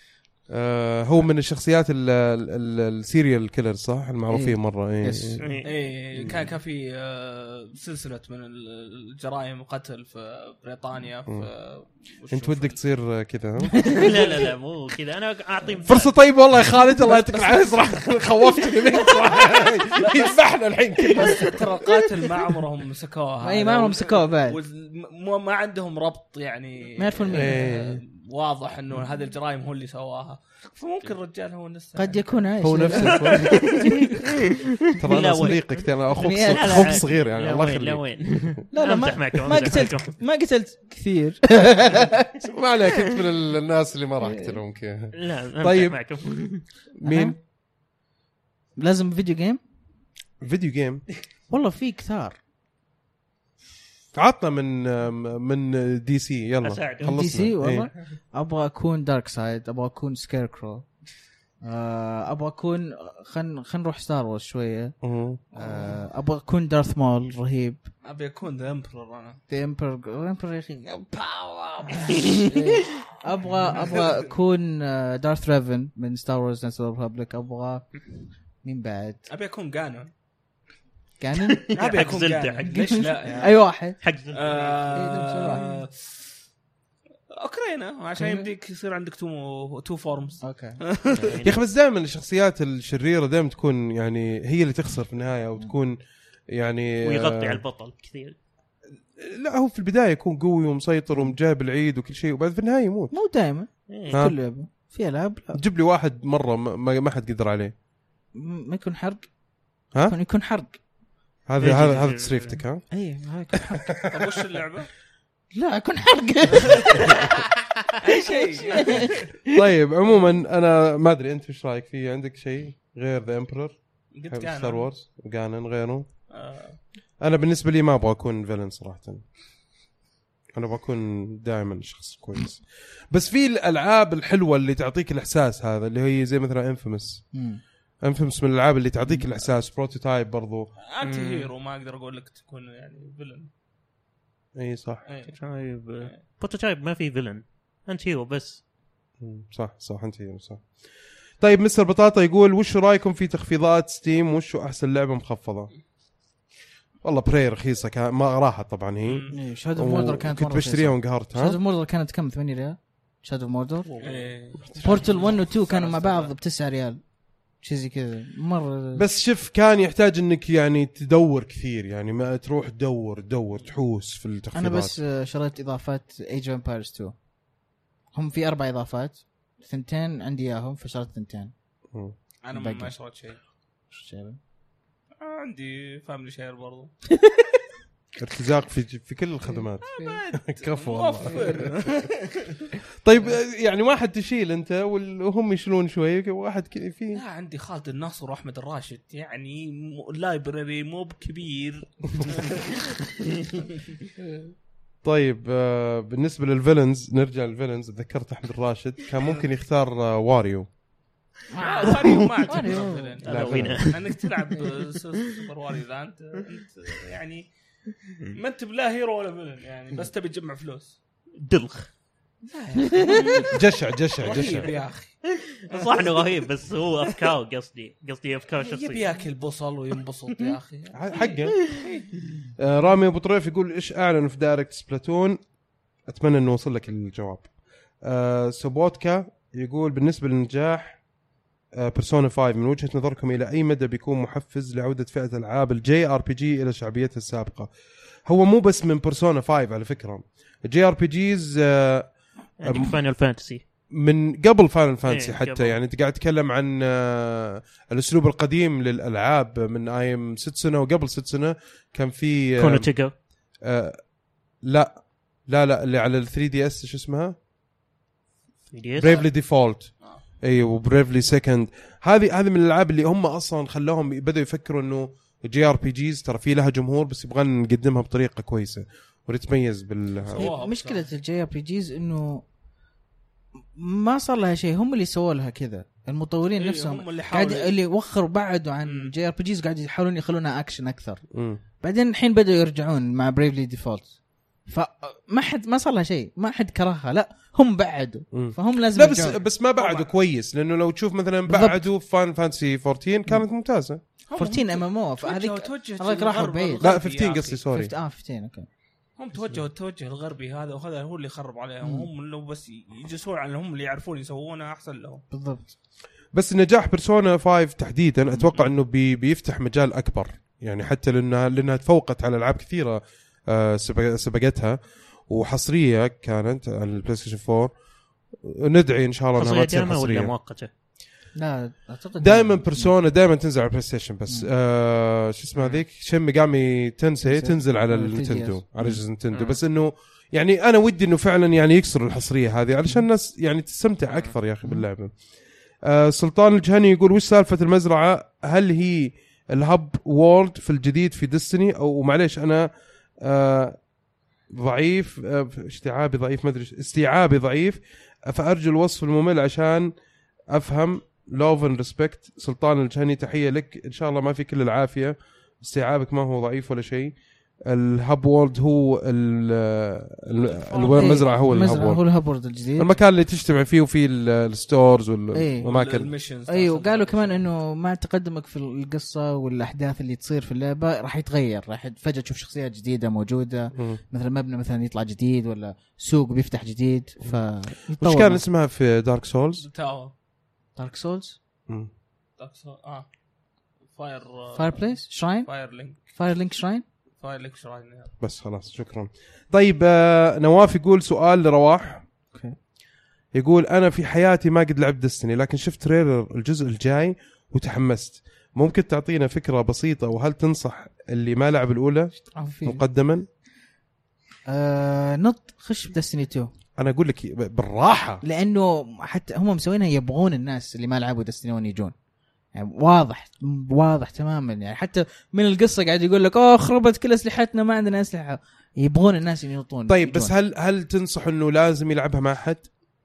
آه هو من الشخصيات السيريال كيلر صح المعروفين إيه. مرة إيه. يس. ايه إيه كان كان في آه سلسله من الجرائم وقتل في بريطانيا في انت ودك تصير كذا ها؟ لا لا لا مو كذا انا اعطي فرصه طيبه والله يا خالد الله يعطيك العافيه صراحه خوفتني منك صراحه يذبحنا الحين كله. بس ترى القاتل ما عمرهم مسكوها اي ما عمرهم مسكوها بعد مو ما عندهم ربط يعني ما يعرفون مين. آه واضح انه هذه الجرائم هو اللي سواها فممكن الرجال هو نفسه قد يكون عايش هو نفسه ترى انا صديقك ترى انا اخوك اخوك صغير يعني الله لا يخليك وين لا لا أمزح ما, معك، ما أمزح قتلت معكم. ما قتلت كثير. ما عليك انت من الناس اللي ما راح اقتلهم كذا. لا أمزح طيب. معكم. مين لازم فيديو جيم فيديو جيم والله في كثار. عطنا من من دي سي يلا أساعدك. خلصنا دي سي والله إيه. ابغى اكون دارك سايد ابغى اكون سكيركرو ابغى اكون خن خن نروح ستار وورز شويه أه. ابغى اكون دارث مول رهيب ابي اكون ذا امبرور انا ذا امبرور امبرور يا اخي ابغى ابغى اكون دارث ريفن من ستار وورز نايتس اوف ذا ريبابليك. ابغى مين بعد ابي اكون جانون كانن ابي حق اكون زلدة، جانون حق- ليش لا يعني اي واحد حق آه... اوكرينا عشان يمديك يصير عندك تو تو فورمز. اوكي يا اخي بس دائما الشخصيات الشريره دائما تكون يعني هي اللي تخسر في النهايه او تكون يعني ويغطي آه، على البطل كثير. لا هو في البدايه يكون قوي ومسيطر ومجاب العيد وكل شيء وبعد في النهايه يموت. مو دائما إيه. ها؟ كل لعبه في العاب لا. جيب لي واحد مره ما ما حد قدر عليه. ما يكون حرق ها؟ يكون يكون حرق هذا إيه، هذا إيه، هذا إيه. تصريفتك ها. اي ما يكون حرق. طب وش اللعبه؟ لا يكون حرق. اي شيء. طيب عموما انا ما ادري انت ايش رايك فيه عندك شيء غير ذا امبرور قلت ستار جانون وورز وجانن غيره؟ آه. انا بالنسبه لي ما ابغى اكون فيلن صراحه. انا بكون دائما شخص كويس بس في الالعاب الحلوه اللي تعطيك الاحساس هذا اللي هي زي مثلا انفيمس انفيمس من الالعاب اللي تعطيك الاحساس. بروتوتايب برضو انت هيرو ما اقدر اقول لك تكون يعني فيلن. اي صح إيه. طيب بروتوتايب ما في فيلن انت هيرو بس. مم، صح صح انت هيرو صح. طيب مستر بطاطا يقول وش رايكم في تخفيضات ستيم وش احسن لعبه مخفضه؟ والله براي رخيصه كان ما راحت طبعا هي شادو موردر كانت كنت بشتريها وانقهرت. شادو ها موردر كانت كم ثمانية ريال شادو موردر. إيه. بورتل واحد و اثنين كانوا مع بعض بتسعة ريال شيء زي كذا مره. بس شوف كان يحتاج انك يعني تدور كثير يعني ما تروح تدور تدور تحوس في التخفيضات. انا بس شريت اضافات ايج اوف امبايرز اثنين هم في اربع اضافات ثنتين عندي اياهم فشريت ثنتين. مم. انا ما ما شريت شيء. شيء عندي فاميلي شير برضو. ارتزاق في في كل الخدمات. كفو والله. موفر. طيب يعني واحد تشيل انت وهم يشيلون شوي واحد كذا في. لا عندي خالد الناصر واحمد الراشد يعني لايبرري مو بكبير. طيب آه بالنسبه للفيلنز نرجع للفيلنز. تذكرت احمد الراشد كان ممكن يختار آه واريو. واريو ما اعتقد لا فيلن. انك تلعب سوبر واريو ذا انت انت يعني ما انت بلا هيرو ولا فيلن يعني بس تبي تجمع فلوس. دلخ جشع جشع رهيب جشع يا اخي. صح انه رهيب بس هو افكار قصدي قصدي افكار يبي شخصيه. ياكل بصل وينبسط يا اخي. حقه. آه رامي ابو طريف يقول ايش اعلنوا في دايركت سبلاتون؟ اتمنى انه وصل لك الجواب. آه سوبوتكا يقول بالنسبه للنجاح بيرسونا خمسة من وجهة نظركم إلى أي مدى بيكون محفز لعودة فئة ألعاب الجي آر بي جي إلى شعبيتها السابقة؟ هو مو بس من بيرسونا خمسة على فكرة. الجي آر بي جيز عندك فاينل فانتسي من قبل فاينل فانتسي إيه حتى قبل. يعني أنت قاعد تتكلم عن آه الأسلوب القديم للألعاب من آيم ست سنة وقبل ست سنة كان في كونو تيجر. آه لا لا لا اللي على ال ثري دي اس شو اسمها بريفلي ديفولت. اي وبريفلي سكند. هذه هذه من الالعاب اللي هم اصلا خلاهم بدأوا يفكروا انه جي ار بي جيز ترى في لها جمهور بس يبغى نقدمها بطريقه كويسه ونتميز بال. مشكله الجي ار بي جيز انه ما صار لها شيء هم اللي سووا لها كذا المطورين إيه نفسهم اللي قاعد اللي وخروا بعدوا عن جي ار بي جيز قاعد يحاولون يخلونها اكشن اكثر. م. بعدين الحين بدأوا يرجعون مع بريفلي ديفولت فما حد ما صار لها شيء، ما حد كرهها، لا هم بعدوا مم. فهم لازم لا بس يرجعون. بس ما بعدوا كويس، لانه لو تشوف مثلا بالضبط. بعدوا فان فانسي فورتين كانت ممتازه. فورتين ام ام او فهذيك هذاك راحوا بعيد. لا خمستاشر قصدي سوري. اه خمستاشر اوكي. هم توجهوا التوجه الغربي هذا، وهذا هو اللي خرب عليهم. هم لو بس يجلسون على هم اللي يعرفون يسوونه احسن لهم. بالضبط. بس نجاح بيرسونا خمسة تحديدا اتوقع انه بي بيفتح مجال اكبر، يعني حتى لانها لانها تفوقت على العاب كثيره آه سبقتها وحصريه كانت على البلاي ستيشن فور. ندعي ان شاء الله انها ما تصير حصريه ولا مؤقته. لا اعتقد دائما بيرسونا دائما تنزل على البلاي ستيشن بس آه شو اسمه هذيك شين ميغامي تنسي تنزل على النينتندو على جهاز نينتندو. بس انه يعني انا ودي انه فعلا يعني يكسر الحصريه هذه علشان الناس يعني تستمتع اكثر يا اخي باللعبه. آه سلطان الجهني يقول وش سالفه المزرعه؟ هل هي الهب وورد في الجديد في ديستني او معليش انا آه ضعيف آه استيعابي ضعيف ما ادري استيعابي ضعيف فارجو الوصف الممل عشان افهم. لوف اند ريسبكت سلطان الجهني، تحيه لك ان شاء الله ما في كل العافيه، استيعابك ما هو ضعيف ولا شيء. الهب وورد هو المزرعه هو الهب هو الهب وورد الجديد، المكان اللي تجتمع فيه وفيه الستورز والاماكن. ايوه وقالوا كمان انه مع تقدمك في القصه والاحداث اللي تصير في اللعبه راح يتغير، راح فجاه تشوف شخصيات جديده موجوده م. مثلا مبنى مثلا يطلع جديد ولا سوق بيفتح جديد. ف وش كان اسمها في دارك سولز؟ تاو دارك سولز دارك سولز اه فاير فاير بليس شراين فاير لينك فاير لينك شراين فاير لينك شراين بس خلاص شكرا. طيب آه نواف يقول سؤال لرواح. اوكي. يقول انا في حياتي ما قد لعبت ديستني لكن شفت تريلر الجزء الجاي وتحمست، ممكن تعطينا فكره بسيطه وهل تنصح اللي ما لعب الاولى مقدما؟ آه نط خش بديستني تو. انا اقول لك بالراحه لانه حتى هم مسوينها يبغون الناس اللي ما لعبوا ديستني ون يجون، يعني واضح واضح تماما. يعني حتى من القصه قاعد يقول لك اوه خربت كل اسلحتنا ما عندنا اسلحه، يبغون الناس اللي ينطون. طيب يجون. بس هل هل تنصح انه لازم يلعبها مع احد؟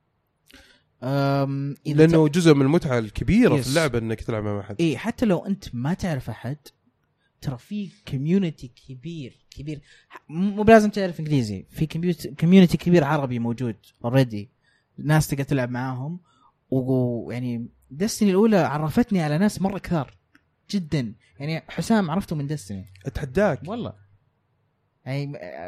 لانه ت... جزء من المتعه الكبيره يس. في اللعبه انك تلعب مع احد. اي حتى لو انت ما تعرف احد ترى في كوميونتي كبير كبير، مو بلازم تعرف انجليزي، في كوميونتي كبير عربي موجود اوريدي، ناس تقدر تلعب معاهم. ويعني ديستني الاولى عرفتني على ناس مره كثار جدا، يعني حسام عرفته من ديستني اتحداك والله، يعني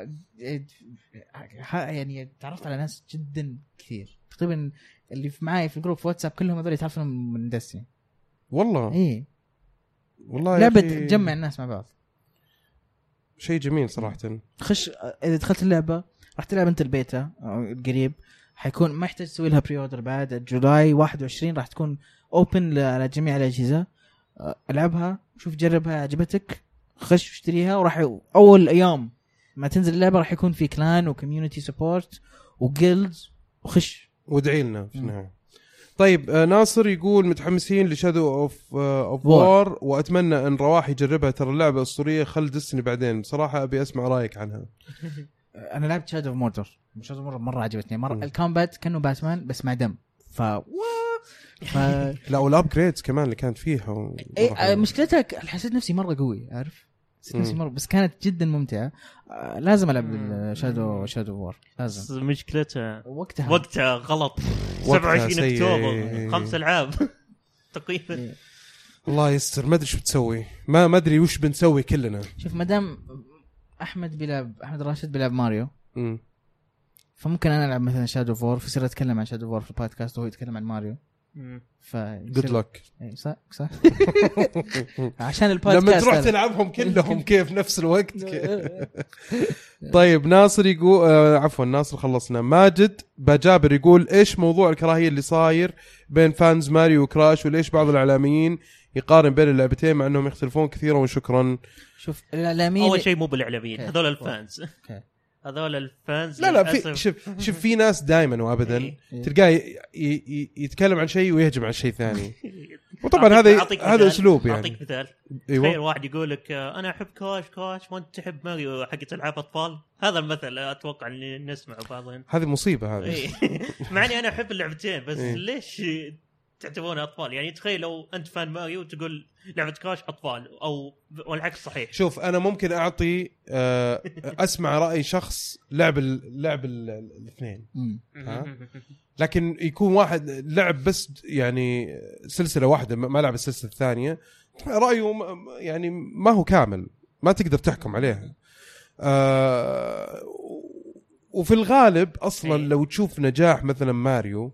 يعني تعرفت على ناس جدا كثير تقريبا اللي في معاي في الجروب في واتساب كلهم هذول يتعرفون من ديستني والله. ايه والله لعبه تجمع الناس مع بعض، شيء جميل صراحه. خش اذا دخلت اللعبه راح تلعب انت البيتا القريب، حيكون ما يحتاج تسوي لها بري اوردر بعد جولاي واحد وعشرين راح تكون اوبن على جميع الاجهزه. العبها شوف جربها عجبتك خش اشتريها، وراح اول ايام ما تنزل اللعبه راح يكون في كلان وكوميونتي سبورت وجيلدز وخش وادعي لنا في النهايه. طيب آه ناصر يقول متحمسين لشادو اوف اوف وار واتمنى ان رواح يجربها، ترى اللعبه اسطوريه، خل ديستني بعدين بصراحه ابي اسمع رايك عنها. انا لعبت شادو اوف موردر، شادو اوف موردر مره عجبتني مره. م. الكومبات كانه باتمان بس مع دم ف ف لا والابجريدز كمان اللي كانت فيها اي مشكلتها حسيت نفسي مره قوي عارف نفسي مرة، بس كانت جدا ممتعة. آه لازم ألعب شادو شادو وور لازم. مشكلتها وقتها وقتها غلط سبعة وعشرين أكتوبر خمس ألعاب تقريبا. الله يستر ما أدري شو بتسوي، ما ما أدري وش بنسوي كلنا. شوف مدام أحمد بيلعب أحمد راشد بيلعب ماريو م. فممكن أنا ألعب مثلا شادو وور فصير أتكلم عن شادو وور في البودكاست وهو يتكلم عن ماريو. ف good luck. صح صح عشان البودكاست لما تروح تلعبهم كلهم كيف نفس الوقت. طيب ناصر يقول آه عفوا ناصر خلصنا. ماجد باجابر يقول ايش موضوع الكراهيه اللي صاير بين فانز ماريو وكراش، وليش بعض الاعلاميين يقارن بين اللعبتين مع انهم يختلفون كثيرا؟ وشكرا. شوف الاعلاميين اول شيء مو بالاعلاميين هذول الفانز هذول الفانز. لا لا في شوف شوف في ناس دائما وابدا تلقاه يتكلم عن شيء ويهجم على شيء ثاني، وطبعا هذا هذا اسلوب. يعني اعطيك مثال. أيوة. تخيل واحد يقول لك انا احب كاش كاش وانت تحب ماريو حقت العاب اطفال، هذا المثل اتوقع ان نسمعه بعضين. هذه مصيبه هذه. مع اني انا احب اللعبتين بس ليش تعتبرونه اطفال. يعني تخيل لو انت فان ماريو تقول لعبه كراش اطفال او والعكس صحيح. شوف انا ممكن اعطي آه، اسمع راي شخص لعب اللعب الاثنين، لكن يكون واحد لعب بس يعني سلسله واحده ما لعب السلسله الثانيه، رايه يعني ما هو كامل، ما تقدر تحكم عليها. آه، وفي الغالب اصلا لو تشوف نجاح مثلا ماريو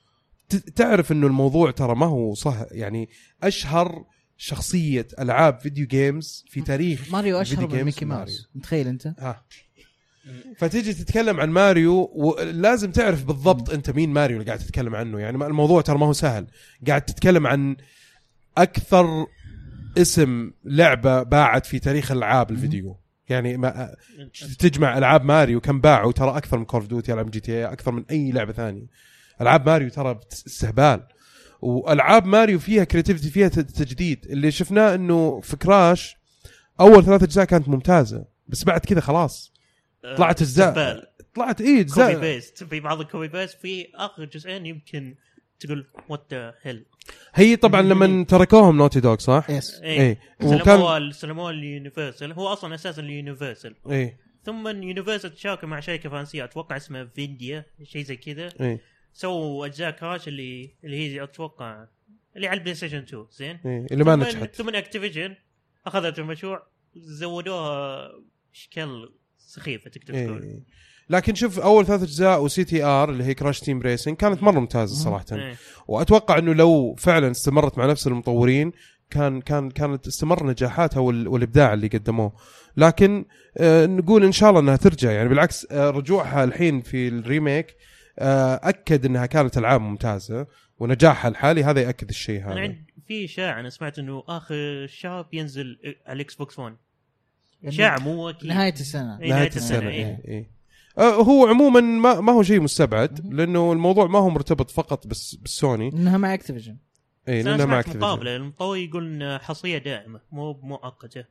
تعرف انه الموضوع ترى ما هو صح. يعني اشهر شخصيه العاب فيديو جيمز في تاريخ ماريو اشهر من ميكي ماوس، متخيل انت؟ ها فتيجي تتكلم عن ماريو ولازم تعرف بالضبط انت مين ماريو اللي قاعد تتكلم عنه. يعني الموضوع ترى ما هو سهل، قاعد تتكلم عن اكثر اسم لعبه باعت في تاريخ العاب الفيديو. يعني ما تجمع العاب ماريو كم باعوا، ترى اكثر من كول اوف ديوتي، العاب جي تي اي، اكثر من اي لعبه ثانيه. العاب ماريو ترى استهبال، والعاب ماريو فيها كرياتيفيتي، فيها تجديد. اللي شفناه انه في كراش اول ثلاث اجزاء كانت ممتازه، بس بعد كذا خلاص طلعت اجزاء طلعت ايه اجزاء كوبي بيست. في بعض الكوبي بيست في اخر جزئين يمكن تقول وات ذا هيل. هي طبعا لما تركوهم نوتي دوغ صح؟ يس ايه, إيه. وكان سلموه سلموه ليونيفرسال، هو اصلا اساسا ليونيفرسال. ايه ثم يونيفرسال تشارك مع شركه فرنسيه اتوقع اسمها فينديا شيء زي كذا. ايه سووا اجزاء كراش اللي اللي هي اتوقع اللي على البلاي ستيشن تو زين. إيه. اللي ما نجحت. ثم اكتيفيجن اخذت المشروع زودوها اشكال سخيفه تقدر تقول. إيه. لكن شوف اول ثلاث اجزاء وسي تي ار اللي هي كراش تيم ريسنج كانت مره ممتازه صراحه. إيه. واتوقع انه لو فعلا استمرت مع نفس المطورين كان كان كانت استمر نجاحاتها والابداع اللي قدموه. لكن آه نقول ان شاء الله انها ترجع. يعني بالعكس آه رجوعها الحين في الريميك آه اكد انها كانت العاب ممتازه، ونجاحها الحالي هذا ياكد الشيء هذا. انا في اشاعه انا سمعت انه اخر شهر بينزل على الاكس بوكس ون. اشاعه مو اكيد نهايه السنه إيه نهايه السنه. ايه, إيه. آه هو عموما ما ما هو شيء مستبعد، لانه الموضوع ما هو مرتبط فقط بس بالسوني، انها مع اكتيفيجن. اي لانها مع اكتيفيجن. مقابله المطور يقول ان حصريه دائمه مو مؤقته.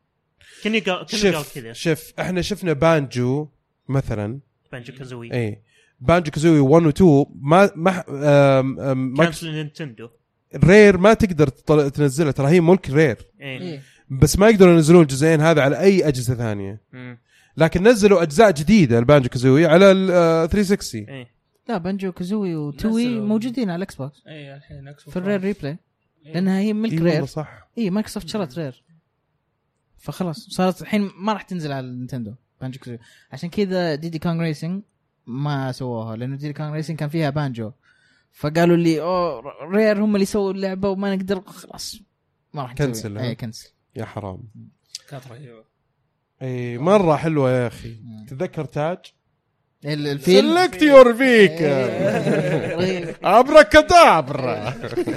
كني قال كني قال كذا. شوف احنا شفنا بانجو مثلا، بانجو كازوي. اي بانجو كازوي واحد و اثنين ما ما كانسل نينتندو. رير ما تقدر تنزلها، ترى هي ملك رير. إيه. بس ما يقدروا ينزلون الجزئين هذا على اي اجهزه ثانيه. م. لكن نزلوا اجزاء جديده البانجو كازوي على ال ثلاثمية وستين. إيه. لا بانجو كازوي وتوي موجودين على الاكس بوكس. اي الحين اكس بوكس في الرير ريبلاي. إيه. لانها هي ملك إيه رير صح. اي مايكروسوفت شرت رير، فخلاص صارت الحين ما راح تنزل على النينتندو بانجو كازوي. عشان كذا ديدي كونغ ريسنج ما سووها، لانه ديدي كونغ ريسنج كان فيها بانجو، فقالوا لي اوه رير هم اللي سووا اللعبه وما نقدر، خلاص ما راح كنسل. اي كنسل يا حرام. كانت رهيبه. اي مره حلوه يا اخي. تتذكر تاج الفيلم سلكت يور فيك ابركادابرا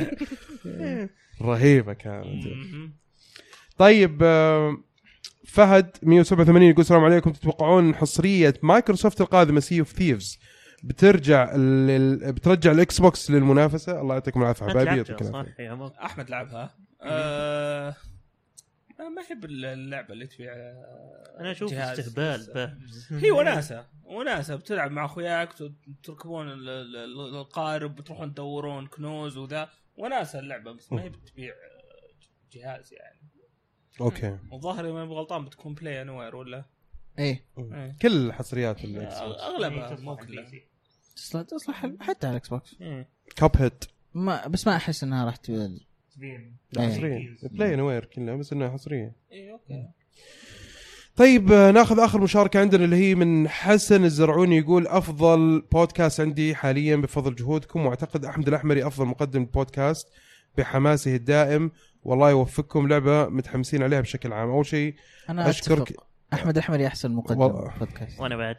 رهيبه كانت. طيب فهد مية وسبعة وثمانين يقول السلام عليكم، تتوقعون حصريه مايكروسوفت القادمه سي اوف ثيفز بترجع ال... بترجع الاكس بوكس للمنافسه؟ الله يعطيكم العافيه حبايبي. يعطيك العافيه. احمد لعبها. أه... انا ما احب اللعبه اللي تبيع. انا اشوف استهبال به. هي وناسه وناسه بتلعب مع اخوياك تركبون القارب بتروحون تدورون كنوز وذا، وناسه اللعبه بس ما هي بتبيع جهاز يعني. اوكي. وظاهري ما بغلطان بتكون بلاي انوير ولا ايه كل حصريات الاكس بوكس اغلبها مو كلها تصلح تصلح حتى على الاكس بوكس. كاب هيد ما بس ما احس انها راح تبيع حصريه بلاي انوير كلها، بس انها حصريه. اي اوكي. طيب ناخذ اخر مشاركه عندنا اللي هي من حسن الزرعوني، يقول افضل بودكاست عندي حاليا بفضل جهودكم، واعتقد احمد الاحمري افضل مقدم بودكاست بحماسه الدائم، والله يوفقكم. لعبه متحمسين عليها بشكل عام. اول شيء انا اشكرك أتفق. احمد الاحمري احسن مقدم و... بودكاست. وانا بعد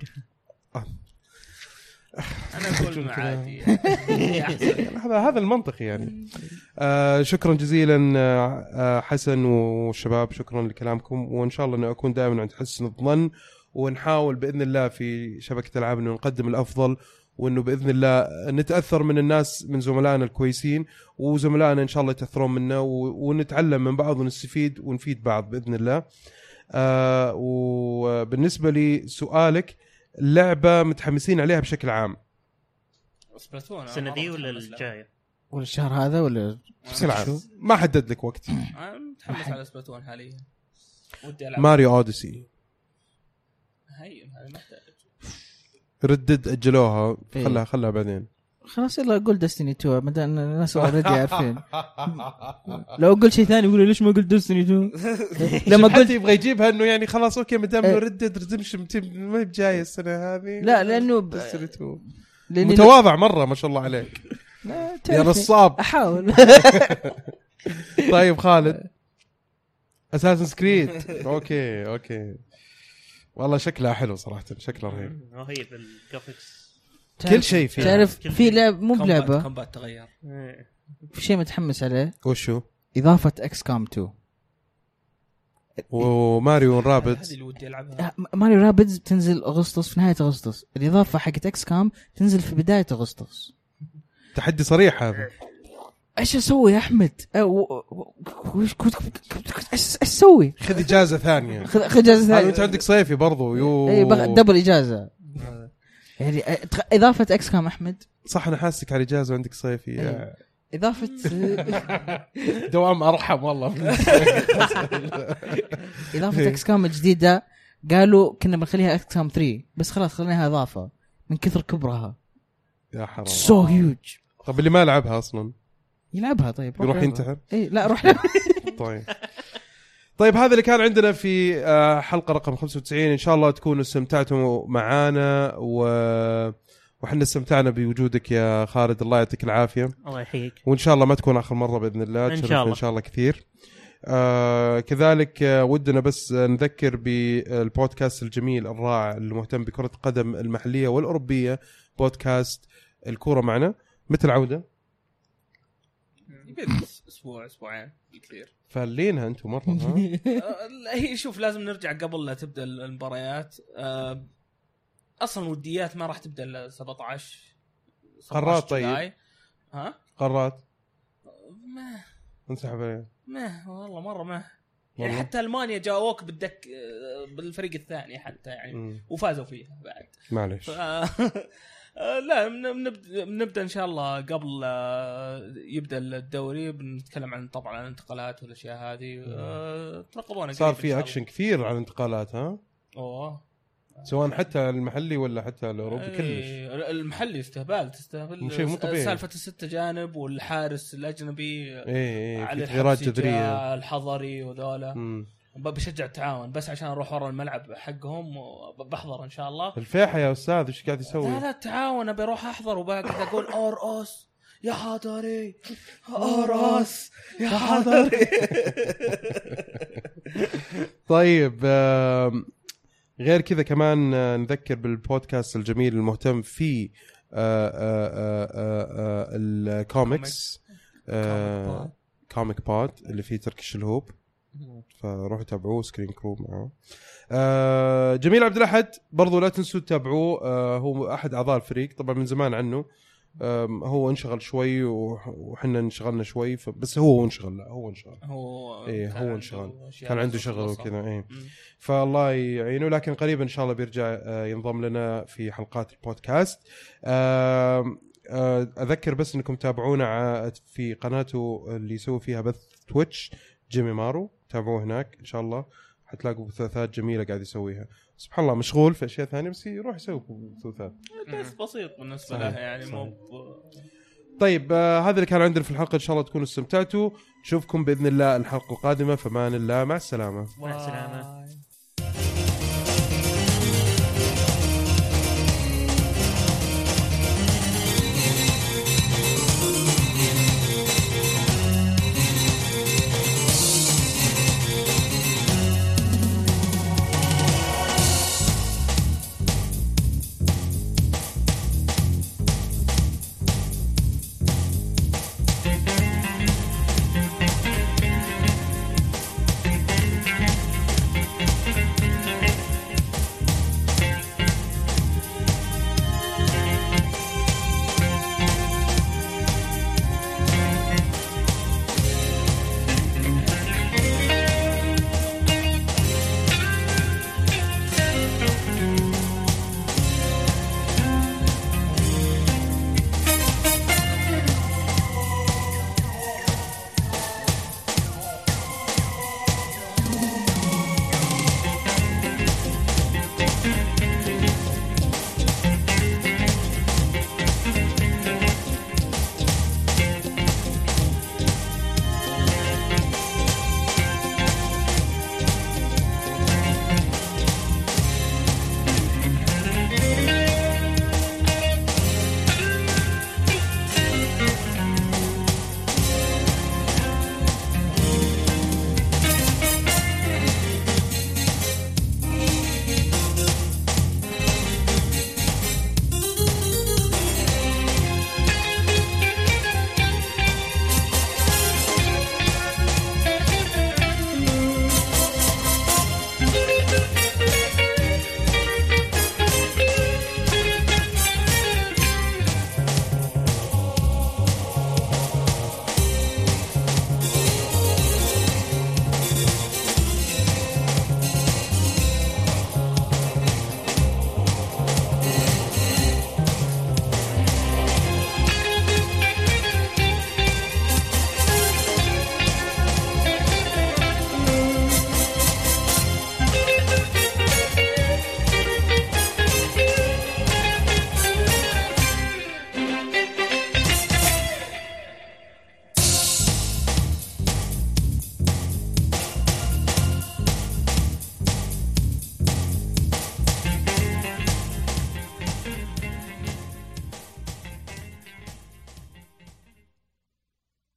انا اقول عادي هذا هذا المنطقي يعني. آه شكرا جزيلا آه حسن والشباب، شكرا لكلامكم، وان شاء الله انه اكون دائما عند حسن الظن، ونحاول باذن الله في شبكه العاب انه نقدم الافضل، وانه باذن الله نتاثر من الناس، من زملائنا الكويسين وزملائنا ان شاء الله يتاثرون منا، ونتعلم من بعض ونستفيد ونفيد بعض باذن الله. آه وبالنسبه لي سؤالك، اللعبه متحمسين عليها بشكل عام السنه دي ولا الجايه؟ ولا الشهر هذا ولا بشكل عام ما حدد لك وقت. انا متحمس على سبلاتون حاليا ودي العب ماريو اوديسي هي هذا محتاج ردد اجلوها خلها خلها بعدين خلاص يلا اقول دستني تو ما دام الناس اوريدي عارفين. لو اقول شيء ثاني يقولوا ليش ما قلت دستني تو لما قلت يبغى يجيبها انه يعني خلاص اوكي ما دام ردد ريدمشن ما هي جايه السنه هذه لا لانه ب... متواضع مره ما شاء الله عليك يا نصاب احاول. طيب خالد اساسن سكريد اوكي اوكي والله شكلها حلو صراحه شكلها رهيب رهيب الجرافيكس كل شيء فيه. تعرف في لعب مو بلعبه كومبات تغير في شيء متحمس عليه وشو اضافه اكس كام تو وماريو رابدز. هذه اللي ودي العبها. ماريو رابدز تنزل اغسطس في نهايه اغسطس. الاضافه حقت اكس كام تنزل في بدايه اغسطس. تحدي صريح هذا. ايش اسوي يا احمد؟ وش كنت ايش اسوي؟ خذ اجازه ثانيه. خذ اجازه ثانيه. انت عندك صيفي برضو يو اي دبل اجازه يعني اضافه اكس كام احمد. صح انا حاسك على اجازه وعندك صيفي. اضافه دوام ارحم والله. اضافه اكس كام الجديده قالوا كنا بنخليها اكس كام ثلاثة بس خلاص خليناها اضافه من كثر كبرها. يا حرام سو هيوج. طب اللي ما لعبها اصلا يلعبها. طيب يروح ينتحر. اي لا روح. طيب طيب هذا اللي كان عندنا في حلقه رقم خمسة وتسعين. ان شاء الله تكونوا استمتعتوا معانا و وحنا استمتعنا بوجودك يا خالد. الله يعطيك العافيه. الله يحييك. وان شاء الله ما تكون اخر مره باذن الله. ان شاء الله ان شاء الله كثير. آه كذلك آه ودنا بس نذكر بالبودكاست الجميل الرائع المهتم بكره القدم المحليه والاوروبيه بودكاست الكوره معنا. متى العوده؟ اسبوع اسبوعين كثير. فالينها انتم مره. ها هي شوف لازم نرجع قبل لا تبدا المباريات. أه اصلا وديات ما راح تبدا الا سبعة عشر قرارات. طيب ها قرارات ما انسحب عليها ما والله مره ما يعني حتى المانيا جاوك بالدك بالفريق الثاني حتى يعني م. وفازوا فيها بعد معليش. ف... لا بنبدا بنبدا ان شاء الله قبل يبدا الدوري بنتكلم عن طبعا عن الانتقالات والاشياء هذه. ترقبونا. صار في اكشن كثير عن الانتقالات. ها اوه سواء حتى المحلي ولا حتى الاوروبي. ايه كلش المحلي استهبال تستهبل شيء مو طبيعي. سالفه الستة جانب والحارس الاجنبي ايه ايه على تغييرات جذريه الحضري وذولا. بشجع التعاون بس عشان اروح ورا الملعب حقهم وبحضر ان شاء الله. الفيحة يا استاذ ايش قاعد يسوي؟ لا لا التعاون ابي اروح احضر وبقعد اقول ارقص يا حضري ارقص يا حضري. طيب غير كذا كمان نذكر بالبودكاست الجميل المهتم في الكوميكس كوميك بود اللي فيه تركيش الهوب. فروحوا تابعوه سكرين كرو معه. آه جميل عبد الأحد برضو لا تنسوا تتابعوه. آه هو أحد أعضاء الفريق طبعا من زمان عنه. آه هو انشغل شوي وحنا انشغلنا شوي بس هو انشغل. لا هو انشغل هو إيه هو انشغل كان عنده شغل وكذا. إيه فالله يعينه. لكن قريبا إن شاء الله بيرجع آه ينضم لنا في حلقات البودكاست. آه آه أذكر بس أنكم تابعونا في قناته اللي يسوي فيها بث تويتش جيمي مارو. تابعوه هناك إن شاء الله حتلاقوا بثوثات جميلة قاعد يسويها. سبحان الله مشغول في أشياء ثانية بس يروح يسوي بثوثات بس بسيط بالنسبة له يعني مو. طيب آه هذا اللي كان عندنا في الحلقة. إن شاء الله تكونوا استمتعتوا. نشوفكم بإذن الله الحلقة القادمة. فمان الله. مع السلامة. مع السلامة.